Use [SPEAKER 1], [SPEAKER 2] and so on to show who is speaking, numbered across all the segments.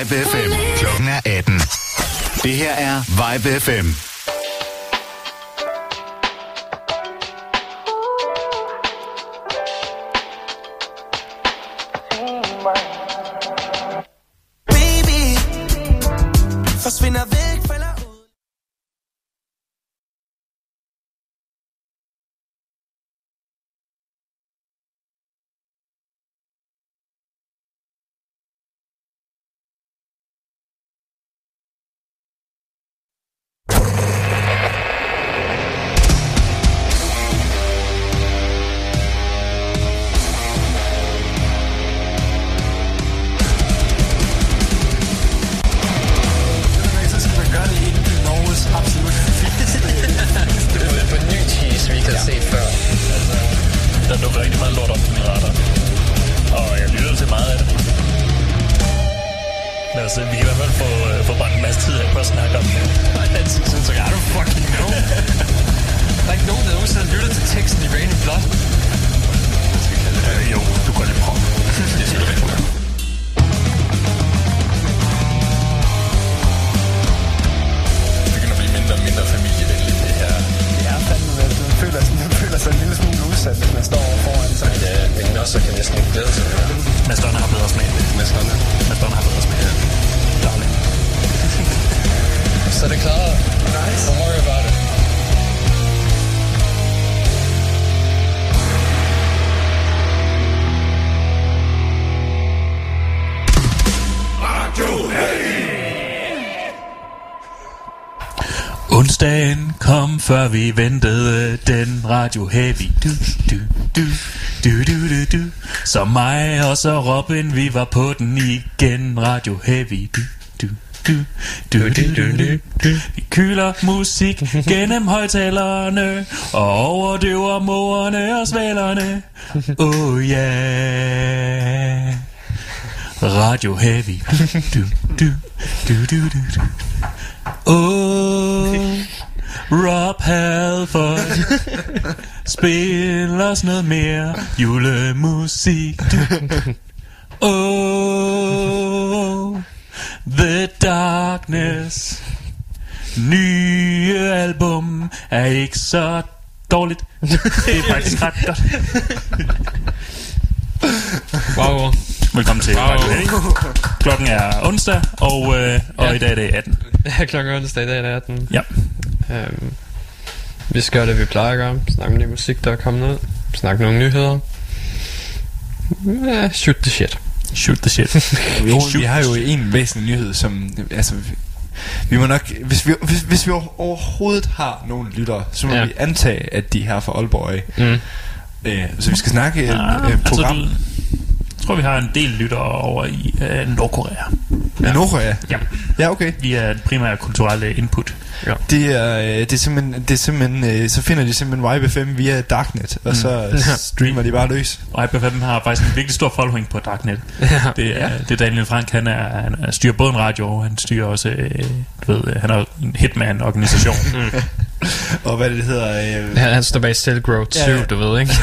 [SPEAKER 1] Vibe FM. Klokken er 18. Det her er Vibe FM.
[SPEAKER 2] Baby, forsvinder væk, falder ud.
[SPEAKER 3] Onsdagen kom, før vi ventede den radio heavy. Du. Så mig og så Robin, vi var på den igen. Radio heavy. Vi kyler musik gennem højtalerne og overdøver mågerne og svalerne. Oh yeah. Radio heavy. Du. Rob Halford, spil os noget mere julemusik. The Darkness, nye album er ikke så dårligt. Det er faktisk ret godt.
[SPEAKER 4] Wow.
[SPEAKER 3] Velkommen til. Klokken er onsdag, og i dag er det 18.
[SPEAKER 4] Ja, klokken er onsdag, i dag er det 18.
[SPEAKER 3] Ja.
[SPEAKER 4] Vi skal gøre det, vi plejer at gøre. Snakke om det musik, der er kommet ud. Snakke nogle nyheder. Shoot the shit.
[SPEAKER 3] Shoot the shit.
[SPEAKER 5] Vi har jo en væsentlig nyhed, som altså vi må nok, hvis vi overhovedet har nogle lyttere, så må vi antage, at de er her fra Aalborg af. Så vi skal snakke program.
[SPEAKER 3] Jeg tror vi har en del lyttere over i Nordkorea.
[SPEAKER 5] I Nordkorea? Ja, okay.
[SPEAKER 3] Vi er den primære kulturelle input.
[SPEAKER 5] Ja. Det er simpelthen så finder de simpelthen Vibe FM via Darknet, og så streamer de bare løs.
[SPEAKER 3] Vibe FM har faktisk en virkelig stor following på Darknet. Det er Daniel Frank, han styrer både en radio, og han styrer også han er en hitman-organisation.
[SPEAKER 5] Og hvad det hedder
[SPEAKER 4] han står bag Silk Road 7, du ved, ikke?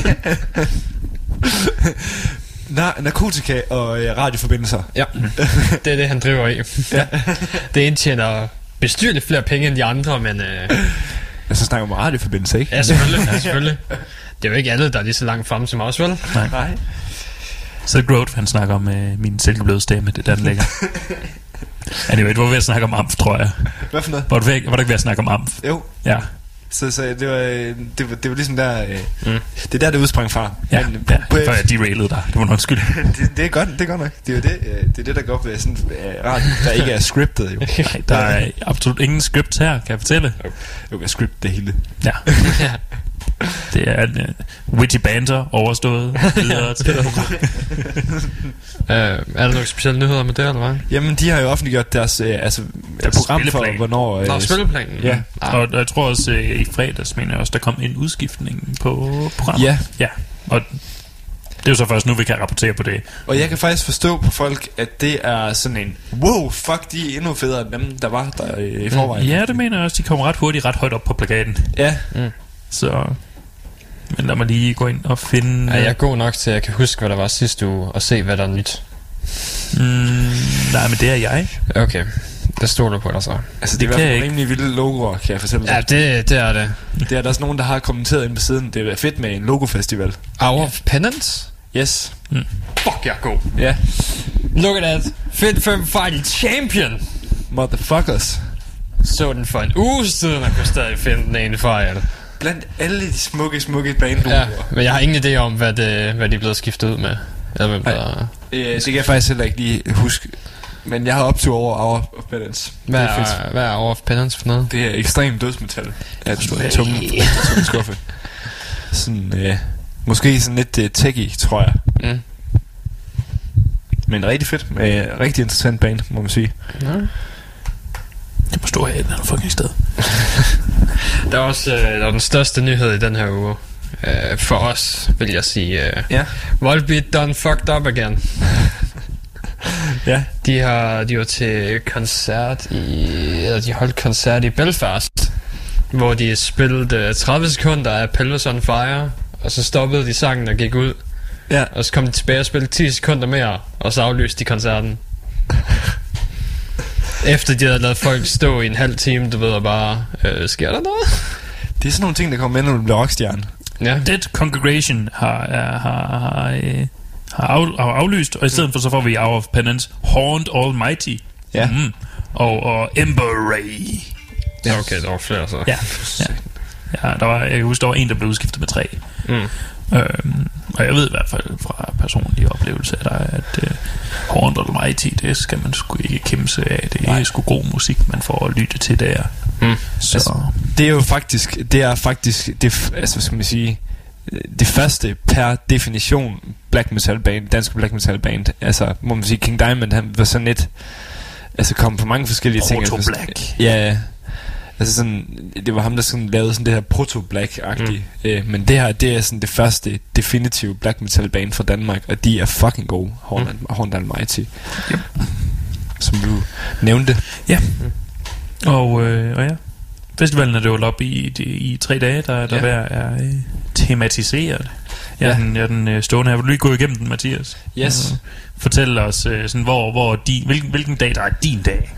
[SPEAKER 5] Narkotika og radioforbindelser.
[SPEAKER 4] Ja, det er det, han driver i. Det indtjener bestyrligt flere penge end de andre, men
[SPEAKER 5] så snakker man radioforbindelser, ikke?
[SPEAKER 4] Ja, selvfølgelig. Det er jo ikke alle, der er lige så langt fremme som os, vel?
[SPEAKER 3] Nej. Silk Road, han snakker om min silkebløde stemme. Det er der, den ligger. Anyway, du var ved at snakke om AMF, tror jeg.
[SPEAKER 5] Hvad for noget?
[SPEAKER 3] Var du ikke ved at snakke om AMF?
[SPEAKER 5] Jo.
[SPEAKER 3] Ja.
[SPEAKER 5] Så det var ligesom der det er der, det udsprang fra.
[SPEAKER 3] Før jeg derailede dig. Det var nok skyld.
[SPEAKER 5] det er godt nok. Det er det der går ved sådan radio, der ikke er scriptet jo.
[SPEAKER 3] Nej, der er absolut ingen script her, kan jeg fortælle.
[SPEAKER 5] Jo, jeg script det hele.
[SPEAKER 3] Ja. Det er witty banter overstået videre til
[SPEAKER 4] er der nogle specielle nyheder med det, eller hvad?
[SPEAKER 5] Jamen, de har jo offentliggjort deres program for, hvornår
[SPEAKER 4] spilleplanen.
[SPEAKER 3] Ja. Og jeg tror også i fredags, mener jeg også, der kom en udskiftning på programmet. Ja. Og det er jo så først nu, vi kan rapportere på det.
[SPEAKER 5] Og jeg kan faktisk forstå på folk, at det er sådan en wow, fuck, de er endnu federe end dem, der var der i forvejen.
[SPEAKER 3] Ja, det mener jeg også. De kommer ret hurtigt, ret højt op på plakaten.
[SPEAKER 5] Ja.
[SPEAKER 3] Så men lad mig lige gå ind og finde...
[SPEAKER 4] Ja, jeg er god nok til, at jeg kan huske, hvad der var sidste uge, og se, hvad der er nyt.
[SPEAKER 3] Nej, men det er jeg.
[SPEAKER 4] Okay, der står du på dig så.
[SPEAKER 5] Altså, det er i hvert fald rimelig vilde logoer, kan jeg fortælle dig.
[SPEAKER 4] Ja, det er det.
[SPEAKER 5] Det er der også nogen, der har kommenteret ind på siden. Det er fedt med en logofestival.
[SPEAKER 4] Hour of Penance?
[SPEAKER 5] Yes.
[SPEAKER 4] Fuck, jeg er god.
[SPEAKER 5] Ja.
[SPEAKER 4] Look at that. Fit Firm Fighting Champion.
[SPEAKER 5] Motherfuckers.
[SPEAKER 4] Så den for en uge siden, og kunne stadig finde den ene fejl.
[SPEAKER 5] Blandt alle de smukke banelogoer.
[SPEAKER 4] Ja, men jeg har ingen idé om, hvad de er blevet skiftet ud med. Eller hvem der...
[SPEAKER 5] Det kan jeg faktisk heller ikke lige huske. Men jeg har optur over Hour of Penance.
[SPEAKER 4] Hvad er Hour of Penance for noget?
[SPEAKER 5] Det er ekstrem dødsmetal. Ja, tunge skuffe. Sådan, måske sådan lidt techy, tror jeg. Men rigtig fedt. Rigtig interessant band, må man sige.
[SPEAKER 4] Ja.
[SPEAKER 3] Det må stå her i et andet fucking sted.
[SPEAKER 4] Der er også der er den største nyhed i den her uge. For os, vil jeg sige. Volbeat done fucked up again.
[SPEAKER 5] Ja.
[SPEAKER 4] De var til koncert de holdt koncert i Belfast, hvor de spillede 30 sekunder af Pelvis on Fire, og så stoppede de sangen og gik ud.
[SPEAKER 5] Ja.
[SPEAKER 4] Og så kom de tilbage og spillede 10 sekunder mere, og så aflyste de koncerten. Efter de havde lavet folk stå i en halv time, du ved, og bare, sker der noget?
[SPEAKER 5] Det er sådan nogle ting, der kommer med, når du bliver rockstjerne.
[SPEAKER 4] Ja.
[SPEAKER 3] Dead Congregation har aflyst, og i stedet for så får vi Hour of Penance, Horned Almighty, og Ember Ray.
[SPEAKER 4] Ja, okay, der var flere så.
[SPEAKER 3] Ja, jeg kan huske, der var en, der blev udskiftet med 3. Og jeg ved i hvert fald fra personlige oplevelser, at Horned Almighty, det skal man sgu ikke kimse af. Det er sgu god musik, man får at lytte til der. Så
[SPEAKER 5] altså, det er faktisk, det, altså, hvad skal man sige, det første per definition black metal band, dansk black metal band. Altså, må man sige, King Diamond, han var sådan lidt, altså kom på mange forskellige ting.
[SPEAKER 3] Proto-black.
[SPEAKER 5] Ja, altså sådan, det var ham, der sådan lavede sådan det her proto-black-agtigt. Men det her, det er sådan det første definitive black metal band fra Danmark, og de er fucking gode. Horned Almighty.
[SPEAKER 3] Yep.
[SPEAKER 5] Som du nævnte.
[SPEAKER 3] Ja. Og ja, festivalen er det jo op i 3 dage, der hver er tematiseret. Jeg er den stående her. Vil du lige gå igennem den, Mathias?
[SPEAKER 5] Yes.
[SPEAKER 3] Fortæl os sådan, hvilken dag der er din dag.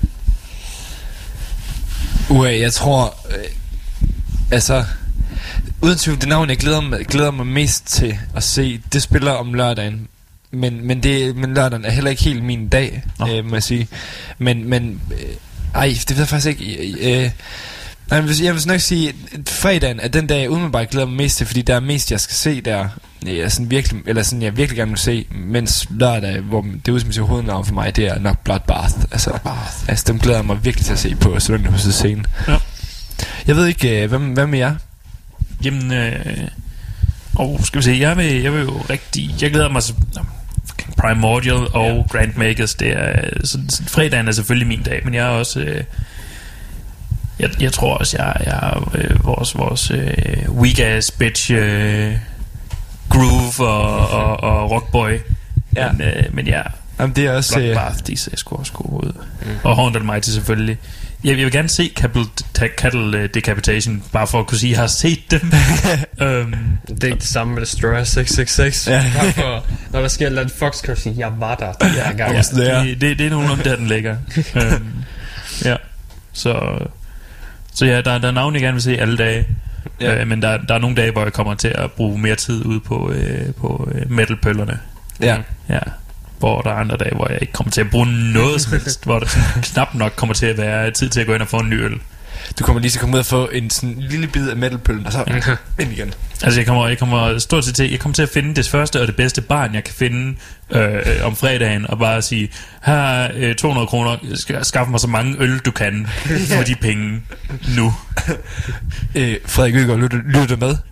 [SPEAKER 5] Jeg tror, altså, uden tvivl, det navn, jeg glæder mig mest til at se, det spiller om lørdagen. Men lørdagen er heller ikke helt min dag, må jeg sige. Men det ved jeg faktisk ikke. Jeg vil nok sige, at fredagen er den dag, jeg umiddelbart glæder mig mest til, fordi der er mest, jeg skal se der. Jeg virkelig gerne vil se, mens lørdag, hvor det udspiller hovednavn for mig, det er nok Bloodbath. Altså dem glæder jeg mig virkelig til at se på Studenterhusets scene. Ja. Jeg ved ikke, hvad med jer?
[SPEAKER 3] Jamen, skal vi se, jeg vil jo rigtig, jeg glæder mig Primordial og Grandmakers. Det er fredagen er selvfølgelig min dag, men jeg er også jeg tror også jeg er vores weak ass bitch groove og rockboy. Men ja,
[SPEAKER 5] jamen, det er også
[SPEAKER 3] Bloodbath, de ser sgu også gode ud. Og Horned Almighty selvfølgelig. Jeg vil gerne se Cattle Decapitation, bare for at kunne sige, at jeg har set dem.
[SPEAKER 4] Det er ikke det samme med Destroyer 666. Derfor, når der sker et eller andet Fox, kan du sige, jeg var der den her gang.
[SPEAKER 3] Det er nogenlunde der, den ligger. Ja. Så ja, der er navn, jeg gerne vil se alle dage. Men der er nogle dage, hvor jeg kommer til at bruge mere tid ude på metalpøllerne.
[SPEAKER 5] Ja.
[SPEAKER 3] Hvor der er andre dage, hvor jeg ikke kommer til at bruge noget som helst, hvor der sådan knap nok kommer til at være tid til at gå ind og få en ny øl.
[SPEAKER 5] Du kommer lige til at komme ud og få en sådan lille bid af metalpøllen, og så ind igen.
[SPEAKER 3] Altså jeg kommer stort set til, jeg kommer til at finde det første og det bedste barn, jeg kan finde om fredagen, og bare sige, her 200 kroner, skaffe mig så mange øl du kan for de penge nu.
[SPEAKER 5] Frederik Øgaard, lytter du med?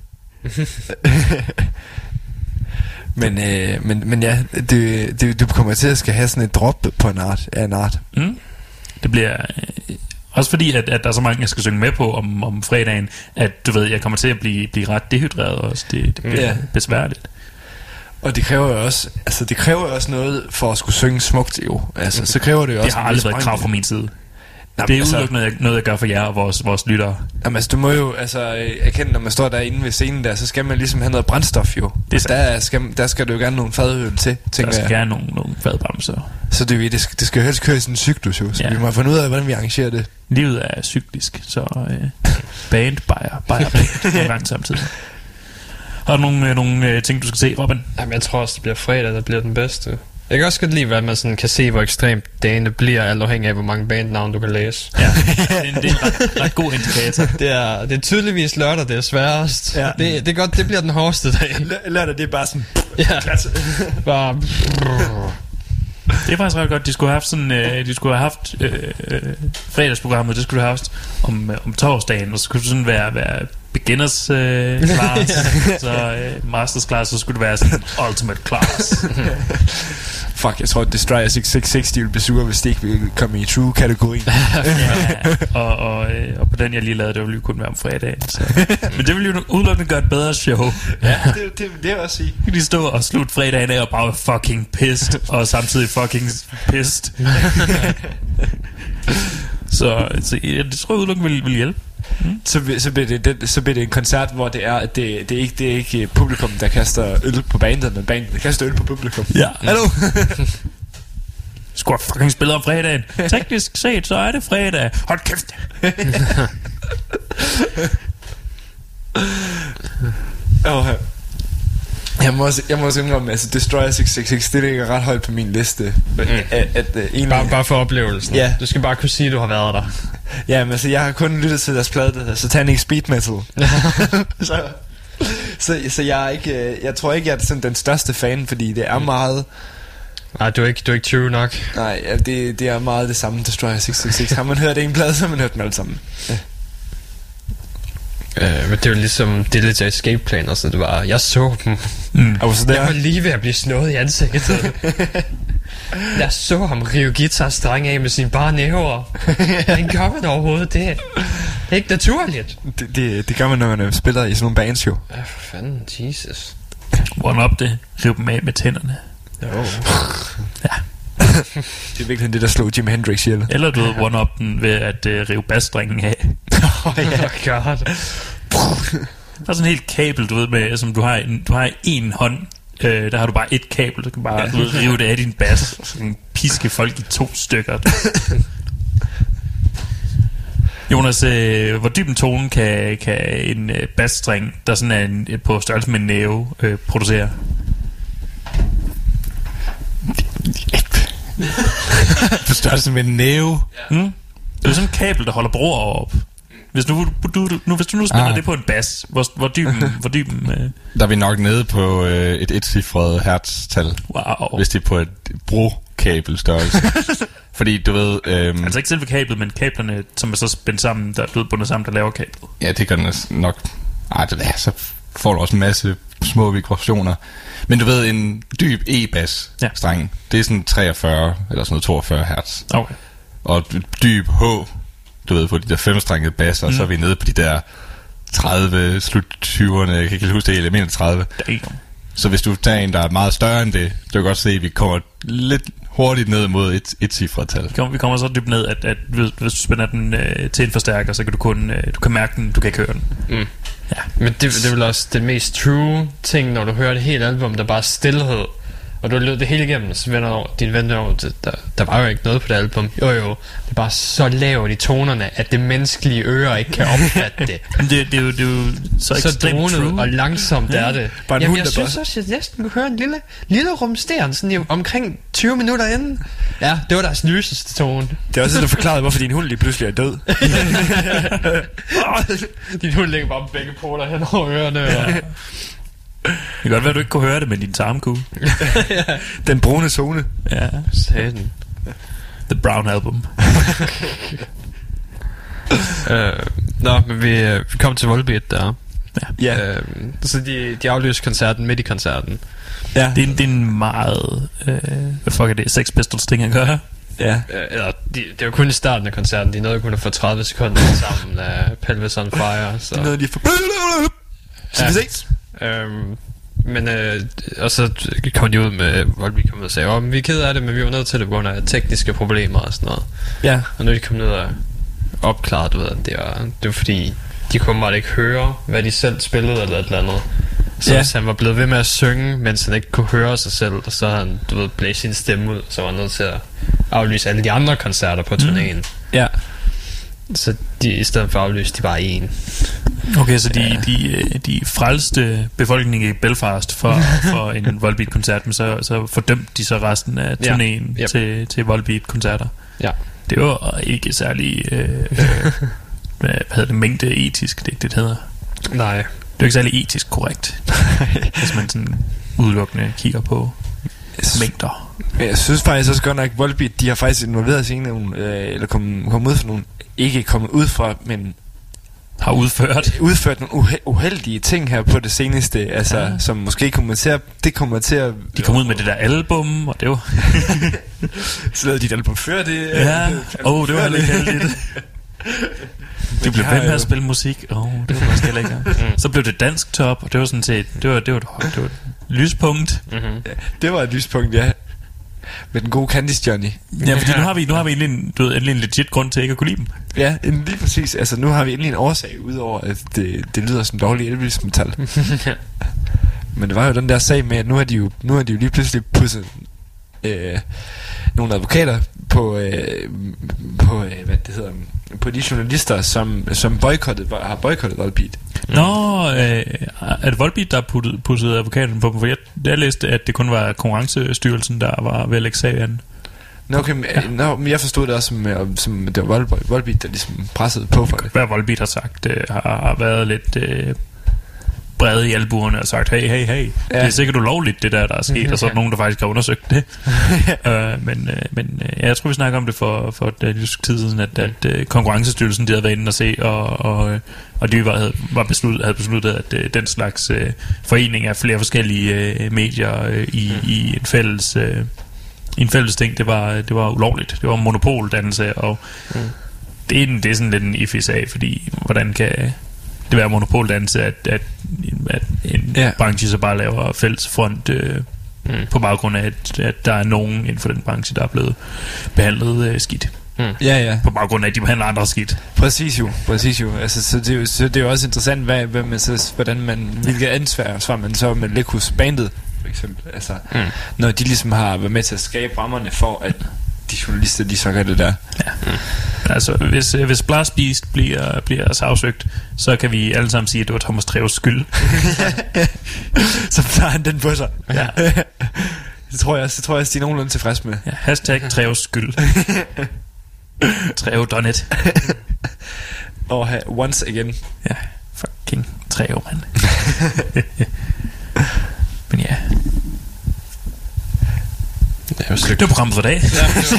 [SPEAKER 5] Men ja, du kommer til at skal have sådan et drop på en art.
[SPEAKER 3] Det bliver også fordi at der er så mange jeg skal synge med på om fredagen, at du ved jeg kommer til at blive ret dehydreret også. Det bliver besværligt. Og
[SPEAKER 5] det kræver jo også noget for at skulle synge smukt jo. Altså så kræver det jo også.
[SPEAKER 3] Det har aldrig været krav fra min side. Det er udelukkende noget, jeg gør for jer og vores lyttere.
[SPEAKER 5] Jamen altså, du må jo erkende, når man står derinde ved scenen der, så skal man ligesom have noget brændstof jo. Der skal du jo gerne nogle fadøl til, tænker jeg.
[SPEAKER 3] Der skal gerne nogle fadbremser.
[SPEAKER 5] Så det skal jo helst køre i sådan en cyklus jo. Så vi må have fundet ud af, hvordan vi arrangerer det.
[SPEAKER 3] Livet er cyklisk, så band, bajer en gang samtidig. Har du nogle ting, du skal se, Robin?
[SPEAKER 4] Jamen, jeg tror også, det bliver fredag, der bliver den bedste. Jeg kan også godt lide, at man sådan kan se, hvor ekstremt dagene bliver, alt afhængig af, hvor mange bandnavn du kan læse.
[SPEAKER 3] Ja, det er en ret god indikator.
[SPEAKER 4] Det er tydeligvis lørdag, det er sværest. Ja. Det er godt, det bliver den hårdeste dag.
[SPEAKER 5] Lørdag, det er bare sådan...
[SPEAKER 4] Ja, bare...
[SPEAKER 3] Det er faktisk ret godt. De skulle have haft fredagsprogrammet. Det skulle du have haft om torsdagen. Og så skulle det sådan være beginners class. Så masters class. Så skulle det være sådan ultimate class.
[SPEAKER 5] Fuck, jeg tror at Destroyer 666 de ville blive sure, hvis det ikke ville komme i true-kategorien.
[SPEAKER 3] Ja, og på den jeg lige lavede, det ville jo kun være om fredagen. Men det ville jo udelukkende gøre et bedre show.
[SPEAKER 5] Ja, det vil jeg også sige.
[SPEAKER 3] De stå og slutte fredagen af og bare fucking pissed, og samtidig fucking pissed. Så jeg tror udelukkende vil hjælpe.
[SPEAKER 5] Så bliver det en koncert, hvor det er ikke publikum, der kaster øl på bandet, men bandet der kaster øl på publikum.
[SPEAKER 3] Ja.
[SPEAKER 5] Hallo.
[SPEAKER 3] Skulle have fucking spillet om fredagen. Teknisk set, så er det fredag. Hold kæft.
[SPEAKER 5] Jeg må også indrømme, altså Destroyer 666, det ligger ret højt på min liste.
[SPEAKER 4] Bare for oplevelsen.
[SPEAKER 5] Ja.
[SPEAKER 4] Du skal bare kunne sige, at du har været der.
[SPEAKER 5] Ja, men altså, jeg har kun lyttet til deres plade, der hedder Satanic Speed Metal. så jeg er ikke, jeg tror ikke, jeg er sådan den største fan, fordi det er meget...
[SPEAKER 4] Nej, du er ikke true nok.
[SPEAKER 5] Nej, ja, det er meget det samme, Destroyer 666. Har man hørt en plade, så har man hørt dem alle sammen. Ja.
[SPEAKER 4] Men det er jo ligesom Dillinger Escape Plan, og så det var, jeg så dem. Jeg var lige ved at blive slået i ansigtet. Jeg så ham rive guitarstreng af med sine bare næver. Han gør man overhovedet det? Det er ikke naturligt.
[SPEAKER 5] Det gør man, når man spiller i sådan nogle bands jo.
[SPEAKER 4] Ja, for fanden, Jesus.
[SPEAKER 3] One up det, rive dem af med tænderne.
[SPEAKER 4] Jo.
[SPEAKER 3] Ja.
[SPEAKER 5] Det er virkelig det, der slog Jimi Hendrix ihjel.
[SPEAKER 3] Eller du ved, one up den ved at rive basstrengen af.
[SPEAKER 4] Oh god.
[SPEAKER 3] Der er sådan en helt kabel, du ved, med, som du har en hånd. Der har du bare et kabel, du kan bare rive det af din bas, og sådan piske folk i 2 stykker. Jonas, hvor dyb en tone kan en basstreng, der sådan er på størrelse med en næve, producere?
[SPEAKER 5] På størrelse med en næve?
[SPEAKER 3] Ja. Det er sådan en kabel, der holder broer op. Hvis du nu spænder det på en bas, hvor dyb
[SPEAKER 6] der er vi nok nede på et etcifret hertztal.
[SPEAKER 3] Wow.
[SPEAKER 6] Hvis det er på et brokabelstørrelse. Fordi du ved...
[SPEAKER 3] altså ikke selve kablet, men kablerne, som er så spændt sammen, der er blevet bundet sammen, der laver kablet.
[SPEAKER 6] Ja, det gør den nok... så får du også en masse små vibrationer. Men du ved, en dyb E-bas-streng, det er sådan 43 eller sådan noget 42 hertz.
[SPEAKER 3] Okay.
[SPEAKER 6] Og dyb H, du ved, på de der 5-strengede basser, og så er vi nede på de der 30, slut 20'erne, jeg kan ikke huske det, jeg mener 30. Så hvis du tager en, der er meget større end det, du kan godt se, at vi kommer lidt hurtigt ned mod et cifret tal.
[SPEAKER 3] Vi kommer så dybt ned, at hvis du spænder den til en forstærker, så kan du kan mærke den, du kan ikke høre den.
[SPEAKER 4] Ja. Men det er vel også det mest true ting, når du hører det hele album, der bare er stillhed. Og du har løbet det hele igennem, så vender din ven over, der var jo ikke noget på det album. Jo, det er bare så lavt i tonerne, at det menneskelige øre ikke kan opfatte det.
[SPEAKER 3] det er jo så
[SPEAKER 4] dronet
[SPEAKER 3] true.
[SPEAKER 4] Og langsomt er det.
[SPEAKER 5] Jamen,
[SPEAKER 4] jeg synes også, at jeg næsten kunne høre en lille rumsteren sådan omkring 20 minutter inden. Ja, det var deres lyseste tone.
[SPEAKER 5] Det er også det, der forklarede, hvorfor din hund lige pludselig er død.
[SPEAKER 4] Din hund ligger bare begge poler hen over ørerne. Og
[SPEAKER 3] det kan godt være, at du ikke kunne høre det med din tarmkugle.
[SPEAKER 5] Den brune zone.
[SPEAKER 3] Ja,
[SPEAKER 4] satan.
[SPEAKER 3] The Brown Album.
[SPEAKER 4] Men vi kom til Volbeat der.
[SPEAKER 5] Ja.
[SPEAKER 4] Så de aflyste koncerten midt i koncerten.
[SPEAKER 5] Ja.
[SPEAKER 3] Det er en meget... hvad fuck er det? Sex Pistols ting at gøre?
[SPEAKER 5] Ja.
[SPEAKER 4] Det var kun i starten af koncerten. De nåede kun at få 30 sekunder sammen af Pelvis on Fire. Så.
[SPEAKER 5] Det nåede de for... Så vi ses.
[SPEAKER 4] Men og så kom de ud med, hvor vi kom ud og sagde, vi er ked af det, men vi var nødt til det på grund af tekniske problemer og sådan noget.
[SPEAKER 5] Ja.
[SPEAKER 4] Og nu er de kommet ned og opklaret, du ved, det var fordi, de kunne bare ikke høre, hvad de selv spillede eller et eller andet. Så hvis han var blevet ved med at synge, mens han ikke kunne høre sig selv, og så havde han, du ved, blæst sin stemme ud, så var han nødt til at aflyse alle de andre koncerter på turnéen.
[SPEAKER 5] Ja.
[SPEAKER 4] Så i stedet for at aflyse, de bare en.
[SPEAKER 3] Okay, så de frelste befolkning i Belfast for en Volbeat-koncert, men så fordømte de så resten af turnéen til Volbeat-koncerter. Ja. Det var ikke særlig hvad hedder det, mængde etisk, det hedder.
[SPEAKER 4] Nej.
[SPEAKER 3] Det er ikke særlig etisk korrekt, hvis man sådan udelukkende kigger på mængder.
[SPEAKER 5] Jeg synes faktisk også godt nok, at Volbeat, de har faktisk involveret sig i nogle, eller kommet ud for nogle, ikke kommet ud fra, men
[SPEAKER 3] har udført
[SPEAKER 5] nogle uheldige ting her på det seneste, altså som måske kommer til at de kom ud
[SPEAKER 3] med det der album, og det var
[SPEAKER 5] så lavede de et album før det.
[SPEAKER 3] Det var heller ikke heldigt. De blev ved med at spille musik. Det var måske heller ikke. Så blev det dansk top, og det var sådan set det var et lyspunkt.
[SPEAKER 5] Ja, det var et lyspunkt, ja. Med den gode Candice Johnny.
[SPEAKER 3] Ja, fordi nu har vi endelig en legit grund til ikke at kunne lide dem.
[SPEAKER 5] Ja, lige præcis. Altså nu har vi endelig en årsag, udover at det lyder som dårlig Elvis metal. Men det var jo den der sag med, at nu har de jo lige pludselig pudset nogle advokater på hvad det hedder, på de journalister, som har boykottet Volbeat.
[SPEAKER 3] Nå, er det Volbeat, der pudsede advokaten på dem? For jeg læste, at det kun var Konkurrencestyrelsen, der var ved at lægge sagen.
[SPEAKER 5] Men jeg forstod det også som det var Volbeat, der ligesom pressede på for det.
[SPEAKER 3] Hvad Volbeat har sagt, har været lidt brede i albuerne og sagt, hey, det er sikkert ulovligt, det der er sket, og så er der nogen, der faktisk har undersøgt det. Men jeg tror, vi snakker om det for et lille tid siden, at Konkurrencestyrelsen, de havde været inde og se, og de havde besluttet, at den slags forening af flere forskellige medier i en fælles ting, det var ulovligt. Det var monopoldannelse, og det er sådan lidt en iffy sag, fordi hvordan kan det være monopoldannelse, at en branche så bare laver fælles front på baggrund af, at der er nogen inden for den branche, der er blevet behandlet skidt.
[SPEAKER 5] Ja.
[SPEAKER 3] På baggrund af, at de behandler andre skidt.
[SPEAKER 5] Præcis jo. Altså, så det er jo også interessant, hvilket ansvar man så med Lekus bandet, for eksempel. Altså, når de ligesom har været med til at skabe rammerne for, at de journalister, de så gør det der.
[SPEAKER 3] Ja. Altså, hvis Blast Beast bliver sagsøgt, så kan vi alle sammen sige, at det var Thomas Treves skyld.
[SPEAKER 5] Så tager han den på sig. Ja. Det tror jeg også, de er nogenlunde tilfreds med.
[SPEAKER 3] Ja, hashtag Treves skyld. Treve done it.
[SPEAKER 5] Once again.
[SPEAKER 3] Ja, fucking Treve, mand. Men ja. Det var programmet for dag.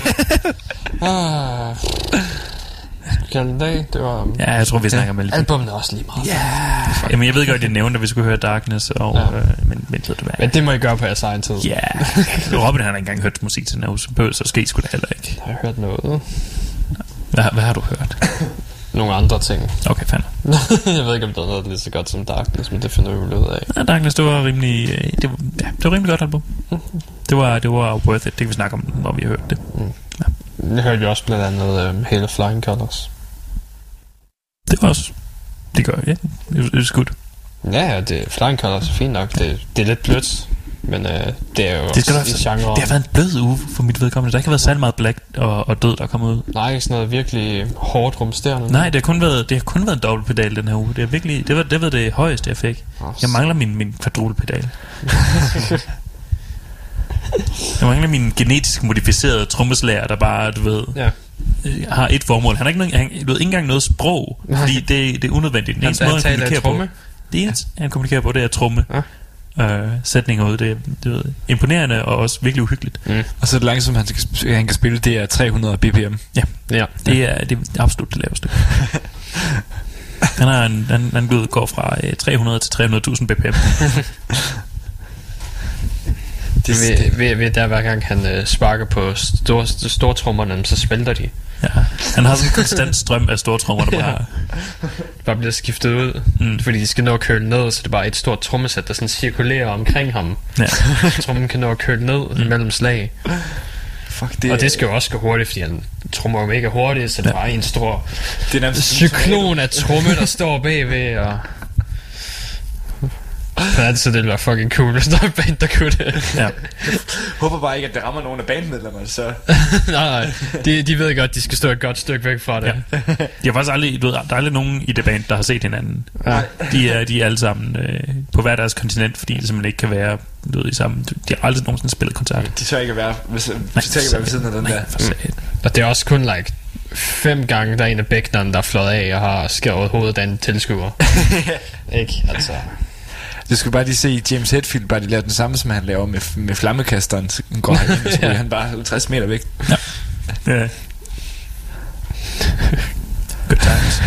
[SPEAKER 4] Det var...
[SPEAKER 3] Ja, jeg tror vi snakker med lidt.
[SPEAKER 4] Albummet er også lige meget.
[SPEAKER 3] Jamen jeg ved godt, det nævnte, at vi skulle høre Darkness og, men ved du hvad?
[SPEAKER 4] Men det må I gøre på jeres egen tid.
[SPEAKER 3] Ja. Robin han har engang hørt musik til den her, så ske skulle det heller ikke.
[SPEAKER 4] Jeg har hørt noget.
[SPEAKER 3] Hvad har du hørt?
[SPEAKER 4] Nogle andre ting.
[SPEAKER 3] Okay, fanden.
[SPEAKER 4] Jeg ved ikke, om det er noget lige så godt som Darkness, men det finder vi jo ud af.
[SPEAKER 3] Ja, Darkness, det var rimelig... Det var rimelig godt album. Det var worth it. Det kan vi snakke om, når vi har hørt det. Ja.
[SPEAKER 4] Det hørte vi også blandt andet hele Flying Colours.
[SPEAKER 3] Det var også... Det gør jeg, ja. Det er godt.
[SPEAKER 4] Ja, Flying Colours er fint nok. Det er lidt blødt, men det er jo
[SPEAKER 3] det
[SPEAKER 4] også i genre.
[SPEAKER 3] Det har været en blød uge for mit vedkommende. Der har ikke været særlig meget black og død, der er kommet ud.
[SPEAKER 4] Nej, ikke sådan noget virkelig hårdt rumsterende.
[SPEAKER 3] Nej, det har kun været en dobbeltpedal den her uge. Det er virkelig... Det var det højeste, jeg fik. Jeg mangler min kvadrupedal. Jeg mangler min genetisk modificerede trommeslager, der bare, du ved, har et formål. Han har ikke engang noget sprog, fordi det er unødvendigt. Den eneste måde, han kommunikerer på, det eneste, han kommunikerer på, det er tromme. Sætninger ud. Det er imponerende og også virkelig uhyggeligt.
[SPEAKER 5] Og så det langsomt han kan spille, det er 300 bpm.
[SPEAKER 3] Ja. Det er absolut det laveste. Han går fra 300 til 300.000 bpm.
[SPEAKER 4] Ved der hver gang han sparker på stortrommerne, så spælter de.
[SPEAKER 3] Ja, han har sådan en konstant strøm af stortrommer, der
[SPEAKER 4] bare bliver skiftet ud, fordi de skal nå at køle ned, så det er bare et stort trommesæt, der sådan cirkulerer omkring ham. Ja. Trommen kan nå at køle ned mellem slag.
[SPEAKER 5] Fuck, det
[SPEAKER 4] og det skal jo også gå hurtigt, fordi han trommer jo mega hurtigt, så det er bare en stor cyklon af tromme, der står bagved, og så det ville være fucking cool, hvis der er en band, der kunne det. Ja.
[SPEAKER 5] Håber bare ikke, at det rammer nogen af bandmedlemmerne, så...
[SPEAKER 4] nej, de ved godt, de skal stå et godt stykke væk fra det. Ja.
[SPEAKER 3] De har faktisk aldrig, der er aldrig nogen i det band, der har set hinanden. Ja. De er alle sammen på hver deres kontinent, fordi de simpelthen ikke kan være i sammen. De har aldrig nogensinde spillet koncert.
[SPEAKER 5] De tør ikke at være ved siden af den der.
[SPEAKER 4] Og det er også kun 5 gange, der er en af bækkenerne, der er flået af og har skåret hovedet af en tilskuer. Ikke, altså...
[SPEAKER 5] Du skulle bare lige se James Hetfield, bare de laver den samme, som han laver med flammekasteren. Så går han ind, så han bare 50 meter væk. Ja.
[SPEAKER 3] Yeah. Good times.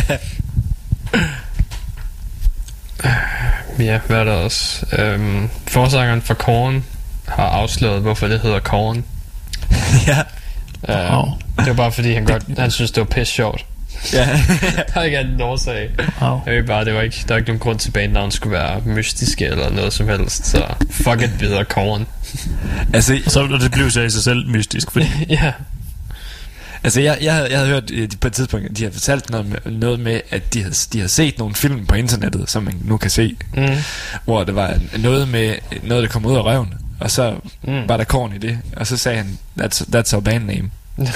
[SPEAKER 4] Ja, hvad er der også? Forsangeren for Korn har afsløret, hvorfor det hedder Korn.
[SPEAKER 5] Ja.
[SPEAKER 4] Det var bare fordi han synes det var pisse sjovt. Ja. Der er ikke anden årsag. Jeg ved bare, der er ikke nogen grund til bandnavn skulle være mystiske eller noget som helst. Så fuck it, vi hedder Korn.
[SPEAKER 3] Altså, så det blev så i sig selv mystisk, fordi...
[SPEAKER 4] ja.
[SPEAKER 5] Altså jeg havde hørt på et tidspunkt, at de har fortalt noget med, at de har set nogle film på internettet, som man nu kan se, hvor det var noget med noget, der kom ud af røven, og så var der Korn i det, og så sagde han, that's our band name.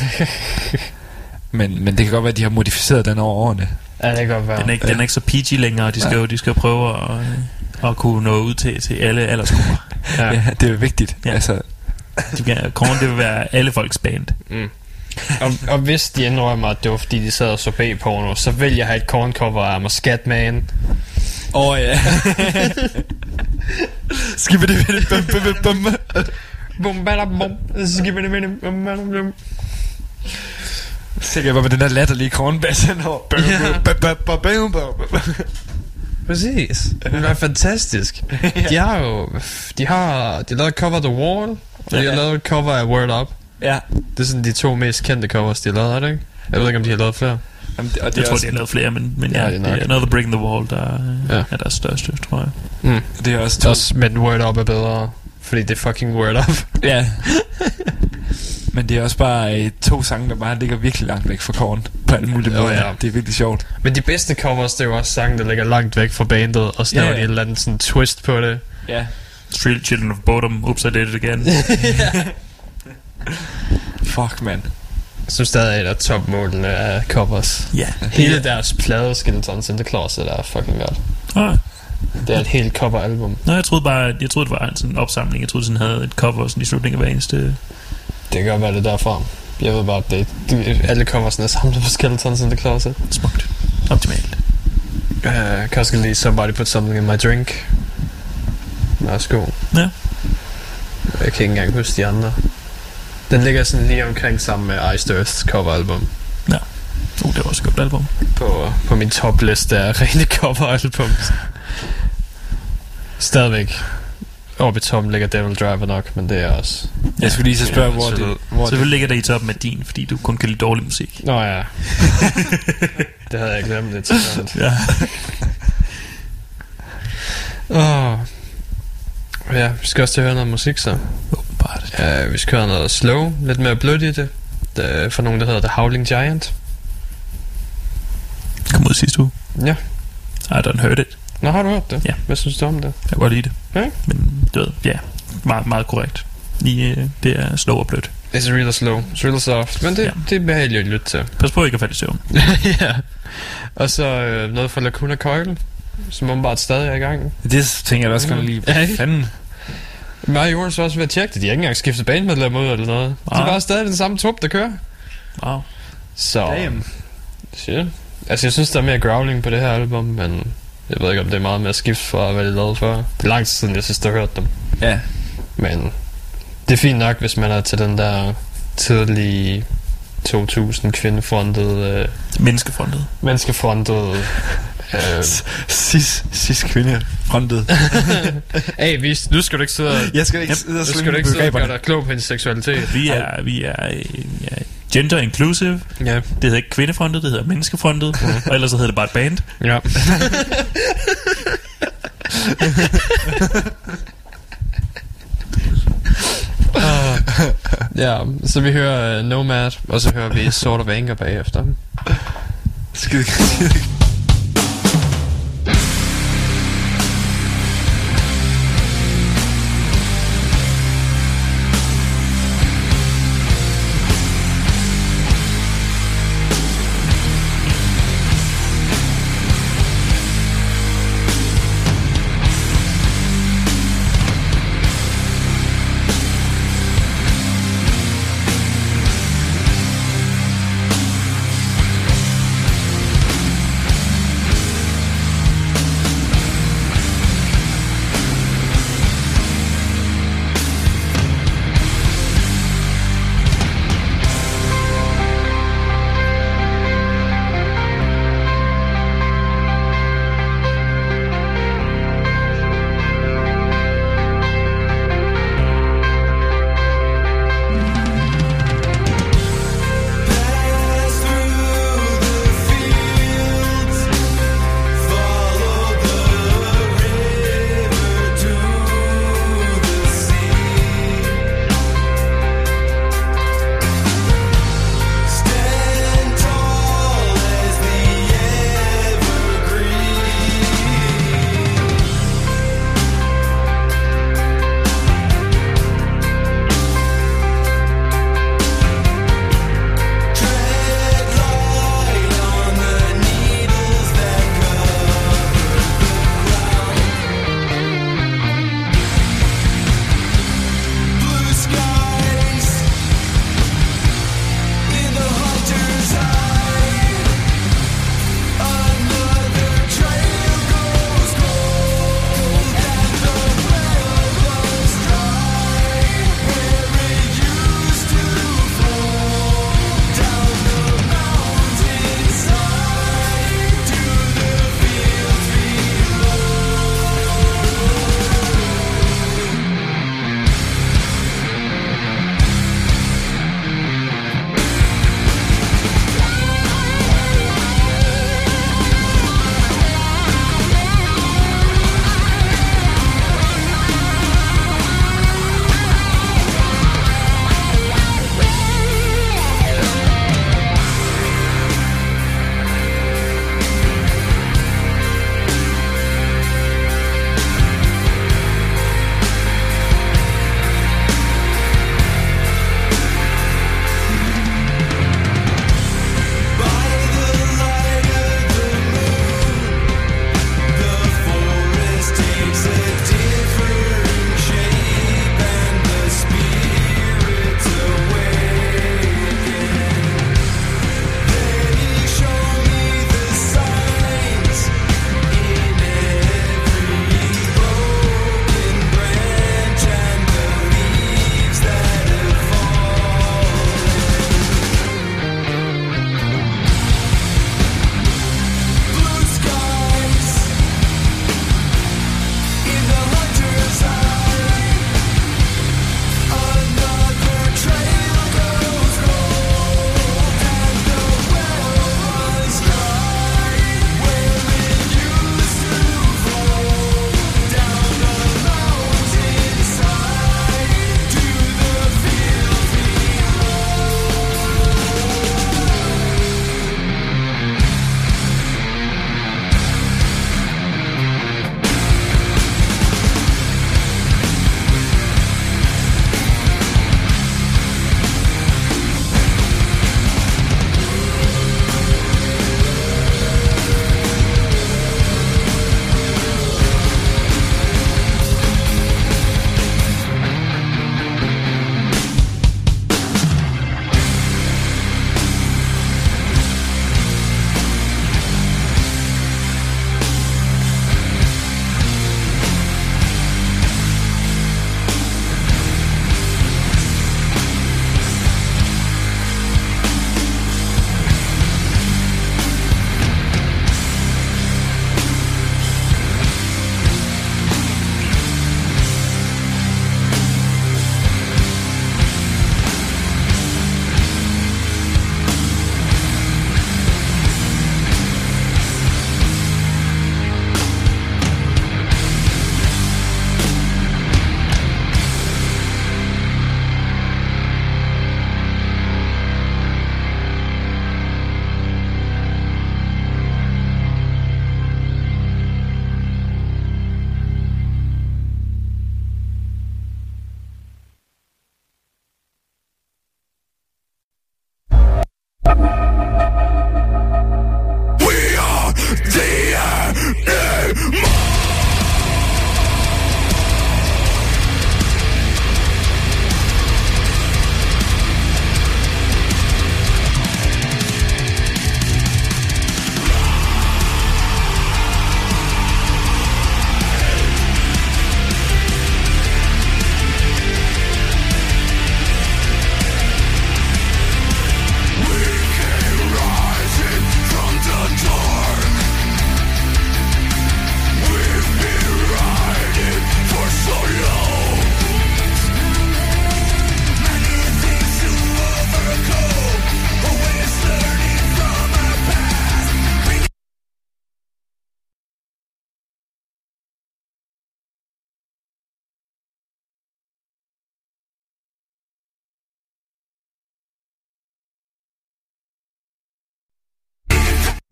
[SPEAKER 5] Men det kan godt være, at de har modificeret den over årene.
[SPEAKER 4] Ja, det kan godt være.
[SPEAKER 3] Den er ikke så PG længere. De skal prøve at kunne nå ud til alle aldersgrupper.
[SPEAKER 5] Ja, det er vigtigt.
[SPEAKER 3] Ja.
[SPEAKER 5] Altså.
[SPEAKER 3] Korn, det vil være alle folks band.
[SPEAKER 4] Og hvis de indrømmer, at det var fordi de sad og så B-porno, så vil jeg have et Korn-cover af mig Scatman.
[SPEAKER 5] Ja. Skibbe det bum.
[SPEAKER 4] Bum bada bum. Skibbe det bum bada bum.
[SPEAKER 5] Sikkert bare med den der latterlige kornbasse.
[SPEAKER 4] Præcis. Det er fantastisk. De har lavet cover The Wall, og de har lavet cover af Word Up.
[SPEAKER 5] Ja.
[SPEAKER 4] Det er sådan de 2 mest kendte covers, de har lavet, er det ikke? Jeg ved ikke, om de har lavet flere.
[SPEAKER 3] Jeg tror, de har lavet flere, men ja, det er Another Brick in the Wall, der er deres største, tror jeg.
[SPEAKER 5] Det er også
[SPEAKER 4] men Word Up er bedre, fordi det er fucking Word Up.
[SPEAKER 5] Ja. Men det er også bare 2 sange, der bare ligger virkelig langt væk fra Korn på alle mulige måder. Ja. Det er virkelig sjovt.
[SPEAKER 4] Men de bedste covers, det er jo også sange, der ligger langt væk fra bandet, og så laver de et eller andet sådan twist på det.
[SPEAKER 5] Ja.
[SPEAKER 3] Street Children of Bodom, Oops, I Did It Again.
[SPEAKER 5] Fuck, man.
[SPEAKER 4] Jeg synes stadig, at det er topmålene af covers.
[SPEAKER 3] Ja.
[SPEAKER 4] Hele deres plade Skeletons in the Closet er fucking godt. Det er et helt coveralbum.
[SPEAKER 3] Nå, jeg troede det var en opsamling. Jeg troede sådan havde et cover sådan i slutningen af hver eneste.
[SPEAKER 4] Det kan godt være det derfra. Jeg ved bare, at alle coversne er samlet på Skeletons in the Closet.
[SPEAKER 3] Smukt. Optimalt.
[SPEAKER 4] Kan også lige Somebody Put Something in My Drink. Værsgo.
[SPEAKER 3] Ja.
[SPEAKER 4] Jeg kan ikke engang huske de andre. Den ligger sådan lige omkring sammen med Iced Earth's coveralbum.
[SPEAKER 3] Ja. Det var også et godt album.
[SPEAKER 4] På min topliste af rene coveralbum. Stadigvæk oppe i toppen ligger Devil Driver nok, men det er også...
[SPEAKER 5] Jeg skulle lige så spørge, hvor
[SPEAKER 3] selvfølgelig ligger det i toppen med din, fordi du kun kan lide dårlig musik.
[SPEAKER 4] Nå ja. Det havde jeg glemt lidt.
[SPEAKER 3] Ja.
[SPEAKER 4] Ja, vi skal også til at høre noget musik så.
[SPEAKER 3] Åbenbart.
[SPEAKER 4] Ja, vi skal høre noget slow, lidt mere blødt i det. For nogen, der hedder The Howling Giant.
[SPEAKER 3] Kom ud sidste uge.
[SPEAKER 4] Ja.
[SPEAKER 3] I don't heard it.
[SPEAKER 4] Nå, har du hørt det?
[SPEAKER 3] Ja.
[SPEAKER 4] Hvad synes du om det?
[SPEAKER 3] Jeg kan godt lide det.
[SPEAKER 4] Ja?
[SPEAKER 3] Men du ved, ja, meget, meget korrekt. Lige, det er slow og blødt.
[SPEAKER 4] It's real slow. It's real soft. Men det er behageligt at lytte til.
[SPEAKER 3] Pas på ikke at falde i søvn.
[SPEAKER 4] Ja. Og så noget fra Lacuna Coil, som åbenbart stadig er i gang.
[SPEAKER 5] Det tænker jeg også godt lige. Fanden.
[SPEAKER 4] Mig og Jonas var også ved at tjekke det. De har ikke engang skiftet bandmedlemmer ud eller noget. Wow. Det var stadig den samme trup, der kører.
[SPEAKER 3] Wow.
[SPEAKER 4] Så...
[SPEAKER 5] Damn.
[SPEAKER 4] Shit. Altså jeg synes der er mere growling på det her album, men jeg ved ikke om det er meget mere skift fra hvad de lavede før. Det er lang tid siden jeg synes der har hørt dem.
[SPEAKER 5] Ja.
[SPEAKER 4] Men det er fint nok hvis man er til den der tidlige 2000 kvindefrontet
[SPEAKER 3] menneskefrontet
[SPEAKER 5] Cis kvinde frontet.
[SPEAKER 4] Hey, nu skal du ikke sidde og...
[SPEAKER 5] Jeg skal ikke sidde og
[SPEAKER 4] Du skal du ikke sidde og gøre dig klog på hendes seksualitet.
[SPEAKER 3] Vi er gender inclusive.
[SPEAKER 4] Ja.
[SPEAKER 3] Det hedder ikke kvindefrontet, det hedder menneskefrontet. Og ellers så hedder det bare et band.
[SPEAKER 4] Ja. Ja, så vi hører Nomad, og så hører vi Sort of Anger bagefter.
[SPEAKER 5] Skide.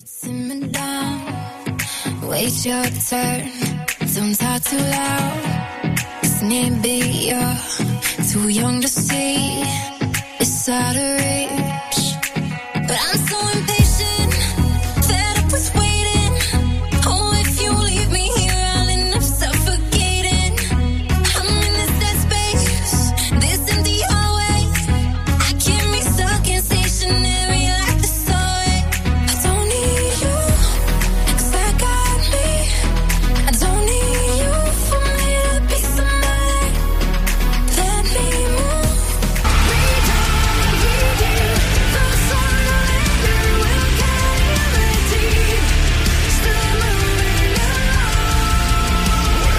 [SPEAKER 7] Simmer down, wait your turn. Don't talk too loud, 'cause maybe you're too young to see. It's out of reach, but I'm so impatient, fed up with waiting. Oh, if you leave me here, I'll end up suffocating. I'm in this dead space, this empty hallway. I can't be stuck in stationary like the subway. I don't need you, 'cause I got me. I don't need you for me to be somebody. Let me move. We don't need you. The sun will anger will carry the deep. Still moving along.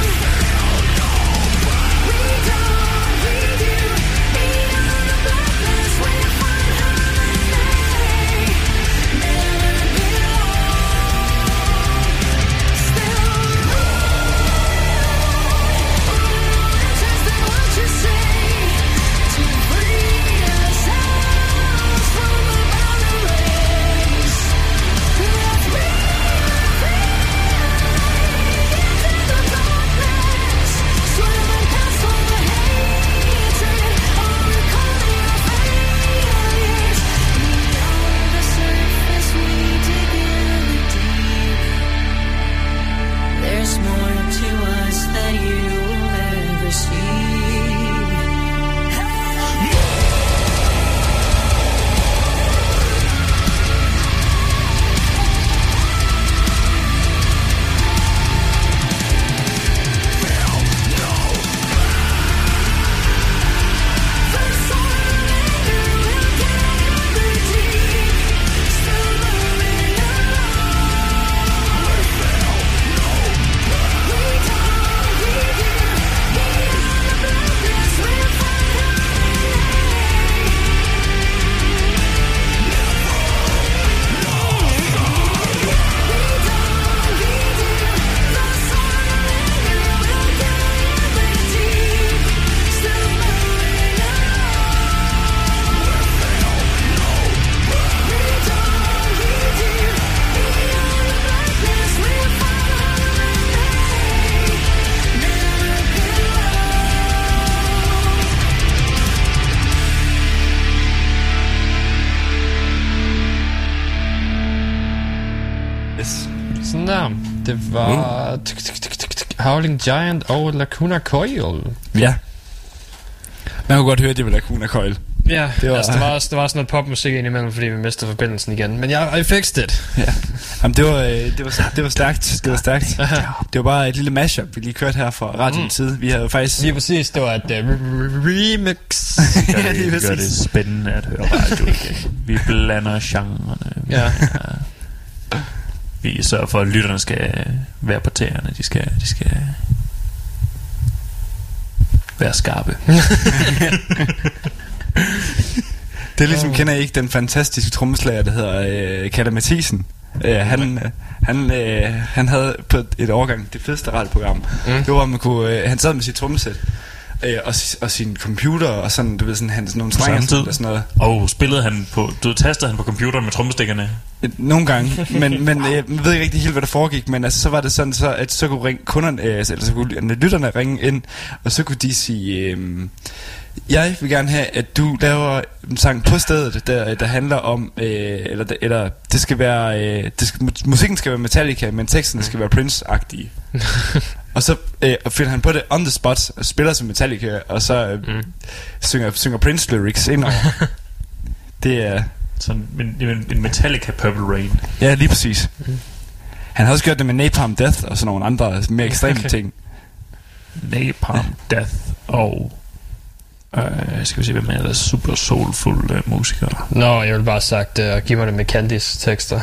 [SPEAKER 7] We don't need you. Beyond the blackness, we find harmony. Never belong. Still just what you say to free ourselves from the boundaries. Let's breathe into the darkness, swimming past all the hatred, all recalling our failures. Beyond the surface, we dig in deep. There's more to us than you'll ever see. The sun will carry the deep. Still moving along. We don't need you. Beyond the blackness, we'll find harmony.
[SPEAKER 5] Yes.
[SPEAKER 4] Sådan der. Det var Howling Giant og Lacuna Coil.
[SPEAKER 5] Ja. Man kunne godt høre, at det var Lacuna Coil.
[SPEAKER 4] Ja,
[SPEAKER 5] Det var-
[SPEAKER 4] altså, der var også sådan noget popmusik indimellem, fordi vi mistede forbindelsen igen. Men I fixed it.
[SPEAKER 5] Ja. Jamen, det var stærkt. Det var stærkt. Det var bare et lille mashup, vi lige kørte her fra radioens side. Vi havde jo faktisk...
[SPEAKER 4] Lige præcis, det var et remix.
[SPEAKER 5] Ja, lige
[SPEAKER 3] Gør det
[SPEAKER 5] præcis.
[SPEAKER 3] spændende at høre radio igen. Vi blander genrerne.
[SPEAKER 4] Ja.
[SPEAKER 3] Vi sørger for, at lytterne skal være på tæerne. De skal være skarpe.
[SPEAKER 5] Det er ligesom, kender I ikke den fantastiske trommeslager, der hedder Kalle Mathisen? Han havde på et overgang det fedeste radioprogram. Det var, man kunne, han sad med sit trommesæt og sin computer og sådan, du ved, sådan hans nogle strenger og sådan noget.
[SPEAKER 3] Og spillede han på, tastede han på computeren med trommestikkerne?
[SPEAKER 5] Nogle gange, men jeg ved ikke rigtig helt, hvad der foregik, men altså, så var det sådan, så, at så kunne kunderne, eller så kunne lytterne ringe ind, og så kunne de sige, jeg vil gerne have, at du laver en sang på stedet, der handler om, eller det skal være, musikken skal være Metallica, men teksten skal være Prince-agtige. Og så finder han på det on the spot, og spiller som Metallica, og så synger Prince lyrics indover. Det er...
[SPEAKER 3] Sådan en Metallica Purple Rain.
[SPEAKER 5] Ja, lige præcis. Han havde også gjort det med Napalm Death og sådan nogle andre mere ekstreme ting.
[SPEAKER 3] Napalm Death og skal vi se, hvem er der super soulful musikere.
[SPEAKER 4] Nå, jeg vil bare sagt, giv mig det med Candice tekster.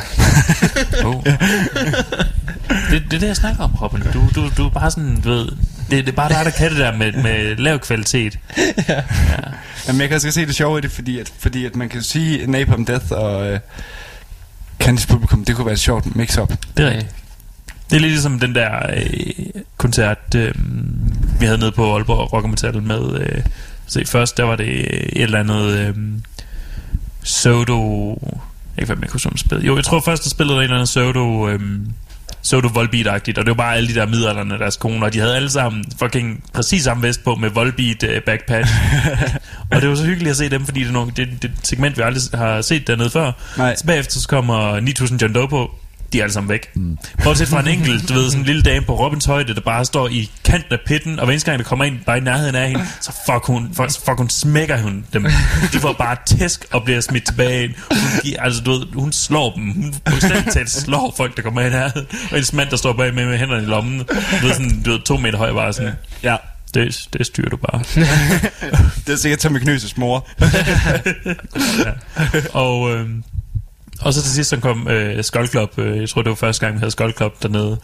[SPEAKER 3] Det er det, jeg snakker om, Robin. Du er bare sådan, du ved, det er bare dig, der kan det der med lav kvalitet.
[SPEAKER 5] Ja. Jamen, jeg kan også se det sjove i det, fordi at man kan sige Napalm Death og Candice Publikum, det kunne være et sjovt mix-up.
[SPEAKER 3] Det er rigtigt. Det er lidt ligesom den der koncert, vi havde nede på Aalborg Rock & Metal med... Se, først der var det et eller andet Sodo Jeg kan fandme ikke huske, om spillet. Jo, jeg tror først, der spillede en eller anden pseudo Volbeat-agtigt, og det var bare alle de der midaldrende, deres koner, og de havde alle sammen fucking præcis samme vest på med Volbeat backpatch. Og det var så hyggeligt at se dem, fordi det er et segment, vi aldrig har set dernede før. Nej. Så bagefter så kommer 9000 John Doe på. De er alle sammen væk. Bortset fra en enkelt, du ved, sådan en lille dame på Robins højde, der bare står i kanten af pitten, og hver eneste gang, der kommer ind bare i nærheden af hende, så fuck hun smækker hun dem. De får bare tæsk og bliver smidt tilbage. Altså, du ved, hun slår dem. Hun bogstaveligt talt slår folk, der kommer ind i nærheden. Og en mand, der står bag med hænderne i lommen. Du ved 2 meter høj, bare sådan. Ja. Det styrer du bare.
[SPEAKER 5] Det er sikkert Tommy Knøses mor.
[SPEAKER 3] Ja. Og så til sidst så kom Skull Club. Jeg tror det var første gang vi havde Skull Club dernede.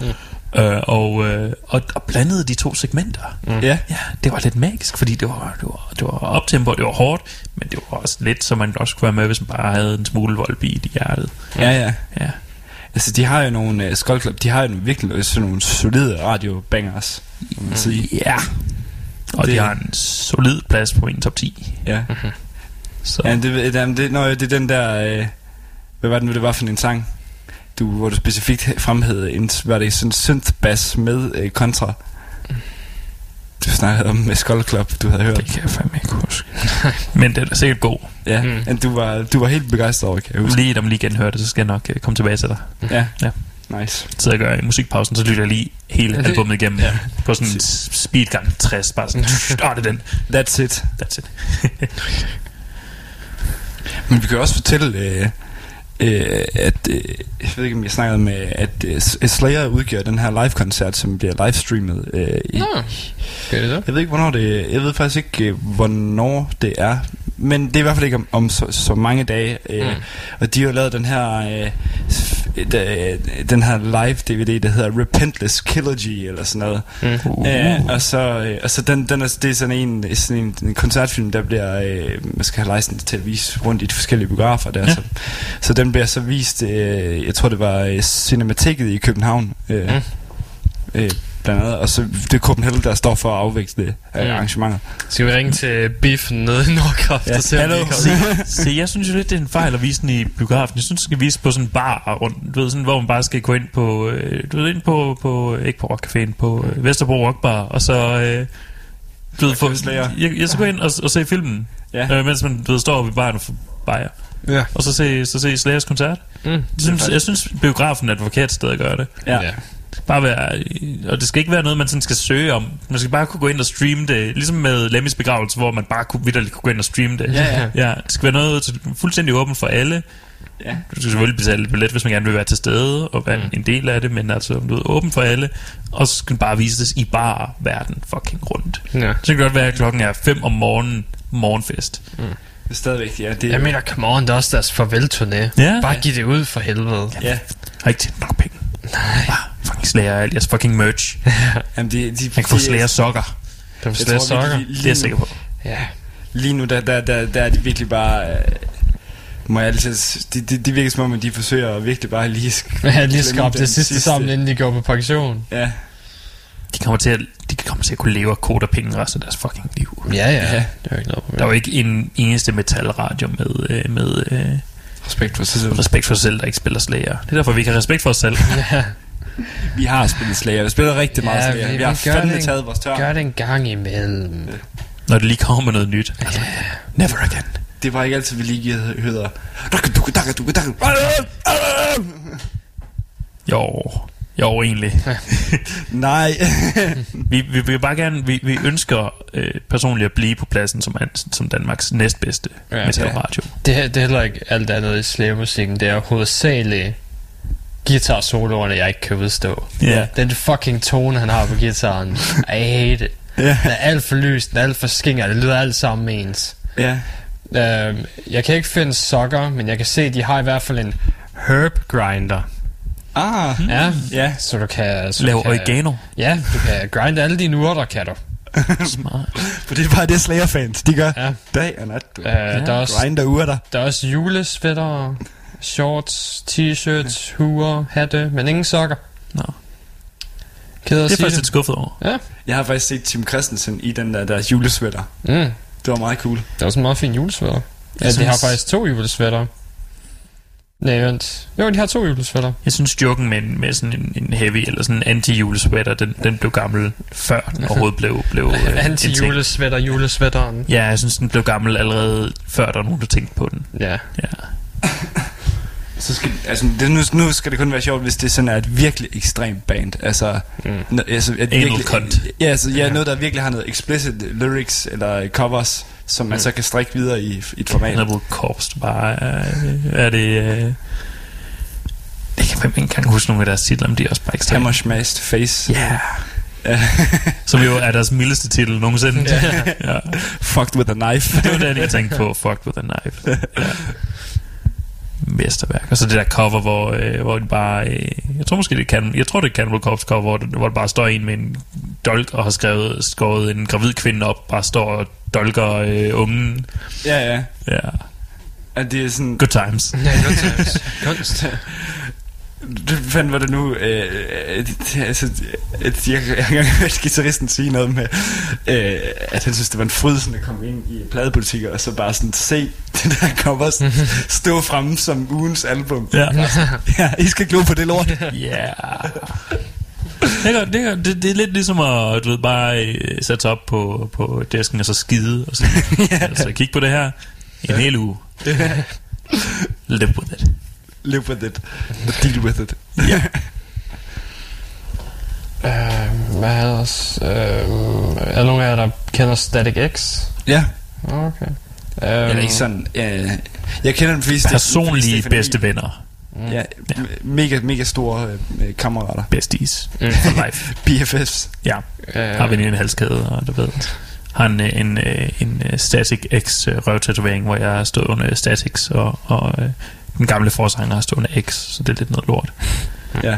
[SPEAKER 3] Og blandede de 2 segmenter. Ja, det var lidt magisk, fordi det var optempo, det var hårdt, men det var også lidt, så man også kunne være med, hvis man bare havde en smule Volbeat i hjertet.
[SPEAKER 5] Ja. Altså de har jo nogle Skull Club, de har jo virkelig sådan nogle solide radiobangers, må man sige.
[SPEAKER 3] Ja. Og de har en solid plads på en top 10.
[SPEAKER 5] Ja. Så. Ja, det er den der hvad var det nu, det var for en sang, hvor du specifikt fremhævede var det sådan synth-bass med kontra. Du snakkede om med Skull Club, du havde hørt.
[SPEAKER 3] Det kan jeg fandme ikke huske. Men det er da sikkert god.
[SPEAKER 5] Ja, du var helt begejstret over, kan jeg huske.
[SPEAKER 3] Lige, når man lige genhører det, så skal jeg nok komme tilbage til dig.
[SPEAKER 5] Ja. Nice.
[SPEAKER 3] Så jeg gør i musikpausen, så lytter jeg lige hele albumet igennem på sådan en speedgang 60, bare sådan, det er den.
[SPEAKER 5] That's it. Men vi kan også fortælle at jeg ved ikke om jeg snakkede med at Slayer udgiver den her live-koncert, som bliver livestreamet jeg ved ikke hvornår det. Jeg ved faktisk ikke hvornår det er, men det er i hvert fald ikke om så mange dage. Og de har jo lavet den her live DVD, der hedder Repentless Killergy eller sådan noget. Og så det er sådan en koncertfilm, der bliver man skal have license til at vise rundt i de forskellige biografer der. Ja. Så den bliver så vist jeg tror det var Cinemateket i København. Blandt andet, og så det er Copenhagen, der står for at afveksle arrangementer.
[SPEAKER 4] Skal vi ringe til Biffen nede i Nordkraft og se,
[SPEAKER 3] hallo. Se, jeg synes jo lidt, det er en fejl at vise den i biografen. Jeg synes, det skal vise på sådan en bar rundt, du ved, sådan, hvor man bare skal gå ind på, ikke på Rockcaféen, på Vesterbro Rockbar, og så du ved, jeg så gå ind og se filmen, mens man står ved baren og får bajer. Ja. Og så se Slayers koncert. Jeg synes biografen er et forkert sted at gøre det. Ja. Bare være, og det skal ikke være noget man sådan skal søge om. Man skal bare kunne gå ind og streame det, ligesom med Lemmys begravelse, hvor man bare kunne gå ind og streame det. Ja, det skal være noget fuldstændig åbent for alle. Ja. Du skal selvfølgelig betale billet, hvis man gerne vil være til stede og være en del af det, men altså du er åben for alle. Og så skal den bare vises i bare verden fucking rundt. Så kan det godt være, at klokken er 5 om morgenen, morgenfest.
[SPEAKER 5] Det er stadigvæk,
[SPEAKER 4] jeg mener, come on, det er også deres farvelturné. Bare giv det ud for helvede.
[SPEAKER 3] Ja. Har ikke tjent nok penge. Nej. Fucking Slayer alt jeres fucking merch.
[SPEAKER 5] Jamen man
[SPEAKER 3] kan få Slayer sokker.
[SPEAKER 4] Det er jeg sikker på.
[SPEAKER 5] Ja. Lige nu der er de virkelig bare må jeg altid de virker som om de forsøger at virkelig bare lige
[SPEAKER 4] skrabe det sidste sammen inden de går på pension.
[SPEAKER 3] Ja. De kommer til at kunne leve af kodapenge resten af deres fucking liv.
[SPEAKER 4] Ja. Det er ikke noget problem.
[SPEAKER 3] Der er jo ikke en eneste metalradio med
[SPEAKER 5] respekt for sig
[SPEAKER 3] selv, der ikke spiller Slayer. Det er derfor, vi ikke har respekt for os selv.
[SPEAKER 5] Vi har spillet Slayer. Vi spiller rigtig meget Slayer. Vi har fandme taget vores tør.
[SPEAKER 4] Gør det en gang imellem.
[SPEAKER 3] Når det lige kommer med noget nyt. Never again.
[SPEAKER 5] Det var ikke altid, vi lige hedder.
[SPEAKER 3] Jo, egentlig.
[SPEAKER 5] Nej.
[SPEAKER 3] vi vil bare gerne, vi ønsker personligt at blive på pladsen som Danmarks næstbedste metalradio.
[SPEAKER 4] Det er heller ikke alt andet i Slayer-musikken. Det er hovedsageligt guitar-soloerne, jeg ikke kan udstå. Den fucking tone, han har på guitaren. I hate it. Den er alt for lys, den er alt for skinger. Det lyder alt sammen ens. Jeg kan ikke finde sokker, men jeg kan se, at de har i hvert fald en herb grinder. Så du kan
[SPEAKER 3] lave oregano.
[SPEAKER 4] Ja, du kan grinde alle dine urter, kan du.
[SPEAKER 3] Smart.
[SPEAKER 5] For det er bare det Slayer-fans de gør dag og nat. Grinder urter.
[SPEAKER 4] Der er også julesvætter, shorts, t-shirts, huer, hatte, men ingen sokker.
[SPEAKER 3] Det er faktisk lidt skuffet over.
[SPEAKER 5] Jeg har faktisk set Tim Christensen i den deres julesvætter. Det var meget cool.
[SPEAKER 4] Det er også en meget fin julesvætter. De har faktisk 2 julesvætter. Nej, vent. Jo, de har 2 julesvætter.
[SPEAKER 3] Jeg synes joken med sådan en heavy eller sådan en anti-julesweater, den blev gammel før den overhovedet blev
[SPEAKER 4] anti-julesvætter, julesvætteren.
[SPEAKER 3] Ja, jeg synes den blev gammel allerede før der var nogen der tænkte på den.
[SPEAKER 4] Ja.
[SPEAKER 5] Så skal, altså, nu skal det kun være sjovt, hvis det sådan er et virkelig ekstremt band. Altså, altså et virkelig, ja, altså, noget der virkelig har noget explicit lyrics eller covers, som man så kan strikke videre i et format.
[SPEAKER 3] Cannibal Corpse, bare er det... Jeg kan ikke engang huske nogle af deres titler, men de er også bare ekstremt.
[SPEAKER 5] Hammer Smashed Face.
[SPEAKER 3] Ja. Som jo er deres mildeste titel nogensinde. Ja.
[SPEAKER 5] Fucked with a knife.
[SPEAKER 3] Det var det, jeg tænkte på. Fucked with a knife. Ja. Mesterværk. Og så det der cover, hvor de bare... jeg tror måske det er Cannibal Corpse cover, hvor det bare står en med en dolk og har skåret en gravid kvinde op, bare står og dolker ungen.
[SPEAKER 5] Ja.
[SPEAKER 3] Ja.
[SPEAKER 5] At det er sådan...
[SPEAKER 3] Good times.
[SPEAKER 4] Ja, good times. Kunst.
[SPEAKER 5] Fandt var det nu altså, jeg har engang hørt guitaristen sige noget med at han synes det var en fryd sådan at komme ind i pladebutikker og så bare sådan se det der cover stå fremme som ugens album. Ja, I skal glo på det lort.
[SPEAKER 3] Ja. Det er lidt ligesom at du ved, bare sætte op på disken og så skide og så altså kig på det her en hel uge. Live with it.
[SPEAKER 5] Live with it. Deal with it.
[SPEAKER 3] Ja.
[SPEAKER 4] Hvad ellers? Er der nogen af jer, der kender Static X?
[SPEAKER 5] Ja.
[SPEAKER 4] Okay.
[SPEAKER 5] Eller ikke sådan. Jeg kender dem fleste.
[SPEAKER 3] Personlige bedste venner.
[SPEAKER 5] Ja, mega store kammerater.
[SPEAKER 3] Besties for life.
[SPEAKER 5] BFFs.
[SPEAKER 3] Ja. Har vi en halskæde, og du ved. Har en Static X røvtatovering, hvor jeg har stået under Statics, og den gamle forsanger har stået under X, så det er lidt noget lort.
[SPEAKER 5] Ja.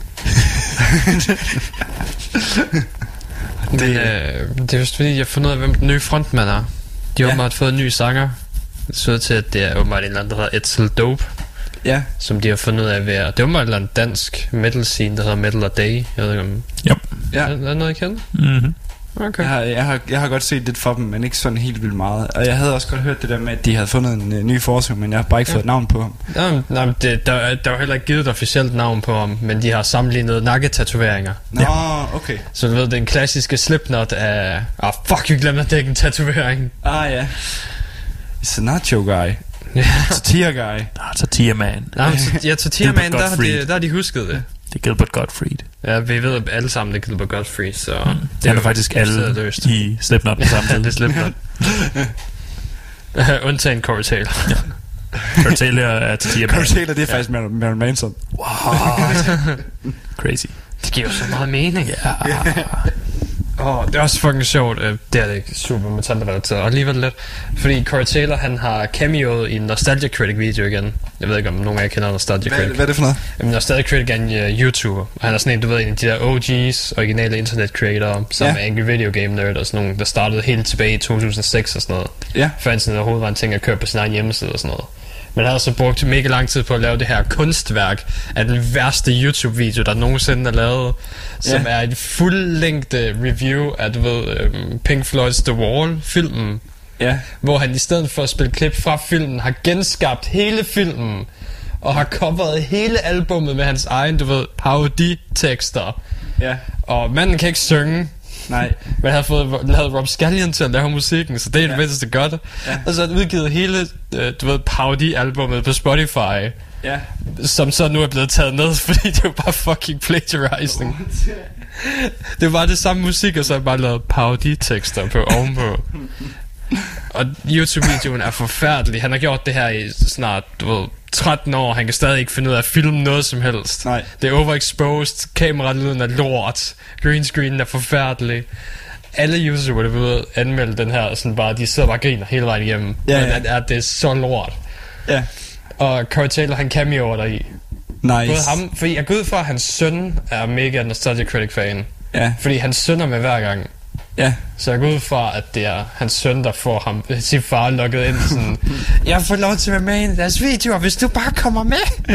[SPEAKER 4] Det er just fordi, jeg har fundet ud af, hvem den nye frontmand er. De har åbenbart fået en ny sanger. Det så til, at det er åbenbart en eller anden, der hedder Edsel Dope. Ja. Som de har fundet ud af ved at... Det er åbenbart et eller andet dansk metal scene, der hedder Metal a Day. Jeg ved ikke om...
[SPEAKER 3] Yep.
[SPEAKER 4] Ja. Er noget, I kender?
[SPEAKER 3] Mhm.
[SPEAKER 4] Okay.
[SPEAKER 5] Jeg har godt set lidt for dem, men ikke sådan helt vildt meget. Og jeg havde også godt hørt det der med, at de havde fundet en ny forsøg, men jeg har bare ikke fået navn på ham.
[SPEAKER 4] Nej, der var heller ikke givet et officielt navn på ham, men de har sammenlignet nakketatoveringer.
[SPEAKER 5] Nå, okay.
[SPEAKER 4] Så du ved, den klassiske Slipknot af... fuck, jeg glemte at dække en tatovering.
[SPEAKER 5] Ja. It's a nacho guy. Tortilla guy.
[SPEAKER 3] Tortilla man.
[SPEAKER 4] Tortilla man, der har de husket det.
[SPEAKER 3] Det er Gilbert Gottfried.
[SPEAKER 4] Ja, vi ved alle sammen, det er Gilbert Gottfried, så...
[SPEAKER 3] Det er faktisk alle i Slipknot på samme tid.
[SPEAKER 4] Det er Slipknot. Undtagen Corey Taylor.
[SPEAKER 3] Ja. Corey Taylor er Tortilla man.
[SPEAKER 5] Corey Taylor, det er faktisk Marilyn Manson.
[SPEAKER 3] Wow. Crazy.
[SPEAKER 4] Det giver jo så meget mening.
[SPEAKER 3] Ja.
[SPEAKER 4] Det er også fucking sjovt. Det er det ikke super metal-relateret og alligevel lidt. Fordi Corey Taylor, han har cameoet i en Nostalgia Critic video igen. Jeg ved ikke om nogen af jer kender Nostalgia Critic.
[SPEAKER 5] Hvad er det for noget?
[SPEAKER 4] Nostalgia Critic er en YouTuber. Og han er sådan en, du ved, en af de der OG's, originale internet creator, som er Angry Video Game Nerd og sådan nogle, der startede helt tilbage i 2006 og sådan noget. Ja. Før internet overhovedet var en ting at køre på sin egen hjemmeside og sådan noget. Men han har så brugt mega lang tid på at lave det her kunstværk af den værste YouTube-video, der nogensinde er lavet, som er et fuldlængde review af, du ved, Pink Floyd's The Wall-filmen. Ja. Hvor han i stedet for at spille klip fra filmen, har genskabt hele filmen, og har coveret hele albummet med hans egen, du ved, paroditekster. Ja. Og manden kan ikke synge. Nej. Men han havde lavet Rob Scallion til at lave musikken, så det er det mindste godt. Ja. Og så har han udgivet hele, du ved, parodi-albummet på Spotify. Ja. Som så nu er blevet taget ned, fordi det er jo bare fucking plagiarizing. Det var det samme musik, og så har han bare lavet parodi-tekster på ovenpå. Og YouTube-videoen er forfærdelig. Han har gjort det her i snart, du ved, 13 år. Han kan stadig ikke finde ud af at filme noget som helst. Nej. Det er overexposed. Kameralyden er lort. Green screen er forfærdelig. Alle YouTubere, der vil anmelde den her, sådan bare, de sidder bare og griner hele vejen igennem. Ja. Det er så lort. Ja. Og Corey Taylor, han cameoer der i. Nice. Både ham, fordi jeg går ud fra, at hans søn er mega Nostalgia Critic fan. Ja. Fordi han synder med hver gang. Ja. Så jeg går ud fra, at det er hans søn, der får ham, sin far lukket ind sådan, jeg får lov til at være med i deres videoer, hvis du bare kommer med.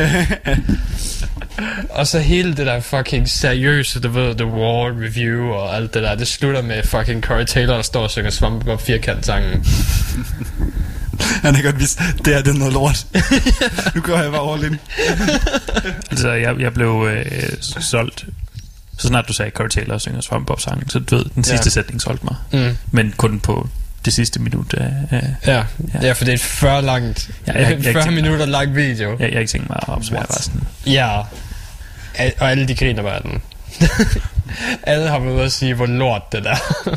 [SPEAKER 4] Og så hele det der fucking seriøse, du ved, The Wall review og alt det der, det slutter med fucking Corey Taylor, der står og synger Svampebob Firkant-sangen.
[SPEAKER 5] Han har godt vist, det er noget lort. Nu går jeg bare all in.
[SPEAKER 3] Altså, jeg blev solgt. Så snart du sagde Corey Taylor synger Svampebob-sangen, så du ved, den sidste sætning solgte mig. Men kun på det sidste minut.
[SPEAKER 4] Ja, for det er et 40 minutter lang video.
[SPEAKER 3] Jeg har ikke tænkt mig at observere resten.
[SPEAKER 4] Ja, og alle de griner bare den. Alle har været ude at sige, hvor lort det der.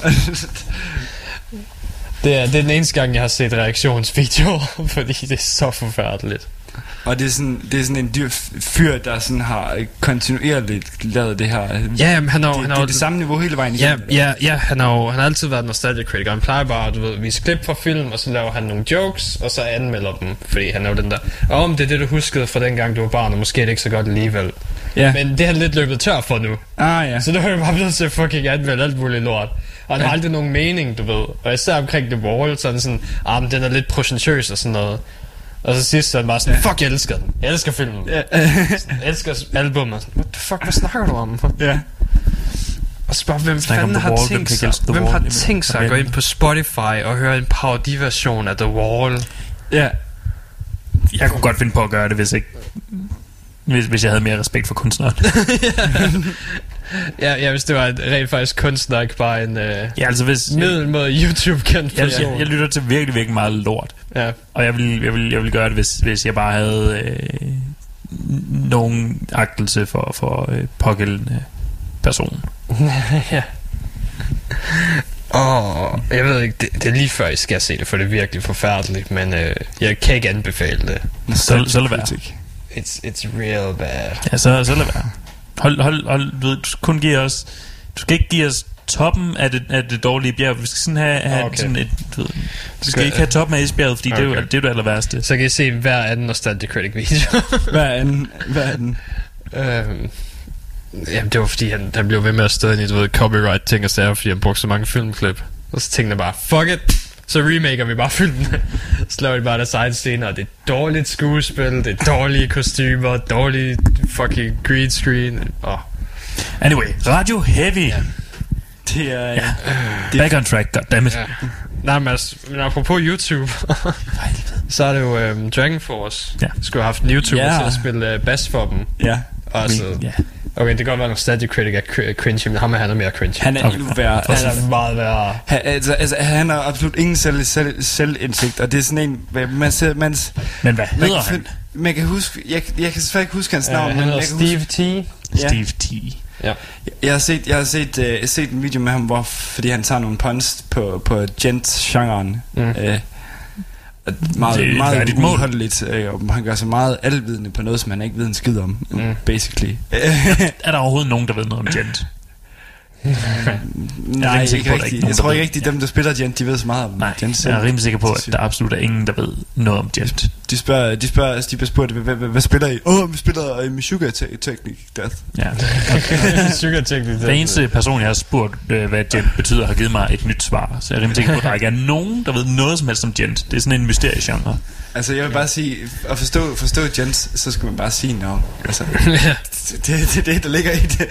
[SPEAKER 4] Det er den eneste gang, jeg har set reaktionsvideoer, fordi det er så forfærdeligt.
[SPEAKER 5] Og det er sådan en dyr fyr, der sådan har kontinuerligt lavet det her.
[SPEAKER 4] Ja, men han har
[SPEAKER 5] det er det samme niveau hele vejen igennem.
[SPEAKER 4] Ja, han har altid været nostalgic critic. Han plejer bare at vise klip fra film, og så laver han nogle jokes, og så anmelder dem, fordi han er jo den der, det er det du huskede fra dengang du var barn, og måske er det ikke så godt alligevel. Ja. Men det har han lidt løbet tør for nu.
[SPEAKER 5] Ja.
[SPEAKER 4] Så det har jo bare blevet til at fucking anmelde alt muligt lort. Og han har aldrig nogen mening, du ved. Og især omkring The Wall, sådan, men den er lidt præsentøs og sådan noget. Og så sidst så er han bare sådan, fuck, jeg elsker den. Jeg elsker filmen. Jeg elsker albumet. What the fuck, hvad snakker du om?
[SPEAKER 5] Ja.
[SPEAKER 4] Og så bare, hvem fanden har tænkt sig at gå ind på Spotify og høre en parodiversion af The Wall?
[SPEAKER 3] Ja. Jeg kunne godt finde på at gøre det, hvis jeg havde mere respekt for kunstneren.
[SPEAKER 4] Ja, hvis det var en rent faktisk kunstner, ikke bare en
[SPEAKER 3] hvis
[SPEAKER 4] middelmåde YouTube-kendt person.
[SPEAKER 3] Jeg lytter til virkelig, virkelig meget lort.
[SPEAKER 4] Ja.
[SPEAKER 3] Og jeg vil gøre det, hvis jeg bare havde nogen agtelse for pågældende person.
[SPEAKER 4] Ja. Jeg ved ikke, det er lige før I skal se det, for det er virkelig forfærdeligt, men jeg kan ikke anbefale det.
[SPEAKER 3] Så lad være.
[SPEAKER 4] It's real bad.
[SPEAKER 3] Ja, så lad være. Hold, du ved, du skal ikke give os toppen af det dårlige bjerg. Vi skal sådan have sådan et, du ved, vi skal ikke have toppen af isbjerget, fordi det er jo det aller værste.
[SPEAKER 4] Så kan I se hver anden Nostalgic Critic video.
[SPEAKER 5] Hver anden.
[SPEAKER 4] Jamen det var fordi han blev ved med at støde ind i copyright ting og sager, fordi han brugte så mange filmklip. Og så tænkte jeg bare, fuck it, så remaker vi bare filmene. Så laver vi bare deres egen scener, og det er dårligt skuespil, det er dårlige kostymer, dårlige fucking green screen.
[SPEAKER 3] Anyway, Radio Heavy.
[SPEAKER 4] Ja.
[SPEAKER 5] Det er...
[SPEAKER 3] Ja. Back on track, goddammit.
[SPEAKER 4] Ja. Nej, men apropos YouTube, så er det jo Dragon Force. Ja. Skulle have haft en YouTuber til at spille bass for dem.
[SPEAKER 5] Ja.
[SPEAKER 4] Okay, det kan godt være, at Nostalgic Critic er cringe, men ham er mere cringe.
[SPEAKER 5] Han er endnu værre.
[SPEAKER 4] Han er meget værre.
[SPEAKER 5] Han har absolut ingen selvindsigt, og det er sådan en...
[SPEAKER 3] Men hvad hedder han?
[SPEAKER 5] Man kan huske... Jeg kan selvfølgelig ikke huske hans navn.
[SPEAKER 4] Han hedder Steve T.
[SPEAKER 5] Ja.
[SPEAKER 3] Steve T.
[SPEAKER 5] Ja. Jeg har set en video med ham, fordi han tager nogle puns på gent-genren. Meget uholdeligt, og han gør sig meget alvidende på noget, som han ikke ved en skid om, basically.
[SPEAKER 3] Er der overhovedet nogen, der ved noget om gent?
[SPEAKER 5] Nej, ikke rigtigt. Jeg tror ikke rigtigt, dem der spiller gent, de ved så meget om gent.
[SPEAKER 3] Jeg er rimelig sikker på, at der absolut er ingen, der ved noget om gent.
[SPEAKER 5] De bliver spurgt, hvad spiller I? Vi spiller Sugar Technic Death.
[SPEAKER 3] Ja.
[SPEAKER 4] Sugar Technic Death.
[SPEAKER 3] Den eneste person, jeg har spurgt, hvad gent betyder, har givet mig et nyt svar. Så jeg er rimelig sikker på, at der ikke er nogen, der ved noget som helst om gent. Det er sådan en mysteriegenre. Altså
[SPEAKER 5] jeg vil bare sige, at forstå gent, så skal man bare sige navn. Altså, det er det, der ligger i det.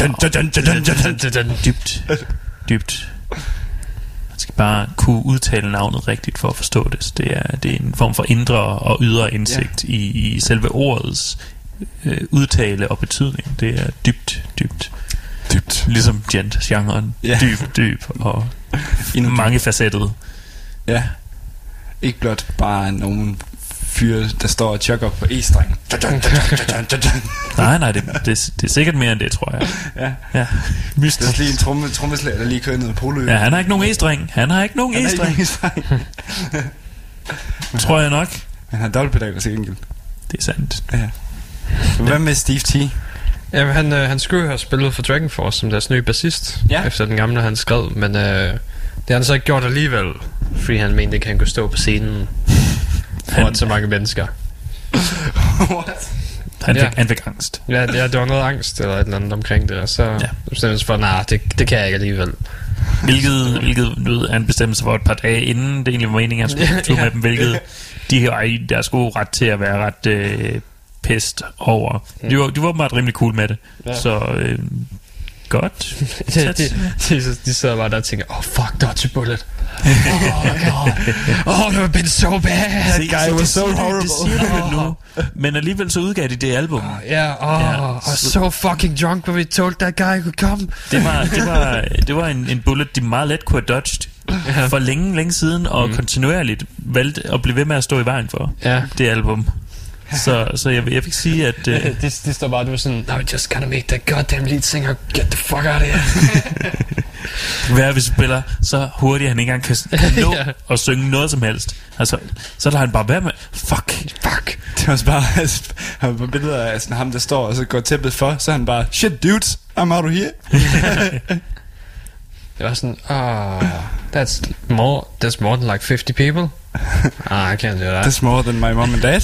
[SPEAKER 3] Dybt. Man skal bare kunne udtale navnet rigtigt for at forstå det. Det er en form for indre og ydre indsigt i selve ordets udtale og betydning. Det er dybt. Ligesom gent-genren. Dyb og mangefacettet. Ja.
[SPEAKER 5] Ikke blot bare nogen fyre, der står og tjokker på E-streng.
[SPEAKER 3] Nej, det er sikkert mere end det, tror jeg. Ja.
[SPEAKER 5] Mystisk. Der er lige en trommeslager, der lige kører ned på polo.
[SPEAKER 3] Ja, han har ikke nogen E-streng. Tror jeg nok.
[SPEAKER 5] Han har dobbeltpedaler til gengæld.
[SPEAKER 3] Det er sandt.
[SPEAKER 5] Ja. Hvad med Steve T?
[SPEAKER 4] Jamen, han skulle have spillet for Dragon Force som deres nye bassist, efter den gamle han skrev, men det har han så ikke gjort alligevel, fordi han mente ikke, han kunne stå på scenen foran så mange mennesker.
[SPEAKER 3] Han fik angst.
[SPEAKER 4] Ja, det var noget angst eller et eller andet omkring det, og så bestemte sig for, det kan jeg ikke alligevel.
[SPEAKER 3] Hvilket han bestemte sig for et par dage inden det egentlig var meningen, at han skulle slå med dem, hvilket de har i deres gode ret til at være ret pest over. De var meget rimelig cool med det. Så godt.
[SPEAKER 4] De sidder bare der og tænker, fuck, dodge bullet. Oh, it been so bad.
[SPEAKER 3] Se,
[SPEAKER 5] guy was so horrible.
[SPEAKER 3] Det siger du nu. Men alligevel så udgav de det album.
[SPEAKER 4] I was so fucking drunk when we told that guy he could come.
[SPEAKER 3] Det var en bullet, de meget let kunne have dodged for længe siden, og kontinuerligt valgte at blive ved med at stå i vejen for det album. Så jeg vil sige, at...
[SPEAKER 4] Det står bare, du er sådan, no, just gotta make that goddamn lead singer get the fuck out of here.
[SPEAKER 3] Hvad hvis vi spiller så hurtigt, han ikke engang kan nå at synge noget som helst. Altså, så lader han bare være med. Fuck.
[SPEAKER 5] Det var bare, han var billeder af sådan ham, der står, og så går tæppet for, så han bare, shit dudes, I'm out of here.
[SPEAKER 4] Det var sådan, that's more than like 50 people. I can't do that.
[SPEAKER 5] That's more than my mom and dad.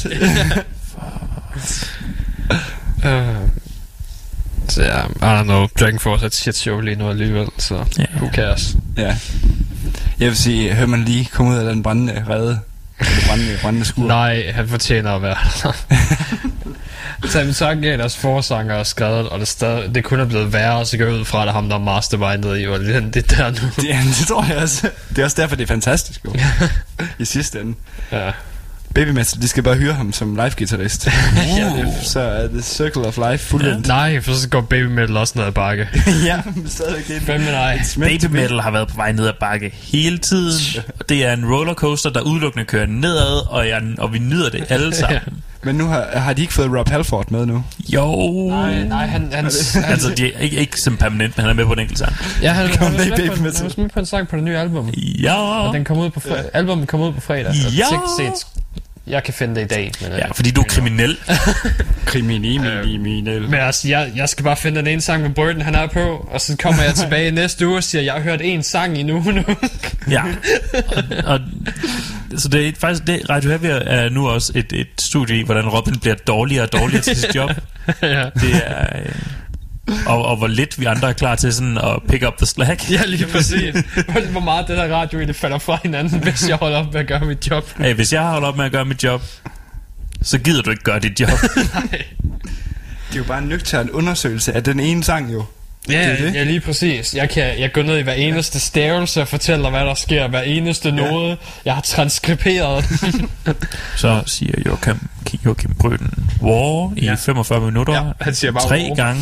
[SPEAKER 4] Så ja, I don't know, Dragon Force er et shit show lige nu alligevel, så who cares.
[SPEAKER 5] Ja. Jeg vil sige, hører man lige komme ud af den brændende rede, brændende skur.
[SPEAKER 4] Nej, han fortjener at være der. Sam Sange er deres forsanger og skrevet, og det kunne have blevet værre, så går ud fra, at ham der mastermindet i, og det der nu.
[SPEAKER 5] Ja, det tror jeg også. Det er også derfor, det er fantastisk jo. I sidste ende.
[SPEAKER 4] Ja.
[SPEAKER 5] Baby Metal, de skal bare hyre ham som live-guitarist. Så er det Circle of Life fuldendt.
[SPEAKER 4] Nej, for så går Baby Metal også ned ad bakke.
[SPEAKER 5] Ja, men stadigvæk det.
[SPEAKER 4] Fem med dig.
[SPEAKER 3] Baby Metal har været på vej ned ad bakke hele tiden. Det er en rollercoaster, der udelukkende kører nedad, og vi nyder det alle sammen.
[SPEAKER 5] Men nu har de ikke fået Rob Halford med nu?
[SPEAKER 3] Jo.
[SPEAKER 4] Nej, han
[SPEAKER 3] altså, de er ikke som permanent, men han er med på en enkelt sang.
[SPEAKER 4] Ja, han var med på en sang på det nye album.
[SPEAKER 3] Ja.
[SPEAKER 4] Og den kom ud på albumet kom ud på fredag.
[SPEAKER 3] Ja.
[SPEAKER 4] Jeg kan finde det i dag. Men,
[SPEAKER 3] fordi du er kriminel.
[SPEAKER 5] Kriminel.
[SPEAKER 4] Men altså, jeg skal bare finde den ene sang med Burden, han er på, og så kommer jeg tilbage næste uge og siger, jeg har hørt en sang endnu nu.
[SPEAKER 3] Ja. Og så det er faktisk det, Radio Heavy er nu også et studie i, hvordan Robin bliver dårligere og dårligere til sit job.
[SPEAKER 4] Ja.
[SPEAKER 3] Det er... Og hvor lidt vi andre er klar til sådan at pick up the slack.
[SPEAKER 4] Ja, lige præcis. Hvor meget det der radio det falder fra hinanden, hvis jeg holder op med at gøre mit job.
[SPEAKER 3] Hey, hvis jeg holder op med at gøre mit job, så gider du ikke gøre dit job.
[SPEAKER 4] Nej.
[SPEAKER 5] Det er jo bare en nøgtern undersøgelse af den ene sang jo.
[SPEAKER 4] Ja, lige præcis. Jeg går ned i hver eneste stavelse og fortæller, hvad der sker, hver eneste node. Jeg har transkriberet.
[SPEAKER 3] Så siger Joachim Brøden War i 45 minutter.
[SPEAKER 4] Ja, han siger bare
[SPEAKER 3] 3 gange.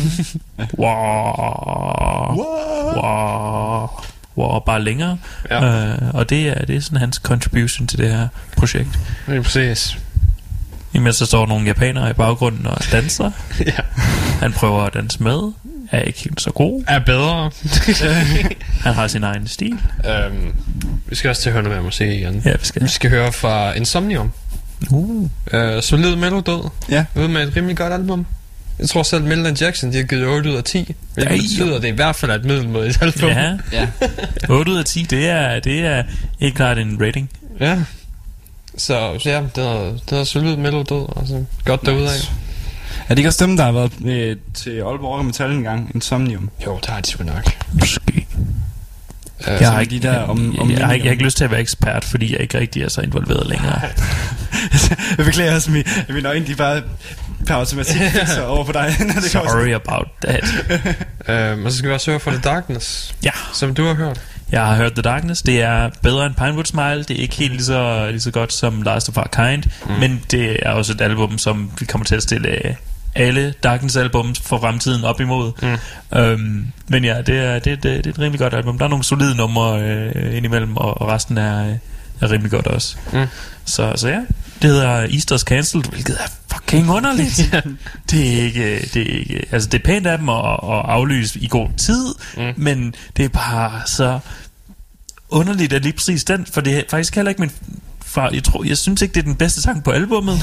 [SPEAKER 3] War bare længere. Ja. Og det er sådan hans contribution til det her projekt.
[SPEAKER 4] Lige præcis.
[SPEAKER 3] Imens så står nogle japanere i baggrunden og danser.
[SPEAKER 4] Ja. Han
[SPEAKER 3] prøver at danse med. Er ikke helt så god.
[SPEAKER 4] Er bedre.
[SPEAKER 3] Han har sin egen stil.
[SPEAKER 4] Vi skal også til at høre noget mere musik igen.
[SPEAKER 3] Ja, vi skal
[SPEAKER 4] høre fra Insomnium. Solid melodød.
[SPEAKER 5] Ja.
[SPEAKER 4] Ude med et rimelig godt album. Jeg tror selv Milton Jackson, de har givet 8 ud af 10. Det betyder, det i hvert fald er et middelmådigt album.
[SPEAKER 3] Ja. 8 ud af 10, det er helt klart en rating.
[SPEAKER 4] Ja. Så ja, det er solid melodød. Altså, godt derudad.
[SPEAKER 5] Er det ikke også dem, der har været til Aalborg Rock & Metal en gang? Insomnium?
[SPEAKER 4] Jo, det har de sgu nok.
[SPEAKER 3] Måske. Jeg har ikke lyst til at være ekspert, fordi jeg ikke rigtig er så involveret længere.
[SPEAKER 5] Jeg beklager også, at mine øjne de bare per automatik fikser over på dig.
[SPEAKER 3] Sorry about that.
[SPEAKER 4] Og så skal vi også høre for The Darkness.
[SPEAKER 3] Ja.
[SPEAKER 4] Som du har hørt.
[SPEAKER 3] Jeg har hørt The Darkness. Det er bedre end Pinewood Smile. Det er ikke helt lige så godt som Last of Our Kind. Men det er også et album, som vi kommer til at stille alle Darkness-albums for fremtiden op imod. Men ja, det er et rimelig godt album. Der er nogle solide numre indimellem, og resten er rimelig godt også. Så ja, det hedder Easter's Cancelled, hvilket er fucking underligt. Det er ikke altså det er pænt af dem at aflyse i god tid, men det er bare så underligt at lige præcis den, for det er faktisk heller ikke min far. Jeg synes ikke det er den bedste sang på albummet.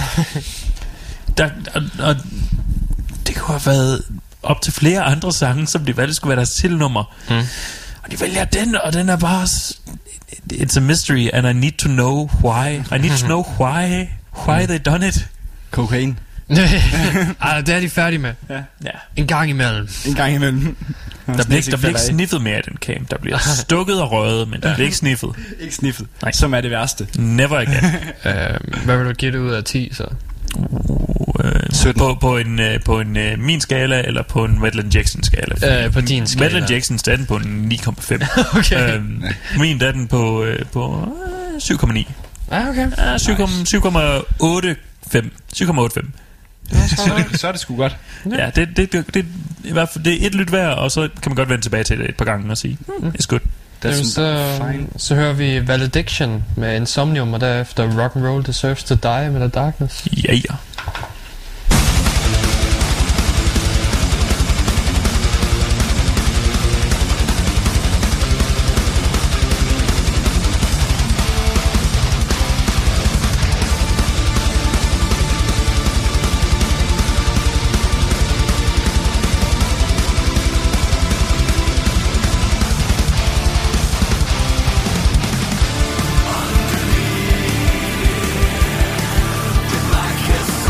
[SPEAKER 3] Og det kunne have været op til flere andre sange, som de valgte skulle være deres titelnummer. Og de vælger den, og den er bare it's a mystery, and I need to know why. I need to know why they done it.
[SPEAKER 5] Kokain.
[SPEAKER 4] Det er de færdige med.
[SPEAKER 3] Ja.
[SPEAKER 4] En gang imellem.
[SPEAKER 3] Der bliver ikke sniffet mere i den camp. Der bliver stukket og røget, men der bliver ikke sniffet.
[SPEAKER 5] Ikke sniffet.
[SPEAKER 3] Nej.
[SPEAKER 5] Som er det værste.
[SPEAKER 3] Never again.
[SPEAKER 4] Hvad vil du give det ud af 10 så?
[SPEAKER 3] på en min skala eller på en Madeline Jackson skala?
[SPEAKER 4] På din skala.
[SPEAKER 3] Madeline Jackson er den på en 9,5.
[SPEAKER 4] Okay.
[SPEAKER 3] Min er den på 7,9.
[SPEAKER 4] Ah, okay.
[SPEAKER 3] 7,85. 7,85.
[SPEAKER 5] Så er det sgu godt.
[SPEAKER 3] Ja, det i hvert fald det er et lyt værd, og så kan man godt vende tilbage til det et par gange og sige, it's good.
[SPEAKER 4] Jamen, så hører vi Valediction med Insomnium, og derefter Rock and Roll Deserves to Die med The Darkness.
[SPEAKER 3] Ja.
[SPEAKER 2] Like a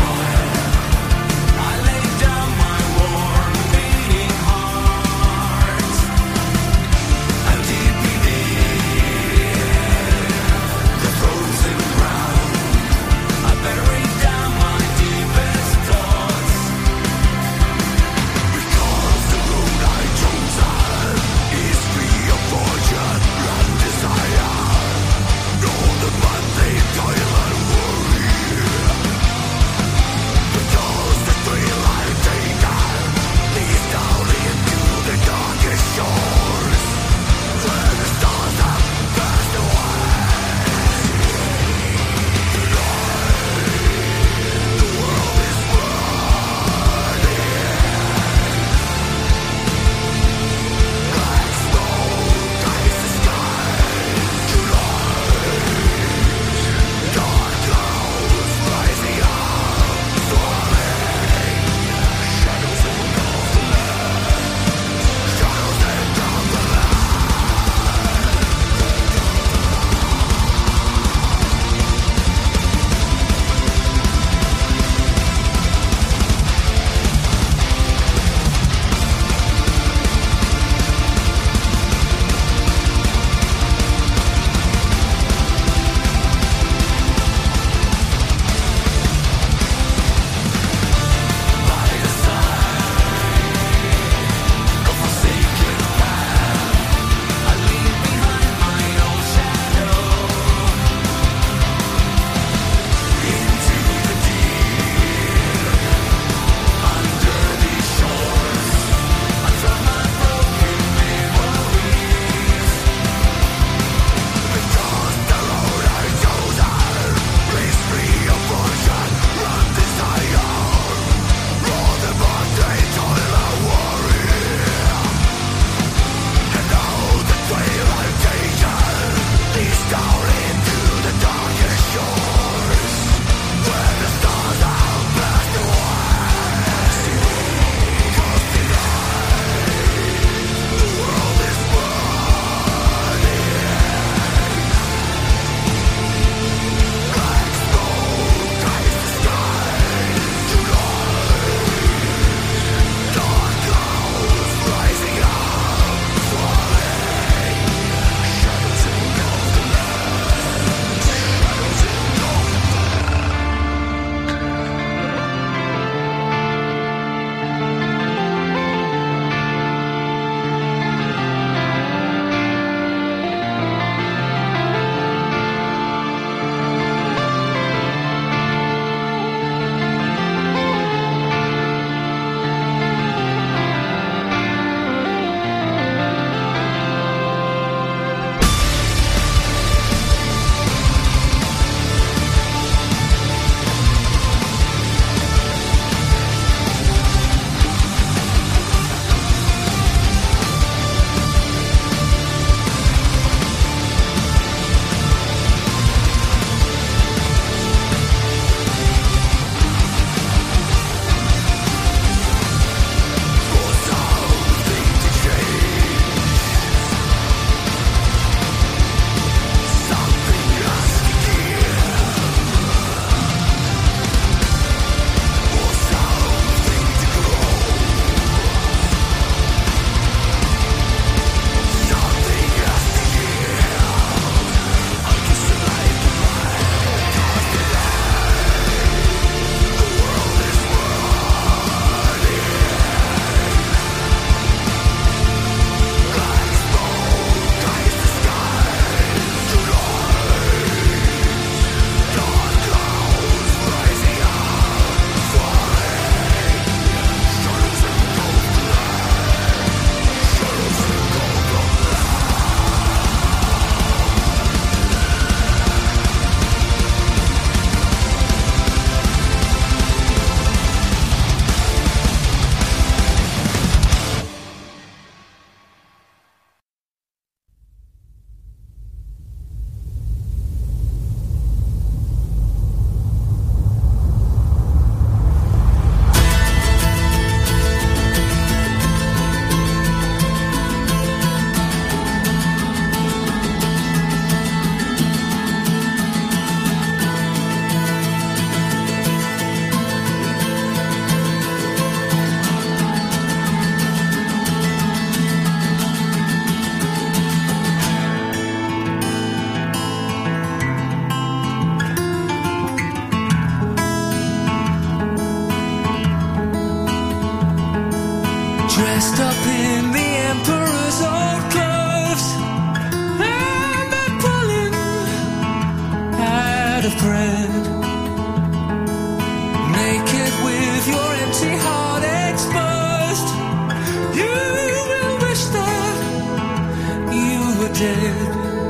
[SPEAKER 2] dead.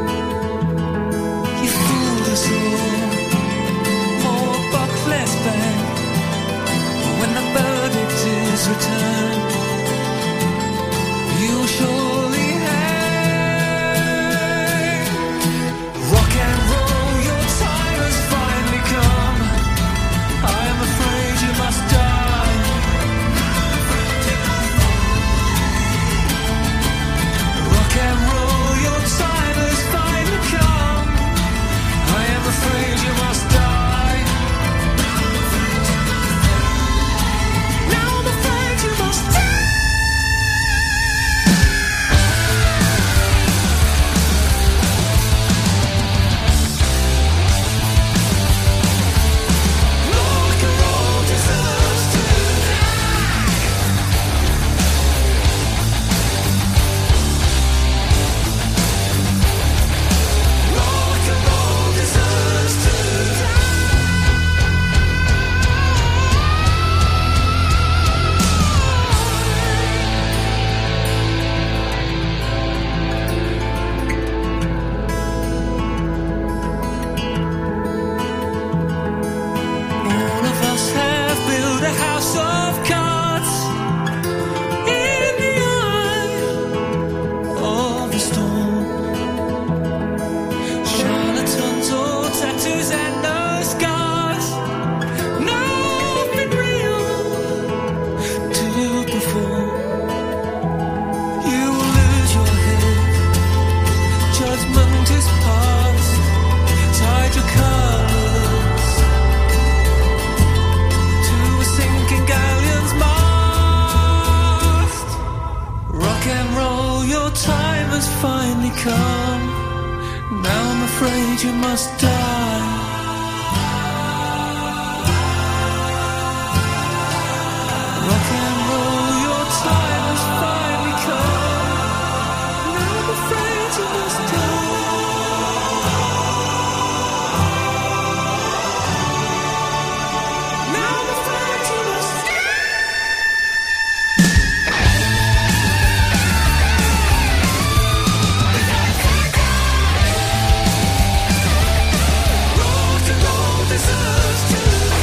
[SPEAKER 2] You fooled us all for a buck flashback. When the verdict is returned, you'll surely hang. Rock and roll, your time has finally come. I am afraid you must die. Rock and roll, your time has finally come. I am afraid you must die. Now I'm afraid you must die. Rock and roll deserves to die. Rock and roll deserves to all of us have built a house of cards in the eye of the storm. Charlatans, all tattoos and no scars. Nothing real to perform. You will lose your head. Judgment is past. Tide your colors to a sinking galleon's mast. Rock and roll, your time has finally come. Now I'm afraid you must die. Rock and roll, your time has finally come. Now I'm afraid you must die. Now I'm afraid you must die. Rock and roll deserves to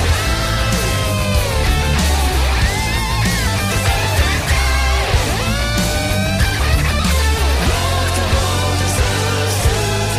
[SPEAKER 2] Rock and roll deserves to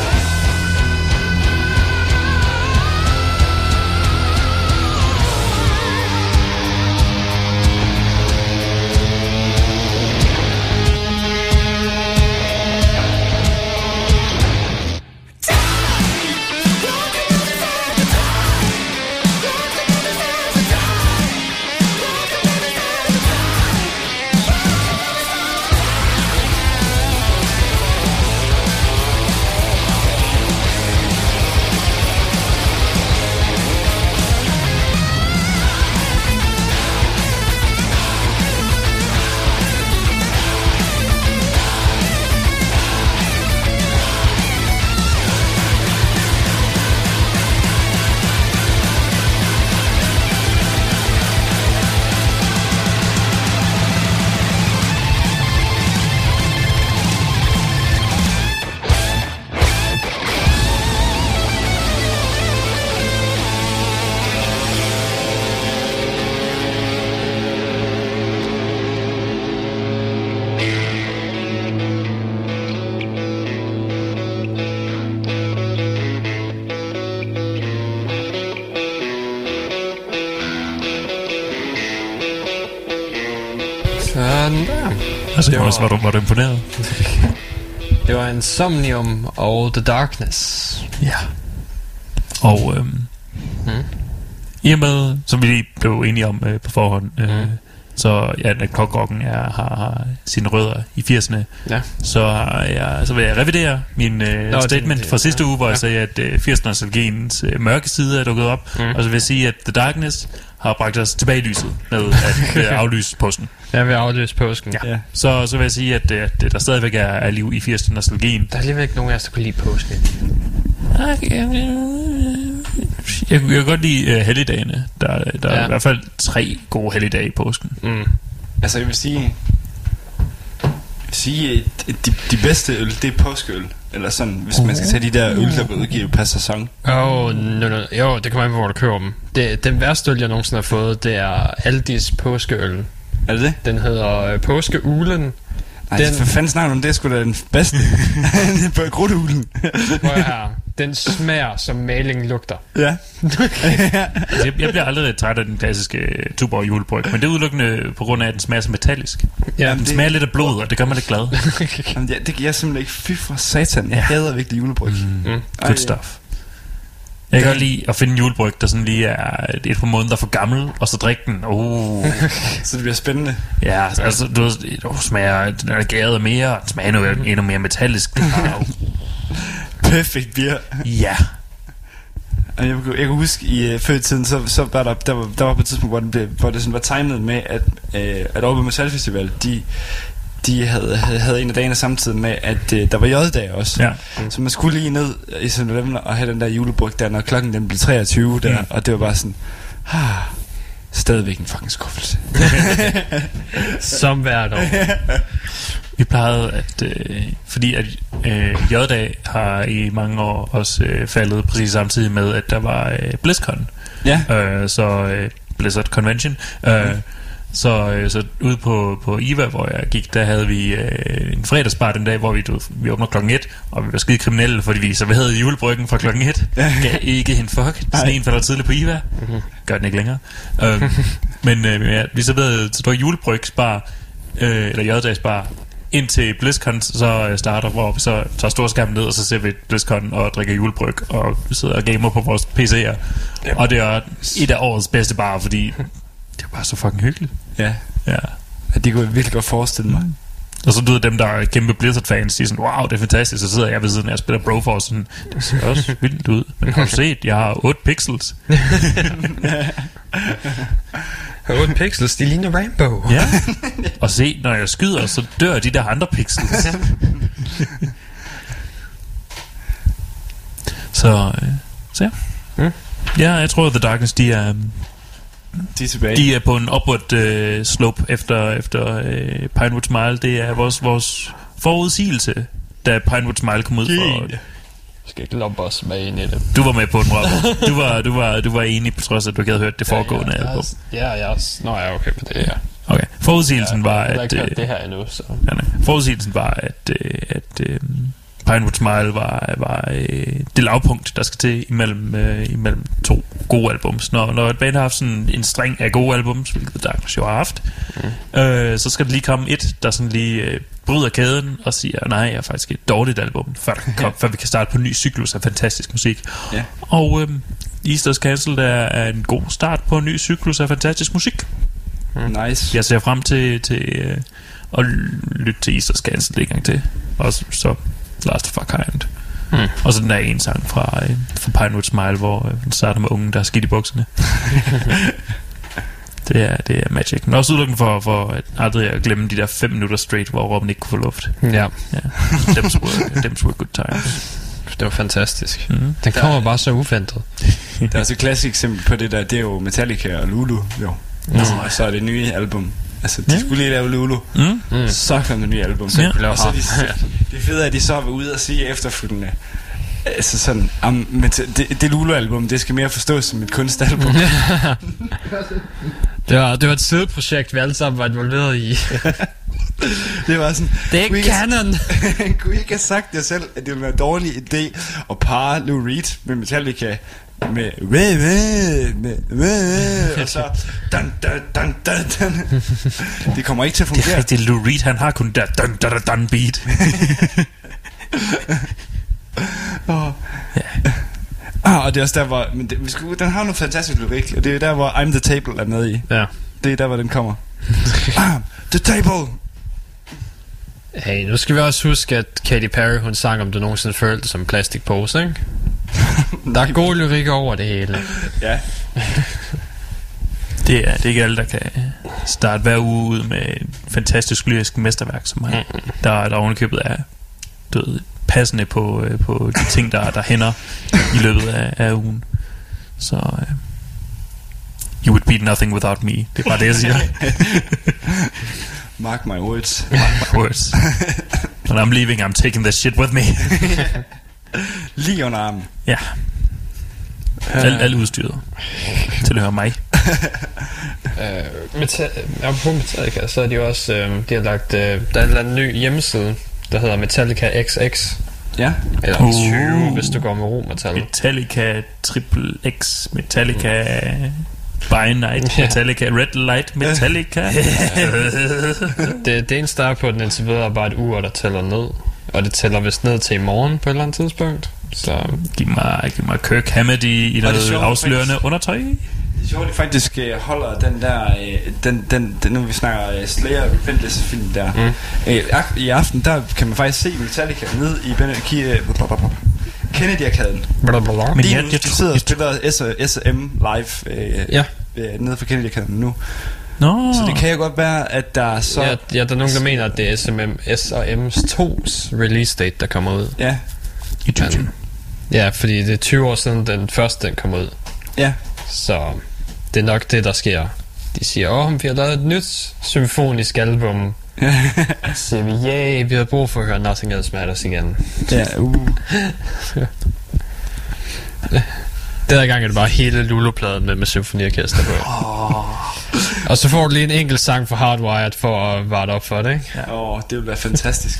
[SPEAKER 4] Sådan der.
[SPEAKER 3] Altså,
[SPEAKER 4] Det var-
[SPEAKER 3] var du imponeret?
[SPEAKER 4] Det var Insomnium og The Darkness.
[SPEAKER 3] Ja. Og i og med, som vi lige blev enige om på forhånd, så ja, at Clockrocken har sine rødder i 80'erne,
[SPEAKER 4] Ja.
[SPEAKER 3] så vil jeg revidere min statement fra sidste uge, hvor jeg sagde, at 80'er-nostalgiens mørke side er dukket op, og så vil jeg sige, at The Darkness har bragt os tilbage i lyset med at aflyse påsken.
[SPEAKER 4] Jeg vil afløse påsken.
[SPEAKER 3] Ja. Så vil jeg sige, at der stadigvæk er liv i 80'er-nostalgien.
[SPEAKER 4] Der er alligevel ikke nogen af os, der kunne lide påsken.
[SPEAKER 3] Jeg kan godt lide helligdagene. Der er i hvert fald 3 gode helligdage i påsken.
[SPEAKER 5] Altså jeg vil sige, sige, de bedste øl, det er påskeøl. Eller sådan, hvis man skal tage de der øl, der bliver udgivet per sæson.
[SPEAKER 4] Jo, det kommer an på, hvor du køber dem. Den værste øl, jeg nogensinde har fået, det er Aldis påskeøl.
[SPEAKER 5] Er det det?
[SPEAKER 4] Den hedder Påskeulen.
[SPEAKER 5] Nej, for fanden snakker om det, er sgu da den bedste. Det er gruteulen.
[SPEAKER 4] Prøv her. Den smager som maling lugter.
[SPEAKER 5] Ja.
[SPEAKER 3] Altså, jeg bliver aldrig træt af den klassiske Tuborg julebryg, men det er udelukkende på grund af, at den smager så metallisk.
[SPEAKER 4] Ja,
[SPEAKER 3] Den smager lidt af blod, og det gør mig lidt glad.
[SPEAKER 5] Jamen, det giver simpelthen ikke fy for satan. Jeg hader virkelig julebryg.
[SPEAKER 3] Good stuff. Jeg kan godt lide at finde en julebryg, der sådan lige er et par måneder for gammel, og så drikke den.
[SPEAKER 5] Så det bliver spændende.
[SPEAKER 3] Ja, altså, du smager, den er gæret mere, og den smager endnu mere metallisk. Det er jo...
[SPEAKER 5] Perfekt bier.
[SPEAKER 3] Ja.
[SPEAKER 5] Og jeg kan huske, i før i tiden, så var der var på et tidspunkt, hvor det sådan var timet med, at Aalborg Metal Festival, de havde en af dagene samtidig med, at der var J-dag også. Ja. Så man skulle lige ned i 7-Eleven og have den der julebryg der, når klokken den blev 23 der, og det var bare sådan, stadigvæk en fucking skuffelse.
[SPEAKER 4] Som hvert år.
[SPEAKER 3] Vi plejede at fordi at J-dag har i mange år også faldet præcis samtidig med, at der var BlizzCon.
[SPEAKER 5] Ja.
[SPEAKER 3] Så Blizzard Convention. Så ude på IVA, hvor jeg gik, der havde vi en fredagsbar den dag, hvor vi åbner klokken 1, og vi var skide kriminelle, fordi vi havde julebryggen fra klokken 1. Gav ikke hende fuck. Sådan en falder tidligt på IVA. Gør den ikke længere. Men vi serverede så julebrygsbar, eller J-dagsbar, indtil BlizzCon så starter, hvor vi så tager storskærmen ned, og så ser vi BlizzCon og drikker julebryg, og vi sidder og gamer på vores PC'er. Og det er et af årets bedste bar, fordi det var bare så fucking hyggeligt.
[SPEAKER 5] Ja. Det kunne jeg virkelig godt forestille mig.
[SPEAKER 3] Og så du ved, dem der er kæmpe Blizzard-fans, de er sådan, wow, det er fantastisk. Så sidder jeg ved siden af og spiller Broforce, sådan, det ser også vildt ud. Men har du set, jeg har 8 pixels.
[SPEAKER 4] 8 pixels, de ligner Rainbow.
[SPEAKER 3] Ja. Og se, når jeg skyder, så dør de der andre pixels. Så ja. Ja, jeg tror, The Darkness, de er
[SPEAKER 5] tilbage.
[SPEAKER 3] De er på en upward slope efter Pinewood Smile. Det er vores forudsigelse, da Pinewood Smile kom ud for...
[SPEAKER 4] Skal ikke lompe os med ind i det.
[SPEAKER 3] Du var med på den, Robert. Du var enig på trods af, at du ikke havde hørt det foregående album.
[SPEAKER 4] Jeg også. Nå, jeg er okay med det, ja.
[SPEAKER 3] Okay. Forudsigelsen var, at... Jeg
[SPEAKER 4] har ikke hørt det her endnu, så...
[SPEAKER 3] Forudsigelsen var, at Pinewood Smile var det lavpunkt, der skal til imellem to gode albums. Når et band har haft sådan en streng af gode albums, hvilket Darkness jo har haft, så skal der lige komme et, der sådan lige bryder kæden og siger, nej, jeg er faktisk et dårligt album, før vi kan starte på en ny cyklus af fantastisk musik. Yeah. Og Easter's Cancelled er en god start på en ny cyklus af fantastisk musik.
[SPEAKER 5] Nice.
[SPEAKER 3] Jeg ser frem til at lytte til Easter's Cancelled en gang til. Og så Last of Kind. Og så den der en sang fra Pinewood Smile, hvor den starter med ungen, der er skidt i bukserne. det er magic. Men også udelukkende for at aldrig at glemme de der 5 minutter straight, hvor Robin ikke kunne få luft.
[SPEAKER 4] Ja.
[SPEAKER 3] Them were good times.
[SPEAKER 4] Det var fantastisk. Den kommer bare så uventet.
[SPEAKER 5] Der er også et klassisk eksempel på det der. Det er jo Metallica og Lulu. Jo. Og så er det nye album. Altså, de skulle lige lave Lulu. Så kom det nye album. Og så det fede er, at de så var ude og sige efterfølgende, altså sådan, men det Lulu-album, det skal mere forstås som et kunstalbum.
[SPEAKER 4] det var et sideprojekt, vi alle sammen var involveret i.
[SPEAKER 5] Det var sådan,
[SPEAKER 4] det er ikke canon.
[SPEAKER 5] Kunne I ikke have sagt det selv, at det ville være en dårlig idé at parre Lou Reed med Metallica med og så dun, dun, dun, dun, dun. Det kommer ikke til at fungere.
[SPEAKER 3] Det er rigtigt, Lou Reed, han har kun der dun, dun, dun beat.
[SPEAKER 5] Og det er også der, hvor den har noget fantastisk lyrik, og det er der, hvor I'm the Table er med i.
[SPEAKER 4] Ja.
[SPEAKER 5] Det er der, hvor den kommer. The Table.
[SPEAKER 4] Hey, nu skal vi også huske, at Katy Perry, hun sang om det nogensinde følte som plastikpose, ikke? Der er god lyrik over det hele.
[SPEAKER 5] Ja.
[SPEAKER 3] Det er ikke alle, der kan starte hver uge ud med et fantastisk lyrisk mesterværk som mig. Der ovenikøbet er passende på de ting, der hænder i løbet af ugen. Så You would be nothing without me. Det er bare det, jeg siger.
[SPEAKER 5] Mark my words.
[SPEAKER 3] My words. When I'm leaving, I'm taking this shit with me.
[SPEAKER 5] Lige under armen.
[SPEAKER 3] Ja. Alt udstyret. Tilhører mig.
[SPEAKER 4] På Metallica, så er de også de har lagt der er en ny hjemmeside, der hedder Metallica XX.
[SPEAKER 5] Ja.
[SPEAKER 4] Eller 20, hvis du går med romertal.
[SPEAKER 3] Metallica Triple X, Metallica By Night, Metallica Red Light, Metallica.
[SPEAKER 4] Det eneste der er på den indtil videre er bare et ur, der tæller ned. Og det tæller vist ned til i morgen på et eller andet tidspunkt. Så
[SPEAKER 3] giv mig Kirk Hammett i noget afslørende undertøj.
[SPEAKER 5] Det er sjovt, de faktisk holder den der den nu vi snakker Slayer Repentless film der. I aften der kan man faktisk se Metallica ned i Kennedy-arkaden. Men de sidder og spiller SM live nede for Kennedy-arkaden nu. Så det kan jo godt være, at der er så...
[SPEAKER 4] Ja, der er nogen, der mener, at det er S&M's 2's release date, der kommer ud.
[SPEAKER 5] Ja.
[SPEAKER 3] I 2020.
[SPEAKER 4] Ja, fordi det er 20 år siden, den første den kom ud.
[SPEAKER 5] Ja.
[SPEAKER 4] Så det er nok det, der sker. De siger, vi har lavet et nyt symfonisk album. Så siger vi, vi har brug for at høre Nothing Else Matters igen.
[SPEAKER 5] Ja,
[SPEAKER 4] Det der gang er det bare hele Lulu-pladen med symfoniorkester på. Og så får du lige en enkelt sang for Hardwired for at varte op for det, ikke?
[SPEAKER 5] Ja, det vil være fantastisk.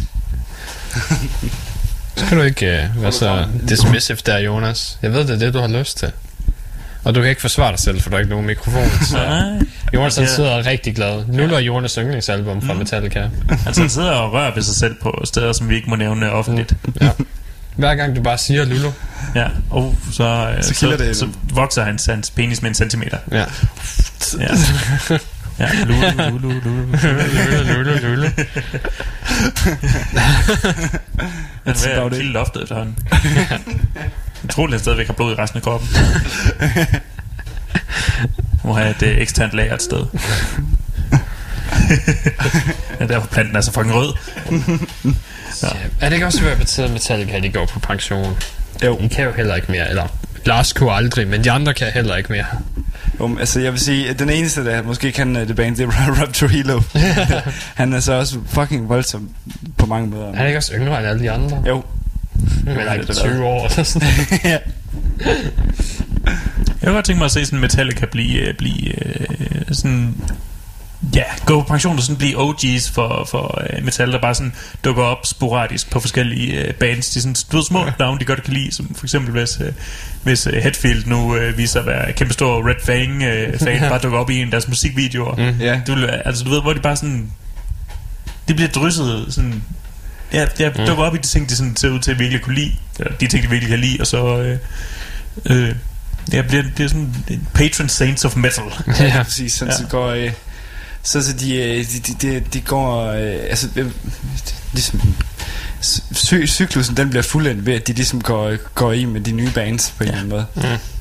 [SPEAKER 4] Så kan du ikke være så dismissive der, Jonas. Jeg ved, det er det, du har lyst til. Og du kan ikke forsvare dig selv, for du har ikke nogen mikrofon. Så Jonas han sidder rigtig glad. Lulu er Jonas' yndlingsalbum fra Metallica.
[SPEAKER 3] Altså han sidder og rører ved sig selv på steder, som vi ikke må nævne offentligt.
[SPEAKER 4] Ja. Hver gang du bare siger Lulu.
[SPEAKER 3] Ja, så vokser hans penis med 1 centimeter.
[SPEAKER 4] Ja.
[SPEAKER 3] Ja, Lulu. Han er ved at kilde loftet efterhånden. Utroligt, at han stadigvæk har blod i resten af kroppen. Må have et eksternt lager et sted. Ja, derfor planten er så fucking rød.
[SPEAKER 4] Ja. Er det ikke også ved at Metallica, at de går på pension?
[SPEAKER 5] Jo.
[SPEAKER 4] De kan jo heller ikke mere. Eller Lars kunne aldrig, men de andre kan heller ikke mere.
[SPEAKER 5] Altså jeg vil sige, at den eneste der måske kan det band, det er Rob Trujillo. Han er så også fucking voldsom på mange måder.
[SPEAKER 4] Han er ikke også yngre end alle de andre?
[SPEAKER 5] Jo.
[SPEAKER 4] Men like 20 år eller sådan.
[SPEAKER 5] Ja.
[SPEAKER 3] Jeg kunne godt tænke mig at se sådan Metallica blive sådan... Ja, gå på pension og sådan blive OG's for metal, der bare sådan dukker op sporadisk på forskellige bands. De sådan, du ved, små navne, de godt kan lide, som for eksempel hvis Hetfield nu viser at være kæmpe stor Red Fang-fan, bare dukker op i en af deres musikvideoer. Altså du ved, hvor de bare sådan... Det bliver drysset sådan... Ja, dukker op i de ting, de sådan ser ud til at virkelig kunne lide, eller de ting, de virkelig kan lide, og så... bliver sådan en patron saints of metal.
[SPEAKER 5] Ja, præcis. Sådan så går... Så de går altså ligesom cyklusen den bliver fuldendt ved at de ligesom går i med de nye bands på en eller anden måde.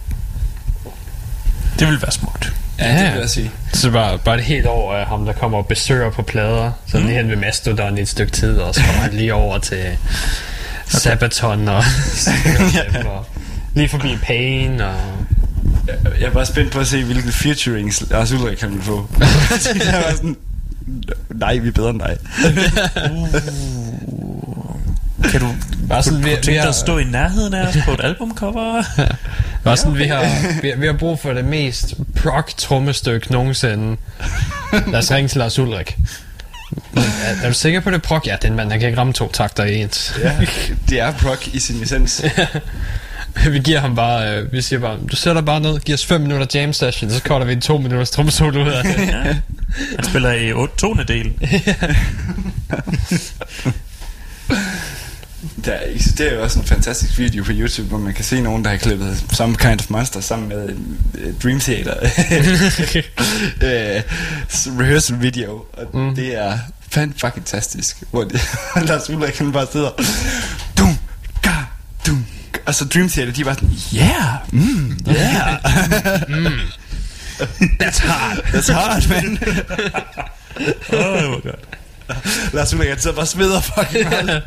[SPEAKER 3] Det vil være smukt.
[SPEAKER 5] Ja, det vil jeg sige.
[SPEAKER 4] Så bare et helt år af ham der kommer og besøger på plader. Så lige hen ved Mastodon i et stykke tid, og så kommer han lige over til Sabaton og lige forbi Pain og...
[SPEAKER 5] Jeg er bare spændt på at se, hvilke featurings Lars Ulrik kan vi få. Jeg var sådan, nej, vi er bedre end dig.
[SPEAKER 3] Kan du bare sådan, tænke dig at stå i nærheden af os på et albumcover?
[SPEAKER 4] Bare sådan, vi har brug for det mest prog-trommestykke nogensinde. Lad os ringe til Lars Ulrik. Er du sikker på det prog? Ja, den mand, han kan ikke ramme 2 takter i ens.
[SPEAKER 5] Ja, det er prog i sin essens.
[SPEAKER 4] Vi giver ham bare, vi siger bare, du sætter bare ned, giver os 5 minutter jam session, så cutter vi en 2 minutters trommesolo ud af det.
[SPEAKER 3] Ja. Han spiller i 8 del.
[SPEAKER 5] Der eksisterer jo også en fantastisk video på YouTube, hvor man kan se nogen, der har klippet Some Kind of Monster sammen med Dream Theater rehearsal video, og det er fantastisk, hvor Lars Ulrik kan bare sidder dum, ga, dum. Og så Dream Theater, de var sådan, yeah, that's hard, man.
[SPEAKER 3] Det var godt.
[SPEAKER 5] Lars Ulrik, han sidder bare smeder fucking meget.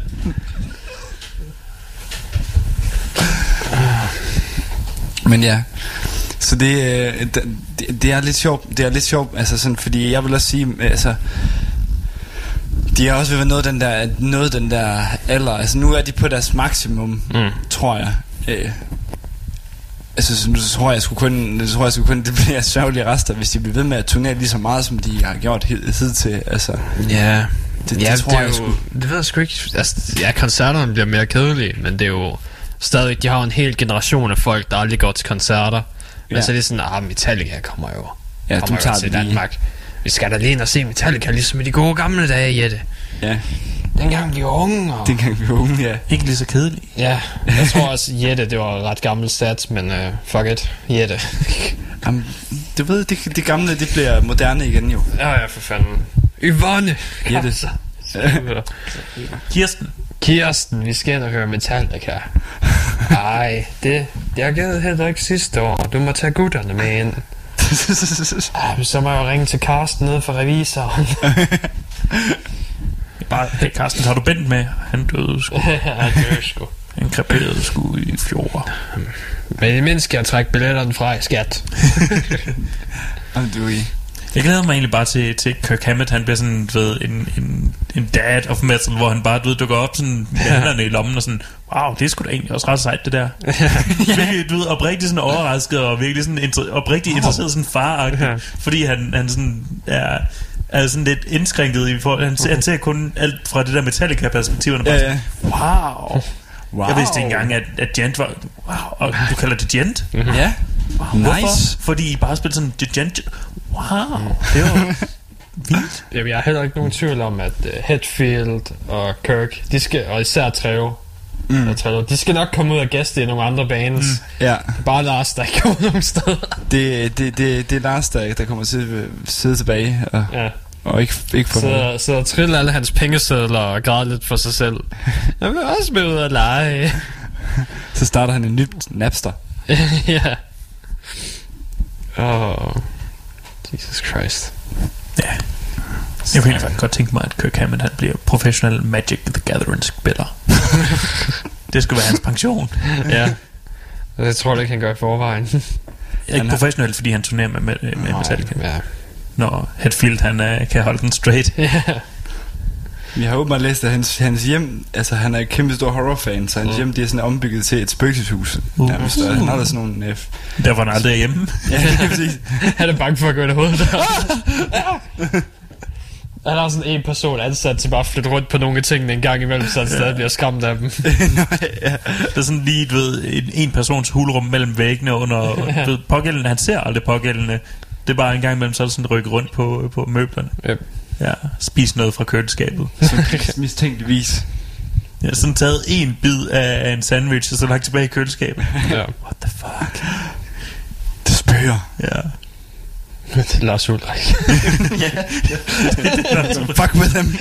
[SPEAKER 5] Men ja, Så det er lidt sjovt. Det er lidt sjovt, altså sådan, fordi jeg vil også sige, altså, de har også ved at nå den der alder. Altså nu er de på deres maksimum, tror jeg. Altså så nu tror jeg sgu kun det bliver sørgelige rester, hvis de bliver ved med at turnere lige så meget, som de har gjort hidtil. Altså.
[SPEAKER 4] Ja.
[SPEAKER 5] Det tror jeg sgu.
[SPEAKER 4] Det ved jeg sgu ikke. Altså, ja, koncerterne bliver mere kedelige, men det er jo stadig, de har en hel generation af folk, der aldrig går til koncerter. Men så er det sådan, Metallica kommer jo til Danmark. Vi skal da lige ind og se Metallica, ligesom i de gode gamle dage, Jette.
[SPEAKER 5] Ja.
[SPEAKER 4] Dengang vi var unge.
[SPEAKER 5] Ja.
[SPEAKER 3] Ikke lige så kedeligt.
[SPEAKER 4] Ja, jeg tror også, Jette, det var ret gammel sats, men fuck it, Jette.
[SPEAKER 5] Jamen, du ved, det gamle, det bliver moderne igen jo.
[SPEAKER 4] Ja, for fanden. Yvonne.
[SPEAKER 5] Jette.
[SPEAKER 4] Kirsten, vi skal ind og høre Metallica. Ej, jeg gad heller ikke sidste år. Du må tage gutterne med ind. Så må jeg jo ringe til Karsten nede for revisoren.
[SPEAKER 3] Bare, hey Karsten, har du Bent med? Han døde sgu.
[SPEAKER 4] Han døde sgu.
[SPEAKER 3] Han kreperede sgu i fjord.
[SPEAKER 4] Men imens skal jeg trække billetterne fra i skat.
[SPEAKER 3] Jeg glæder mig egentlig bare til Kirk Hammett. Han bliver sådan, du ved, en dad of metal, hvor han bare, du ved, dukker op sådan med hænderne i lommen og sådan, wow, det er sgu da egentlig også ret sejt, det der. Virkelig, du ved, oprigtigt sådan overrasket og virkelig sådan oprigtigt interesseret sådan faragtigt, fordi han sådan er sådan lidt indskrænket i forhold. Han ser kun alt fra det der Metallica-perspektiverne. Ja. Wow. Jeg vidste ikke engang, at Gent var... Wow, og du kalder det Gent?
[SPEAKER 5] Ja.
[SPEAKER 3] Wow, hvorfor? Fordi I bare spiller sådan Gent. Wow, det var vildt.
[SPEAKER 4] Jeg har heller ikke nogen tvivl om, at Hetfield og Kirk, de skal, og især Trejo, de skal nok komme ud og gæste i nogle andre bands.
[SPEAKER 5] Ja.
[SPEAKER 4] Bare Lars, der ikke kommer nogen steder.
[SPEAKER 5] Det er Lars, der kommer til at sidde tilbage og ikke få noget.
[SPEAKER 4] Så trille alle hans pengesedler og græde lidt for sig selv. Jeg vil også med ud og lege.
[SPEAKER 5] Så starter han en ny Napster.
[SPEAKER 4] Ja. Jesus Christ.
[SPEAKER 3] Ja. Jeg kunne egentlig godt tænke mig, at Kirk Hammett han bliver professionel Magic the Gathering spiller. Det skulle være hans pension.
[SPEAKER 4] Ja. Det tror jeg ikke, han gør i forvejen.
[SPEAKER 3] Ikke professionel, fordi han turnerer med Metallica.
[SPEAKER 4] Ja.
[SPEAKER 3] Når Hetfield han kan holde den straight.
[SPEAKER 4] Ja.
[SPEAKER 5] Jeg har åbenbart læst, at hans hjem, altså han er en kæmpe stor horrorfan, så hans hjem, det er sådan ombygget til et spøgelseshus. Han har der sådan nogle...
[SPEAKER 3] Der var han aldrig hjemme.
[SPEAKER 5] Ja, præcis.
[SPEAKER 4] Han er bange for at gå i det hoved der. Han har sådan en person ansat til bare at flytte rundt på nogle af tingene en gang imellem, så han stadig bliver skræmt af dem.
[SPEAKER 3] Der er sådan lige, du ved, en persons hulrum mellem væggene under pågældende. Han ser aldrig pågældende. Det er bare en gang imellem, så er der sådan rykket rundt på møblerne.
[SPEAKER 4] Yep.
[SPEAKER 3] Ja, spis noget fra køleskabet.
[SPEAKER 5] Mistænkeligvis.
[SPEAKER 3] Jeg har sådan taget en bid af en sandwich og så lagt tilbage i køleskabet.
[SPEAKER 4] Ja.
[SPEAKER 3] What the fuck?
[SPEAKER 5] Det spørger.
[SPEAKER 3] Ja.
[SPEAKER 4] Det er Lars Ulrik.
[SPEAKER 5] Fuck med dem.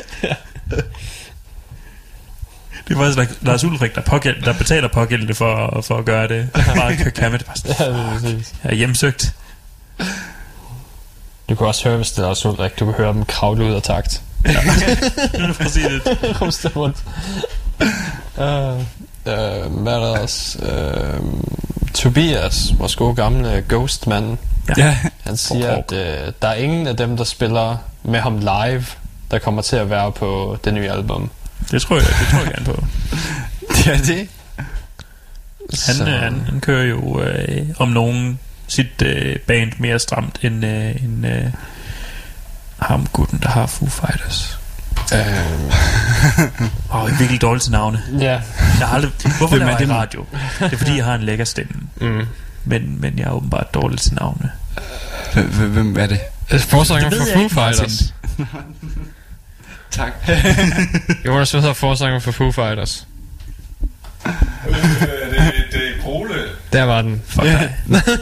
[SPEAKER 3] Det er faktisk Lars Ulrik, der betaler pågældende for at gøre det. Bare Kirk Hammett. Jeg er hjemsøgt.
[SPEAKER 4] Du kan også høre, hvis det er Lars Ulrik. Du kan høre dem kravle ud af takt.
[SPEAKER 3] Ja. Nu er det præcis det.
[SPEAKER 4] Rumster rundt. Hvad er der også? Tobias, vores gode gamle Ghostman.
[SPEAKER 5] Ja.
[SPEAKER 4] Han siger, at der er ingen af dem, der spiller med ham live, der kommer til at være på det nye album.
[SPEAKER 3] Det tror jeg gerne på.
[SPEAKER 5] Det er det.
[SPEAKER 3] Han kører jo om nogen sit band mere stramt end ham gutten, der har Foo Fighters. Jeg er virkelig dårlig til navne.
[SPEAKER 4] Ja.
[SPEAKER 3] Jeg har aldrig... Hvorfor laver jeg radio? Det er fordi jeg har en lækker stemme. Men jeg er åbenbart dårlig til navne.
[SPEAKER 5] Hvem er det?
[SPEAKER 4] Forsanger for Foo Fighters.
[SPEAKER 5] Tak.
[SPEAKER 4] Jonas, hvad hedder forsanger for Foo Fighters?
[SPEAKER 6] Det er Pole.
[SPEAKER 4] Der var den.
[SPEAKER 3] Fuck dig.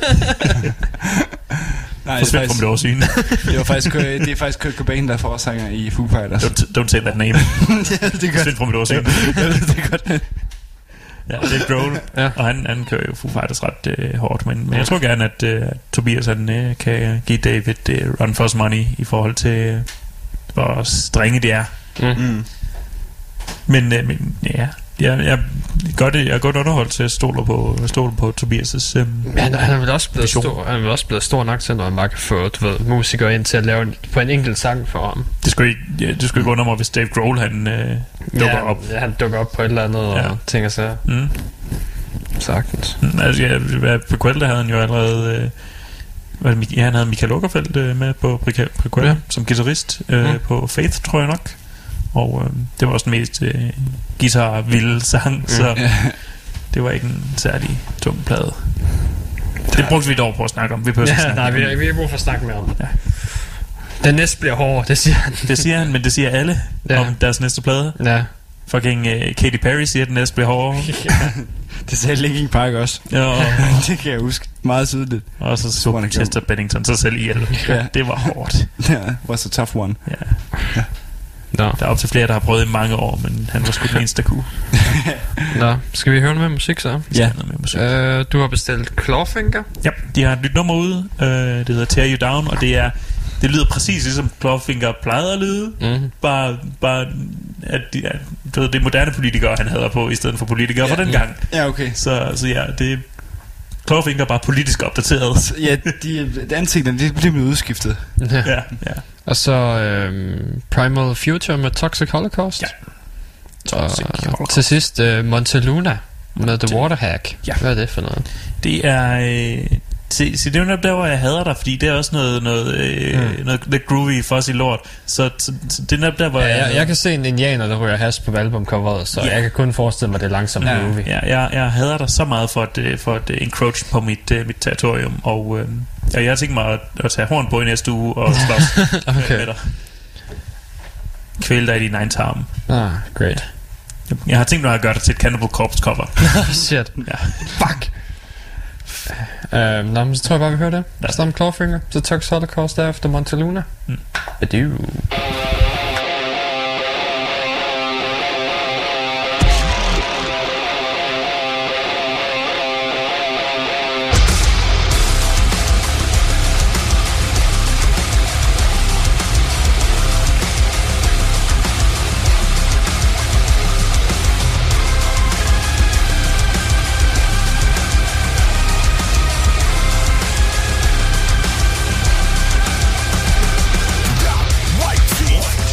[SPEAKER 5] Nej,
[SPEAKER 3] det
[SPEAKER 5] er faktisk Kurt Cobain, der er forsanger i Foo Fighters.
[SPEAKER 3] Don't say that name.
[SPEAKER 5] Ja, det er godt.
[SPEAKER 3] Svind fra mit årsyn.
[SPEAKER 5] Det er godt.
[SPEAKER 3] Ja, det er Grohl. Ja. Og han kører jo Foo Fighters ret hårdt. Men jeg tror gerne, at Tobias han, kan give David run for his money i forhold til, hvor strenge de er. Men ja, jeg Jeg er godt underholdt, så jeg stoler på Tobias'
[SPEAKER 4] Han er vel også blevet stor. Han er vel også blevet stor nok til, når man bare kan få musikere ind til at lave på en enkelt sang for ham.
[SPEAKER 3] Det skulle ikke undre mig, hvis Dave Grohl han dukker op.
[SPEAKER 4] Ja, han dukker op på et eller andet og tænker sig. Sagtens.
[SPEAKER 3] Altså, Prequel, der havde han jo allerede... han havde Michael Åkerfeldt med på Prequel som guitarist på Faith, tror jeg nok. Og det var også den mest guitar-vilde sang, så det var ikke en særlig tung plade. Det brugte vi dog på at snakke om. Vi vi
[SPEAKER 4] har brug for at snakke mere om. Ja. Den næste bliver hård, det siger han.
[SPEAKER 3] Det siger han, men det siger alle om deres næste plade.
[SPEAKER 4] Ja.
[SPEAKER 3] Fucking Katy Perry siger, at den næste bliver hårdere.
[SPEAKER 5] Det sagde Linkin Park også.
[SPEAKER 3] Ja.
[SPEAKER 5] Det kan jeg huske meget tydeligt.
[SPEAKER 3] Og så Chester Bennington sig selv ihjel. Ja. Det var hårdt.
[SPEAKER 5] Ja, was a tough one.
[SPEAKER 3] Ja. Der er op til flere, der har prøvet i mange år, men han var sgu den eneste, der kunne.
[SPEAKER 4] Nå, skal vi høre noget med musik så?
[SPEAKER 3] Ja.
[SPEAKER 4] Du har bestilt Clawfinger?
[SPEAKER 3] Ja, de har et nyt nummer ude. Det hedder Tear You Down, og det lyder præcis ligesom Clawfinger plejede at lyde. Bare at det er moderne politikere, han havde på, i stedet for politikere fra den gang.
[SPEAKER 5] Ja, okay.
[SPEAKER 3] Så ja, det er Clawfinger bare politisk opdateret.
[SPEAKER 5] Ja, ansigterne, de bliver udskiftet.
[SPEAKER 3] Ja.
[SPEAKER 4] Og så Primal Future med Toxic Holocaust.
[SPEAKER 3] Ja.
[SPEAKER 4] Og til sidst Monteluna med The Waterhack. Ja. Hvad er det for noget?
[SPEAKER 3] Det er... Se, det er jo der, hvor jeg hader dig, fordi det er også noget groovy, fuzzy lort. Så det er der, hvor
[SPEAKER 4] jeg kan se en indianer, der ryger hash på albumcoveret, så jeg kan kun forestille mig, det er langsomt groovy.
[SPEAKER 3] Ja, jeg hader dig så meget for at encroach på mit territorium, og jeg har tænkt mig at tage horn på i næste uge og slås med dig. Kvæle dig i din egen tarm.
[SPEAKER 4] Great.
[SPEAKER 3] Jeg har tænkt mig at gøre dig til et Cannibal Corpse cover.
[SPEAKER 4] Shit.
[SPEAKER 3] Ja.
[SPEAKER 4] Fuck. Så tror jeg bare, vi hører det. Stam Clawfinger, The Toxic Holocaust efter Monteluna. Adieu.
[SPEAKER 8] White teeth.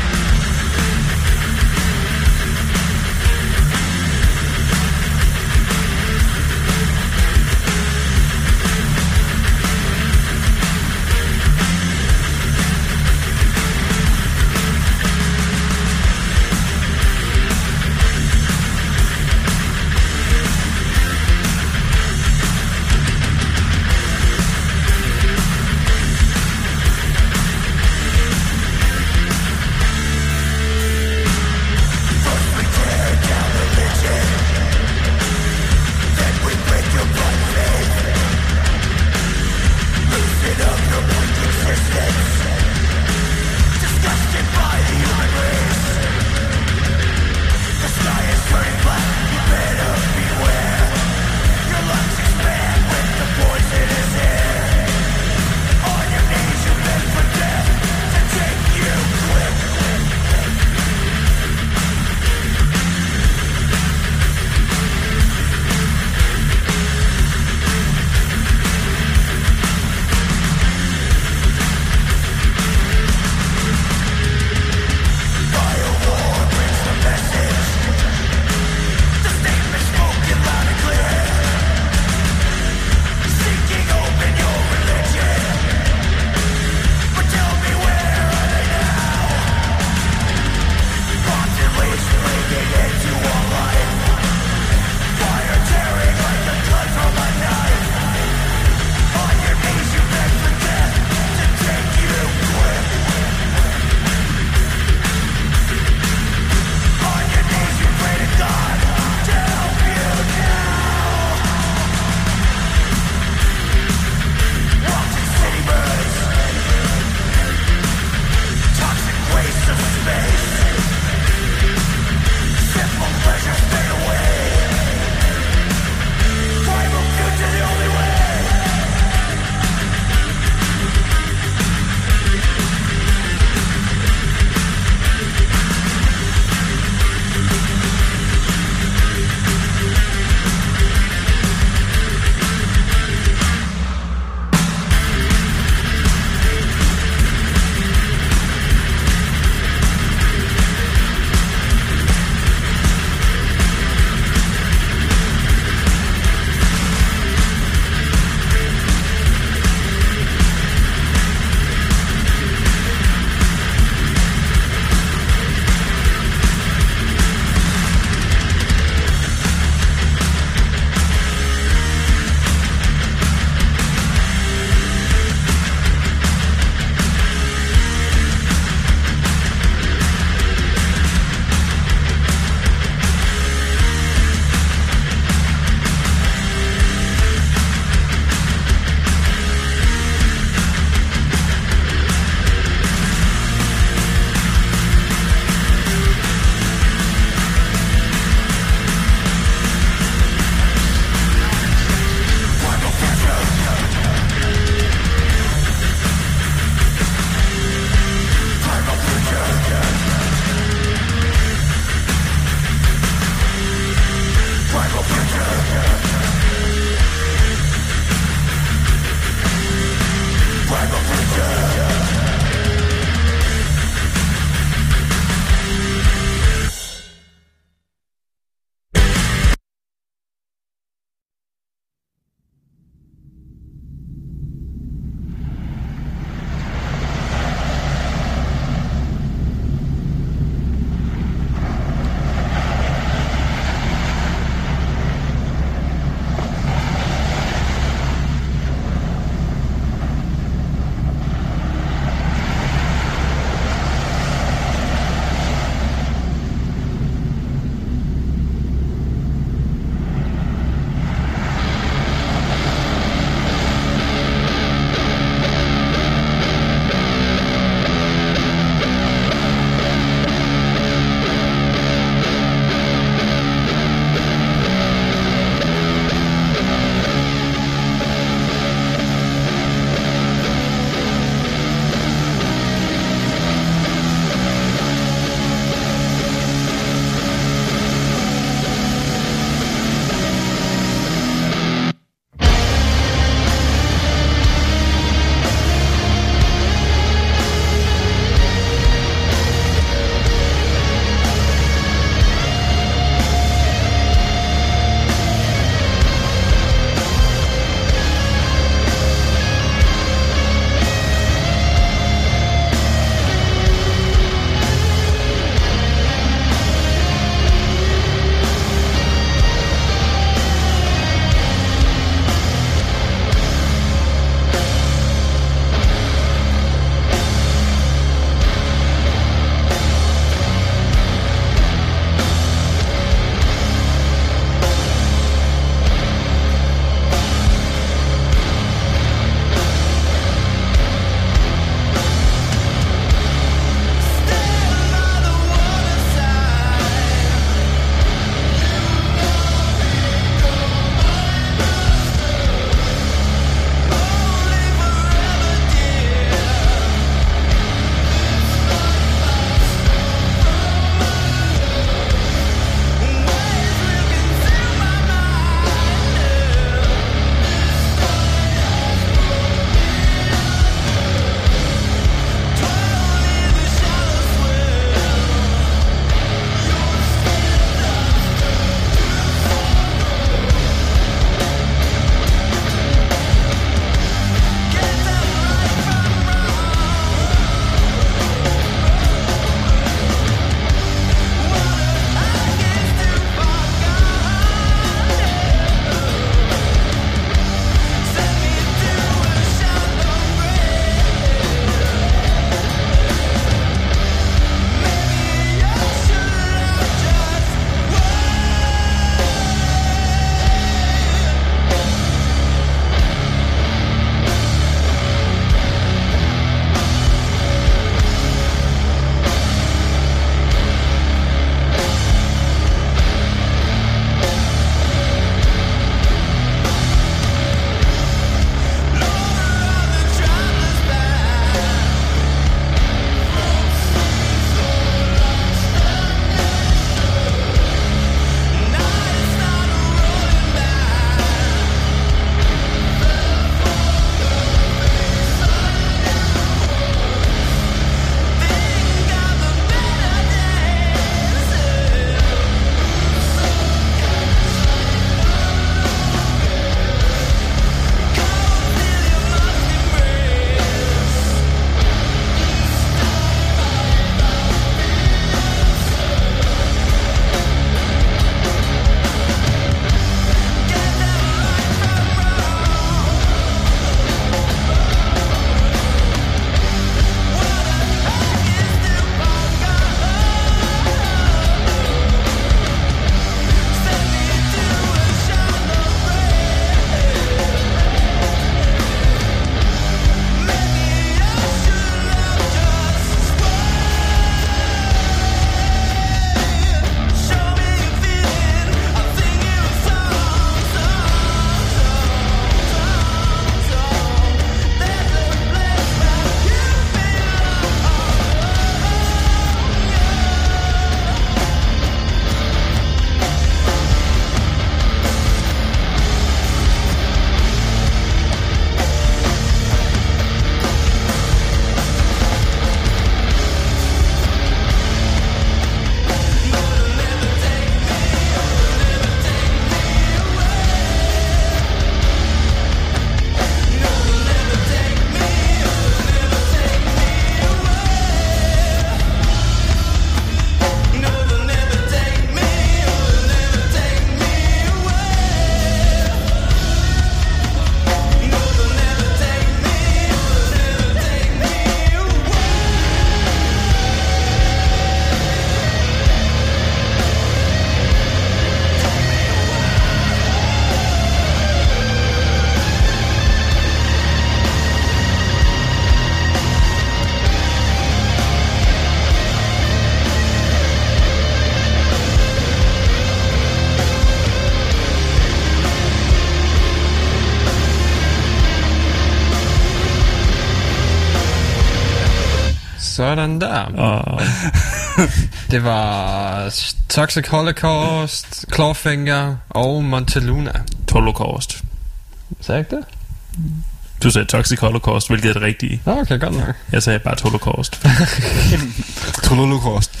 [SPEAKER 4] Sådan der.
[SPEAKER 3] Og
[SPEAKER 4] Det var Toxic Holocaust, Clawfinger og Monteluna.
[SPEAKER 3] Holocaust.
[SPEAKER 4] Sagde jeg ikke det?
[SPEAKER 3] Du sagde Toxic Holocaust, hvilket er det rigtige.
[SPEAKER 4] Okay, godt nok.
[SPEAKER 3] Jeg sagde bare Holocaust.
[SPEAKER 5] Holocaust.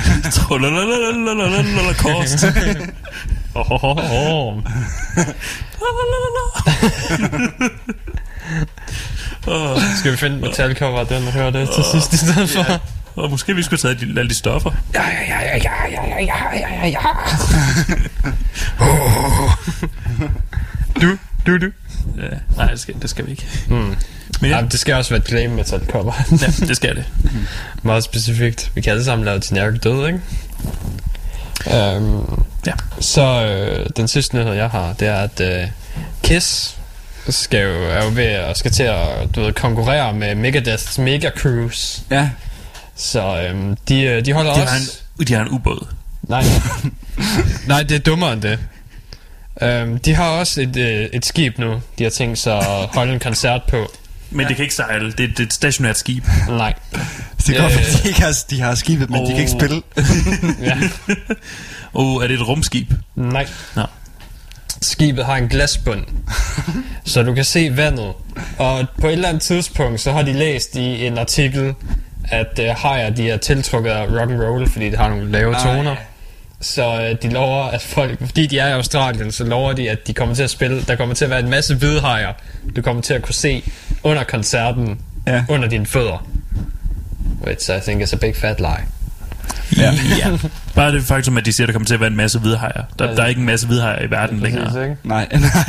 [SPEAKER 3] Holocaust.
[SPEAKER 4] Skal vi finde et metalcover af den og høre det til sidst i stedet for?
[SPEAKER 3] Og måske vi skulle tage alle de stoffer.
[SPEAKER 4] Ja. Du.
[SPEAKER 3] Ja, nej, det skal vi ikke. Men
[SPEAKER 4] Ja, det skal også være et glam metal cover.
[SPEAKER 3] ja, det skal det.
[SPEAKER 4] Meget specifikt. Vi kan alle sammen lave generic død, ikke?
[SPEAKER 3] Ja.
[SPEAKER 4] Så den sidste nyhed jeg har, det er at Kiss er jo ved at skal til at konkurrere med Megadeth's Mega Cruise.
[SPEAKER 5] Ja.
[SPEAKER 4] Så de holder
[SPEAKER 3] De har en ubåd.
[SPEAKER 4] Nej. Nej, det er dummere end det. De har også et skib nu. De har tænkt sig at holde en koncert på.
[SPEAKER 3] Men det kan ikke sejle. Det er et stationært skib.
[SPEAKER 4] Nej.
[SPEAKER 5] Det går, fordi de har skibet, men de kan ikke spille.
[SPEAKER 4] Ja.
[SPEAKER 3] Er det et rumskib?
[SPEAKER 4] Nej.
[SPEAKER 3] Nå.
[SPEAKER 4] Skibet har en glasbund, så du kan se vandet. Og på et eller andet tidspunkt, så har de læst i en artikel, at hajer de er tiltrukket af rock and roll, fordi det har nogle lave toner. Så de lover, at folk, fordi de er i Australien, så lover de, at de kommer til at spille. Der kommer til at være en masse hvide hajer, du kommer til at kunne se under koncerten, under dine fødder. Which I think is a big fat lie.
[SPEAKER 5] Ja.
[SPEAKER 3] Bare det faktum, at de siger, at der kommer til at være en masse hvidhajer. Der er ikke en masse hvidhajer i verden længere.
[SPEAKER 5] Nej.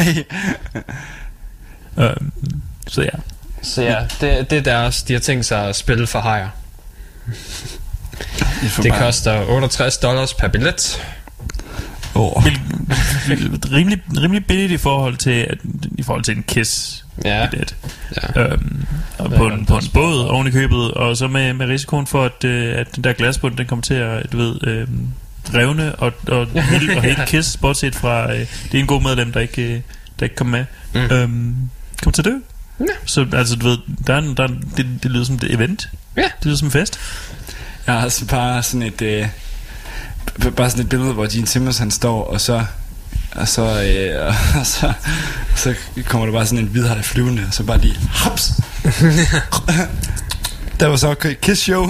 [SPEAKER 3] Så ja.
[SPEAKER 4] Så ja, det er deres. De har tænkt sig at spille for hajer. Det koster $68 per billet.
[SPEAKER 3] Rimelig billigt i forhold til en Kiss billet.
[SPEAKER 4] Ja.
[SPEAKER 3] Og på en båd oven i købet, og så med risikoen for at den der glasbund, den kommer til at revne og hele Kiss, bortset fra det er en god medlem, der ikke kom med, kommer til at dø. Ja. Så altså du ved, det lyder som et event.
[SPEAKER 4] Ja.
[SPEAKER 3] Det lyder som en fest.
[SPEAKER 5] Jeg har altså bare sådan et billede, hvor Gene Simmons han står, og så kommer der bare sådan en hvidhaj flyvende, og så bare lige hops. Der var så Kiss show.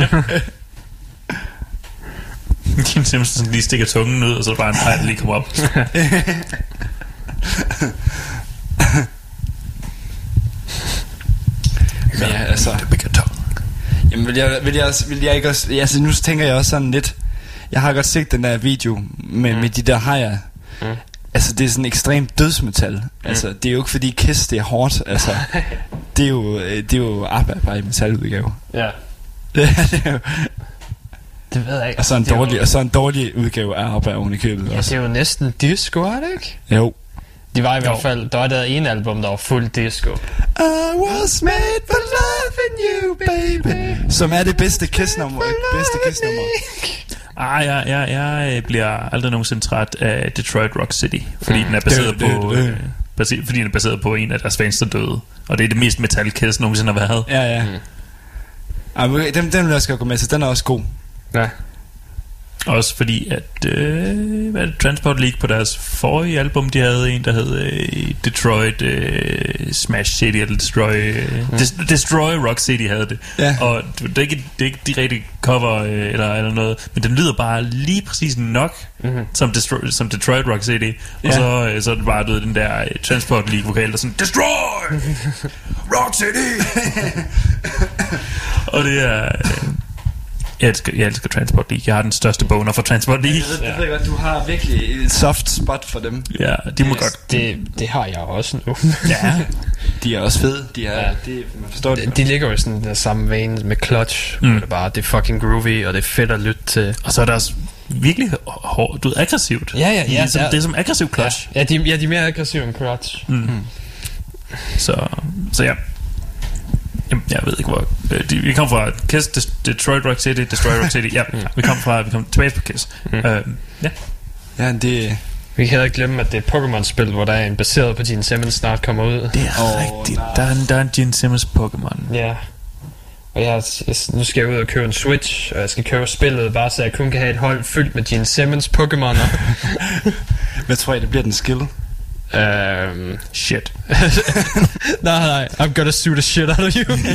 [SPEAKER 3] Gene Simmons lige stikker tungen ud, og så er der bare en hej, der lige kommer op.
[SPEAKER 5] Men ja, altså, jamen vil jeg ikke også, altså nu tænker jeg også sådan lidt, jeg har godt set den der video med de der hajer. Altså det er sådan ekstremt dødsmetal. Altså det er jo ikke fordi Kiss det er hårdt. Altså det er jo ABBA bare i metaludgave.
[SPEAKER 4] Ja.
[SPEAKER 5] Det er jo.
[SPEAKER 4] Det ved jeg ikke.
[SPEAKER 5] Og så en dårlig udgave af ABBA oven i købet.
[SPEAKER 4] Ja, det er jo næsten disco, er det ikke?
[SPEAKER 5] Jo.
[SPEAKER 4] De var i hvert fald, der var der en album, der var fuld disco.
[SPEAKER 5] I was made for loving you, baby. Som er det bedste Kiss-nummer.
[SPEAKER 3] Jeg bliver aldrig nogensinde træt af Detroit Rock City, fordi den er baseret fordi den er baseret på en af deres fans, der døde. Og det er det mest metal Kiss nogensinde har været.
[SPEAKER 5] Ja. Den vil jeg skal gå med, så den er også god.
[SPEAKER 4] Ja.
[SPEAKER 3] Også fordi at Transport League på deres forrige album, de havde en der hed Detroit Smash City eller Destroy Rock City havde det. Og det er ikke de rigtige cover eller noget, men den lyder bare lige præcis nok som Detroit Rock City. Og så er det bare den der Transport League vokal der sådan Destroy Rock City. Og det er Jeg elsker Transport League. Jeg har den største boner for Transport League.
[SPEAKER 5] Jeg ved godt, du har virkelig et soft spot for dem.
[SPEAKER 3] Ja, de må godt.
[SPEAKER 4] Det har jeg også nu.
[SPEAKER 5] Ja, de er også fede. Man forstår det.
[SPEAKER 4] De ligger jo sådan der samme vane med Clutch. Det er fucking groovy, og det er fedt at lytte til.
[SPEAKER 3] Og så er der også virkelig hårdt, du er aggressivt.
[SPEAKER 4] Ja.
[SPEAKER 3] Det er som aggressiv Clutch.
[SPEAKER 4] Ja, de er mere aggressive end Clutch.
[SPEAKER 3] Så ja. Jeg ved ikke hvor vi kom fra Kiss, Detroit Rock City, ja, vi kom tilbage på Kiss.
[SPEAKER 5] Ja, det.
[SPEAKER 4] Vi kan heller ikke glemme, at det er et Pokémon-spil, hvor der er en baseret på Gene Simmons snart kommer ud.
[SPEAKER 3] Det er rigtigt. Der er en Gene Simmons Pokémon.
[SPEAKER 4] Ja. Og nu skal jeg ud og købe en Switch, og jeg skal købe spillet, bare så jeg kun kan have et hold fyldt med Gene Simmons Pokémoner.
[SPEAKER 5] Hvad tror I, det bliver den skill?
[SPEAKER 3] Shit.
[SPEAKER 4] nej, I'm gonna sue the shit out of you.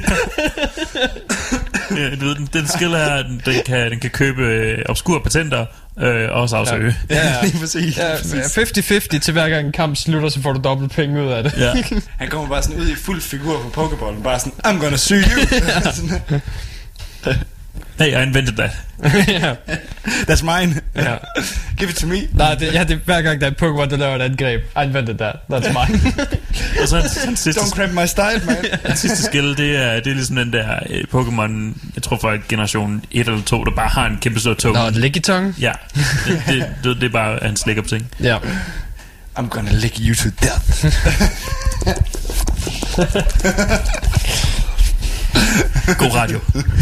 [SPEAKER 3] Ja, du ved, den skill er, den kan købe obskure patenter og også afsøge.
[SPEAKER 4] Ja,
[SPEAKER 5] lige præcis.
[SPEAKER 4] Ja, 50-50 til hver gang en kamp slutter, så får du dobbelt penge ud af det.
[SPEAKER 3] Ja.
[SPEAKER 5] Han kommer bare sådan ud i fuld figur på Pokéballen, bare sådan, I'm gonna sue you.
[SPEAKER 3] Hey, I invented that.
[SPEAKER 4] Ja.
[SPEAKER 5] That's mine.
[SPEAKER 4] Ja.
[SPEAKER 5] Give it to me.
[SPEAKER 4] Nej, det er hver gang der er en Pokémon, der laver et angreb. I invented that. That's mine.
[SPEAKER 3] Og så den sidste,
[SPEAKER 5] Don't cramp my style, man.
[SPEAKER 3] den sidste skill, det er ligesom den der Pokémon, jeg tror fra generation 1 eller 2, der bare har en kæmpe stor tog.
[SPEAKER 4] Nå, et liggetong.
[SPEAKER 3] Ja, det er bare, at han slikker på ting.
[SPEAKER 4] Ja.
[SPEAKER 5] I'm gonna lick you to death.
[SPEAKER 3] God radio.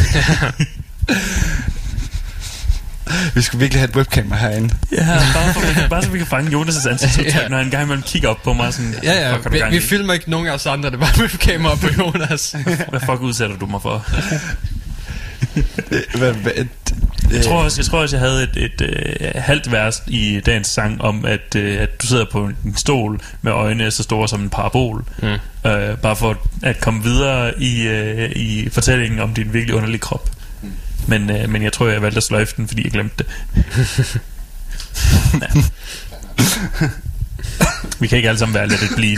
[SPEAKER 5] Vi skulle virkelig have et webkamera herinde.
[SPEAKER 3] Ja, bare så vi kan fange Jonas' ansigtsudtryk, når han en gang imellem kigger op på mig sådan,
[SPEAKER 4] Ja, vi filmer ikke nogen af os andre, det er bare webkamera på Jonas.
[SPEAKER 3] Hvad fuck udsætter du mig for?
[SPEAKER 5] Jeg
[SPEAKER 3] tror også, jeg havde et halvt vers i dagens sang om, at du sidder på en stol med øjne så store som en parabol. Bare for at komme videre i fortællingen om din virkelig underlige krop. Men jeg tror, jeg valgte at sløjfe den, fordi jeg glemte det. Ja. Vi kan ikke alle sammen være lidt et bleed.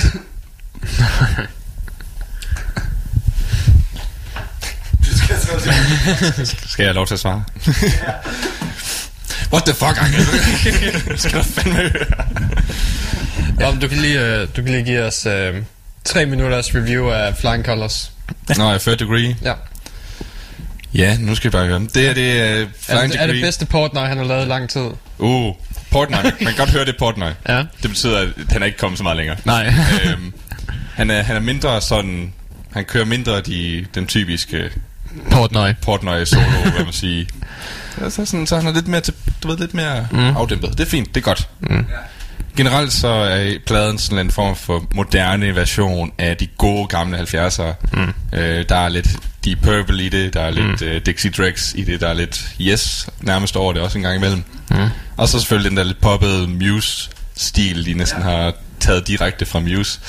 [SPEAKER 6] Skal jeg have lov til at svare? What the fuck, Anke? Skal du fandme høre?
[SPEAKER 4] Du kan lige give os 3 minutters review af Flying Colours.
[SPEAKER 6] Nå, jeg 40 degree.
[SPEAKER 4] Ja.
[SPEAKER 6] Ja, nu skal vi bare høre. Det her, det er Flying Degree.
[SPEAKER 4] Er det bedste Portnoy, han har lavet i lang tid?
[SPEAKER 6] Portnoy. Man kan godt høre, det er Portnoy.
[SPEAKER 4] Ja.
[SPEAKER 6] Det betyder, at han er ikke kommet så meget længere.
[SPEAKER 4] Nej.
[SPEAKER 6] Han er mindre sådan... Han kører mindre den typiske Portnoy solo, hvad man siger. Så han er lidt mere, lidt mere afdæmpet. Det er fint, det er godt. Generelt så er pladen sådan en form for moderne version af de gode gamle 70'ere. Der er lidt Deep Purple i det, der er lidt Dixie Drex i det, der er lidt Yes nærmest over det også en gang imellem. Og så selvfølgelig den der lidt poppede Muse-stil, de næsten har taget direkte fra Muse.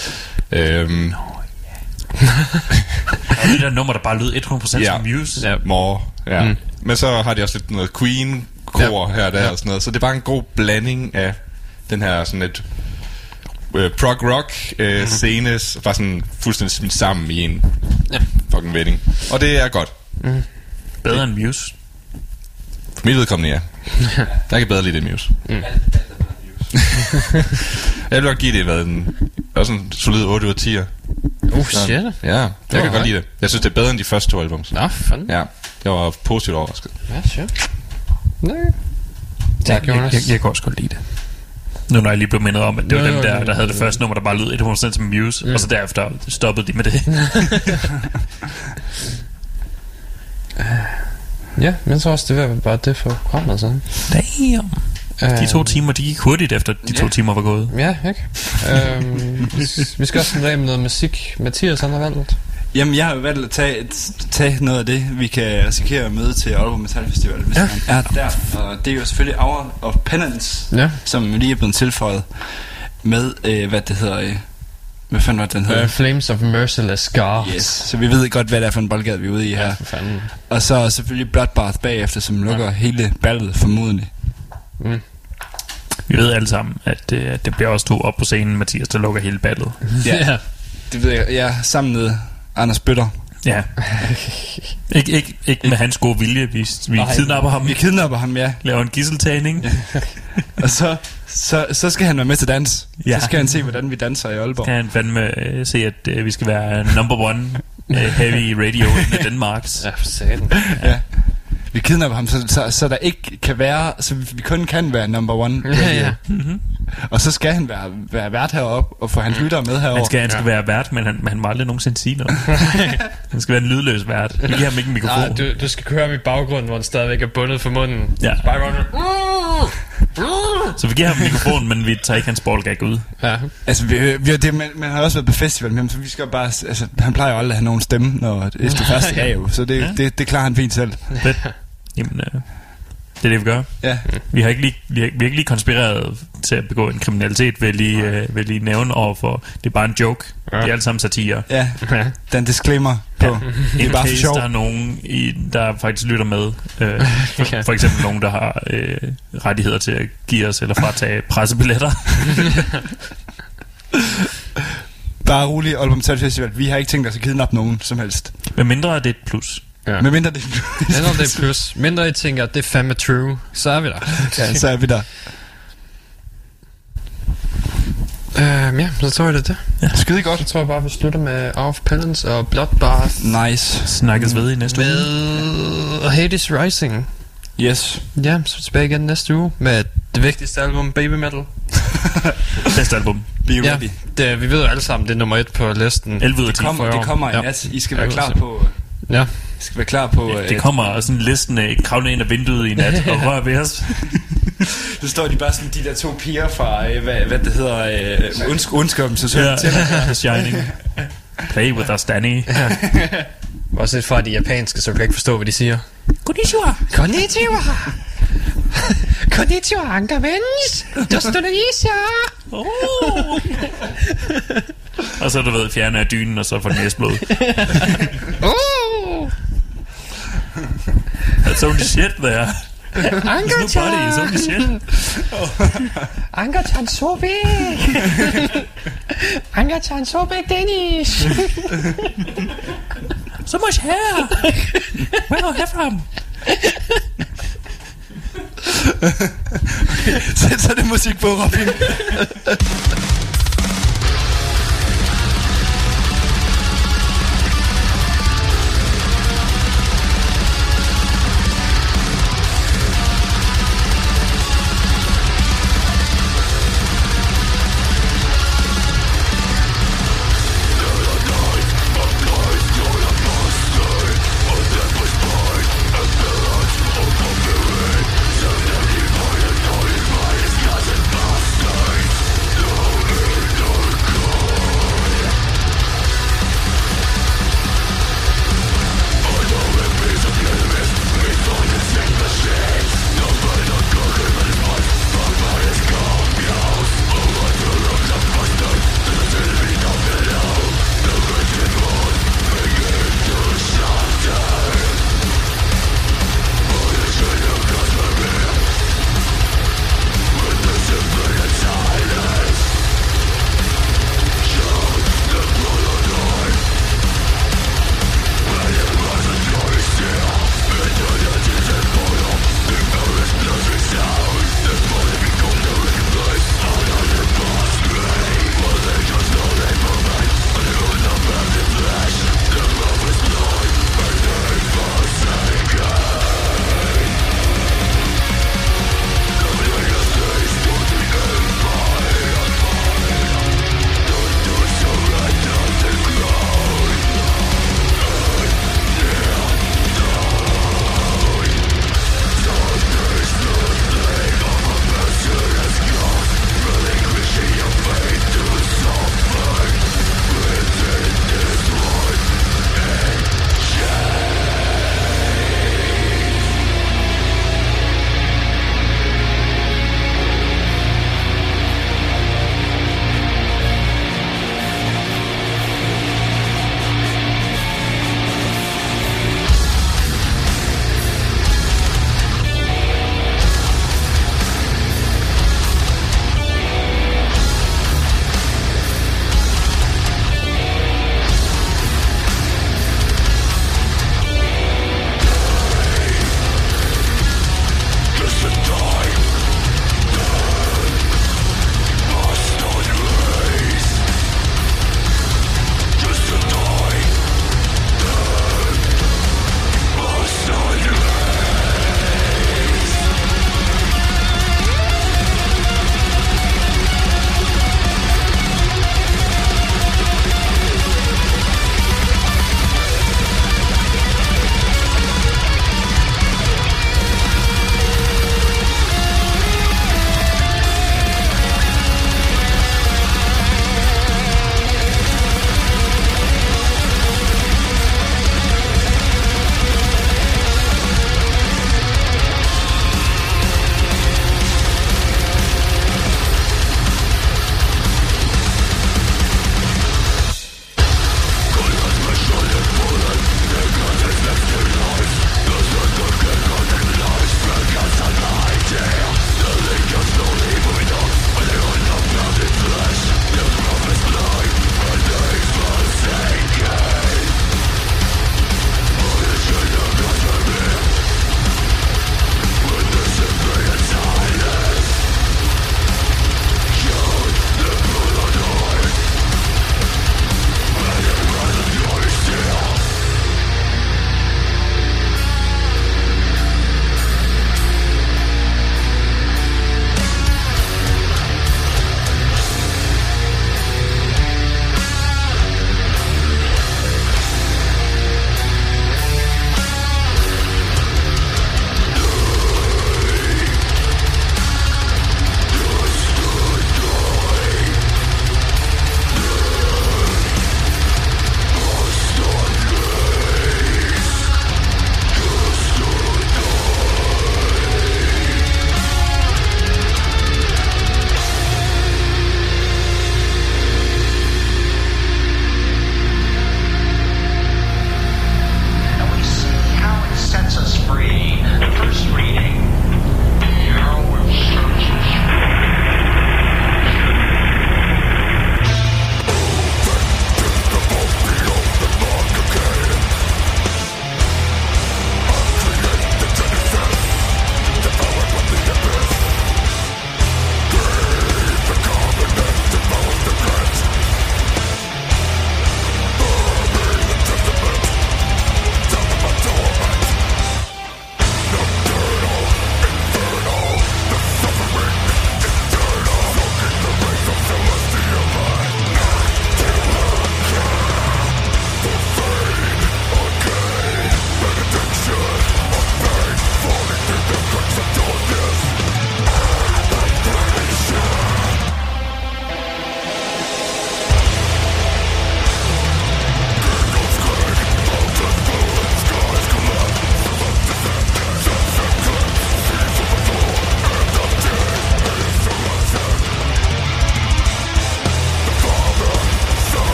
[SPEAKER 3] Og det der nummer, der bare lød 100% som Muse.
[SPEAKER 6] Ja, more. Ja. Men så har de også lidt noget Queen-kor her og der og sådan noget. Så det er bare en god blanding af den her sådan et prog rock scene, bare sådan fuldstændig smidt sammen i en fucking vending. Og det er godt.
[SPEAKER 3] Bedre end Muse.
[SPEAKER 6] For mit vedkommende, ja. Jeg kan bedre lide det Muse. Jeg vil godt give det også en solid 8 ud af 10'er.
[SPEAKER 4] Shit.
[SPEAKER 6] Ja, jeg kan godt lide det. Jeg synes det er bedre end de første 2 albums.
[SPEAKER 4] Nå, fanden.
[SPEAKER 6] Ja, jeg var positivt overrasket.
[SPEAKER 4] Ja, shit. Nej. Tak, Jonas.
[SPEAKER 3] Jeg kan også godt lide det. Nu når jeg lige blev mindet om, at det var dem der havde det første nummer, der bare lød 100% som Muse, og så derefter stoppede de med det.
[SPEAKER 4] Ja, men så også det var bare det for programmet, så.
[SPEAKER 3] Damn. De 2 timer, de gik hurtigt efter de 2 timer var gået.
[SPEAKER 4] Ja, ikke? Vi skal også med noget musik. Mathias, han har valgt.
[SPEAKER 5] Jamen, jeg har jo valgt at tage noget af det, vi kan risikere at møde til Aalborg Metal Festival, hvis man er der. Og det er jo selvfølgelig Hour of Penance, som lige er blevet tilføjet med, hvad det hedder... Hvad fanden var den hedder?
[SPEAKER 4] Flames of Merciless Scars.
[SPEAKER 5] Yes, så vi ved godt, hvad det er for en boldgade, vi er ude i her.
[SPEAKER 4] Ja, for fanden.
[SPEAKER 5] Og så selvfølgelig Bloodbath bagefter, som lukker hele ballet formodentlig.
[SPEAKER 3] Vi ved alle sammen, at det bliver også 2 op på scenen, Mathias, der lukker hele ballet.
[SPEAKER 5] Ja, det ved jeg. Ja, sammen med Anders Bøtter.
[SPEAKER 3] Ja. Ikke med hans gode vilje. Vi kidnapper ham.
[SPEAKER 5] Vi kidnapper ham, ja.
[SPEAKER 3] Laver en gisseltagning.
[SPEAKER 5] Ja. Og så skal han være med til dans.
[SPEAKER 3] Ja.
[SPEAKER 5] Så skal han se, hvordan vi danser i Aalborg.
[SPEAKER 3] Kan han fandme se, at vi skal være number 1 heavy radio i Danmark.
[SPEAKER 4] Ja, for satan.
[SPEAKER 5] Ja. Vi kidnapper ham, så der ikke kan være, så vi kun kan være number 1 radio.
[SPEAKER 4] Ja.
[SPEAKER 5] Og så skal han være vært heroppe og få hans lyttere med herover.
[SPEAKER 3] Han skal være vært, men han må aldrig nogensinde sige noget. Han skal være en lydløs vært. Vi giver ham ikke en mikrofon.
[SPEAKER 4] Du skal køre ham i baggrunden, hvor han stadigvæk er bundet for munden.
[SPEAKER 3] Ja. Så vi giver ham mikrofonen, men vi tager ikke hans ballgag ud.
[SPEAKER 4] Ja.
[SPEAKER 5] Altså, man har også været på festival med ham, så vi skal bare... Altså, han plejer jo aldrig at have nogen stemme, når det første er jo. Så det klarer han fint selv.
[SPEAKER 3] Fedt. Jamen, det er det, vi gør.
[SPEAKER 5] Ja.
[SPEAKER 3] Vi har ikke lige konspireret til at begå en kriminalitet, vil lige nævne overfor. Det er bare en joke. Ja. Det er alle sammen satire.
[SPEAKER 5] Ja, den disclaimer på. Det er bare for sjov.
[SPEAKER 3] Der er nogen, der faktisk lytter med. For eksempel nogen, der har rettigheder til at give os eller fratage pressebilletter.
[SPEAKER 5] Bare rolig, Aalborg Metal Festival. Vi har ikke tænkt os at kidnappe nogen som helst.
[SPEAKER 3] Men mindre er det et plus.
[SPEAKER 4] Ja.
[SPEAKER 5] Men mindre det
[SPEAKER 4] er plus. Mindre I tænker, at det er fandme true, så er vi der.
[SPEAKER 5] Ja, så er vi der.
[SPEAKER 4] Ja, så tror jeg det.
[SPEAKER 5] Ja, skide godt.
[SPEAKER 4] Så tror jeg bare, vi slutter med Off Penance og Bloodbath.
[SPEAKER 5] Nice.
[SPEAKER 3] Snakkes ved i næste uge.
[SPEAKER 4] Med Hades Rising.
[SPEAKER 5] Yes.
[SPEAKER 4] Ja, så tilbage igen næste uge med det vigtigste album, Baby Metal.
[SPEAKER 3] Bedste album.
[SPEAKER 5] Be ready.
[SPEAKER 4] Ja, vi ved jo alle sammen, det er nummer 1 på listen.
[SPEAKER 3] 11 ud af 10.
[SPEAKER 5] Det kommer i nat. I skal være klar på...
[SPEAKER 4] Ja.
[SPEAKER 5] I skal være klar på...
[SPEAKER 3] Det kommer sådan listen kravlende ind af vinduet i nat og rører ved os.
[SPEAKER 5] Så står de bare sådan, de der 2 piger fra, hvad det hedder, ondskabben, så til.
[SPEAKER 3] The Shining. Play with us, Danny.
[SPEAKER 4] Ja. Også lidt fra de japanske, så du kan ikke forstå, hvad de siger.
[SPEAKER 3] Konnichiwa.
[SPEAKER 4] Konnichiwa. Konnichiwa, angermens. Dostoyevsky.
[SPEAKER 3] Og så, du ved, fjerne af dynen, og så får den næsblod. That's only shit there.
[SPEAKER 4] Angerchan.
[SPEAKER 3] It's only shit.
[SPEAKER 4] Angerchan so big. Angerchan so big, Danish.
[SPEAKER 3] So much hair. Where do I have from?
[SPEAKER 5] Sæt så det musik på, Robin.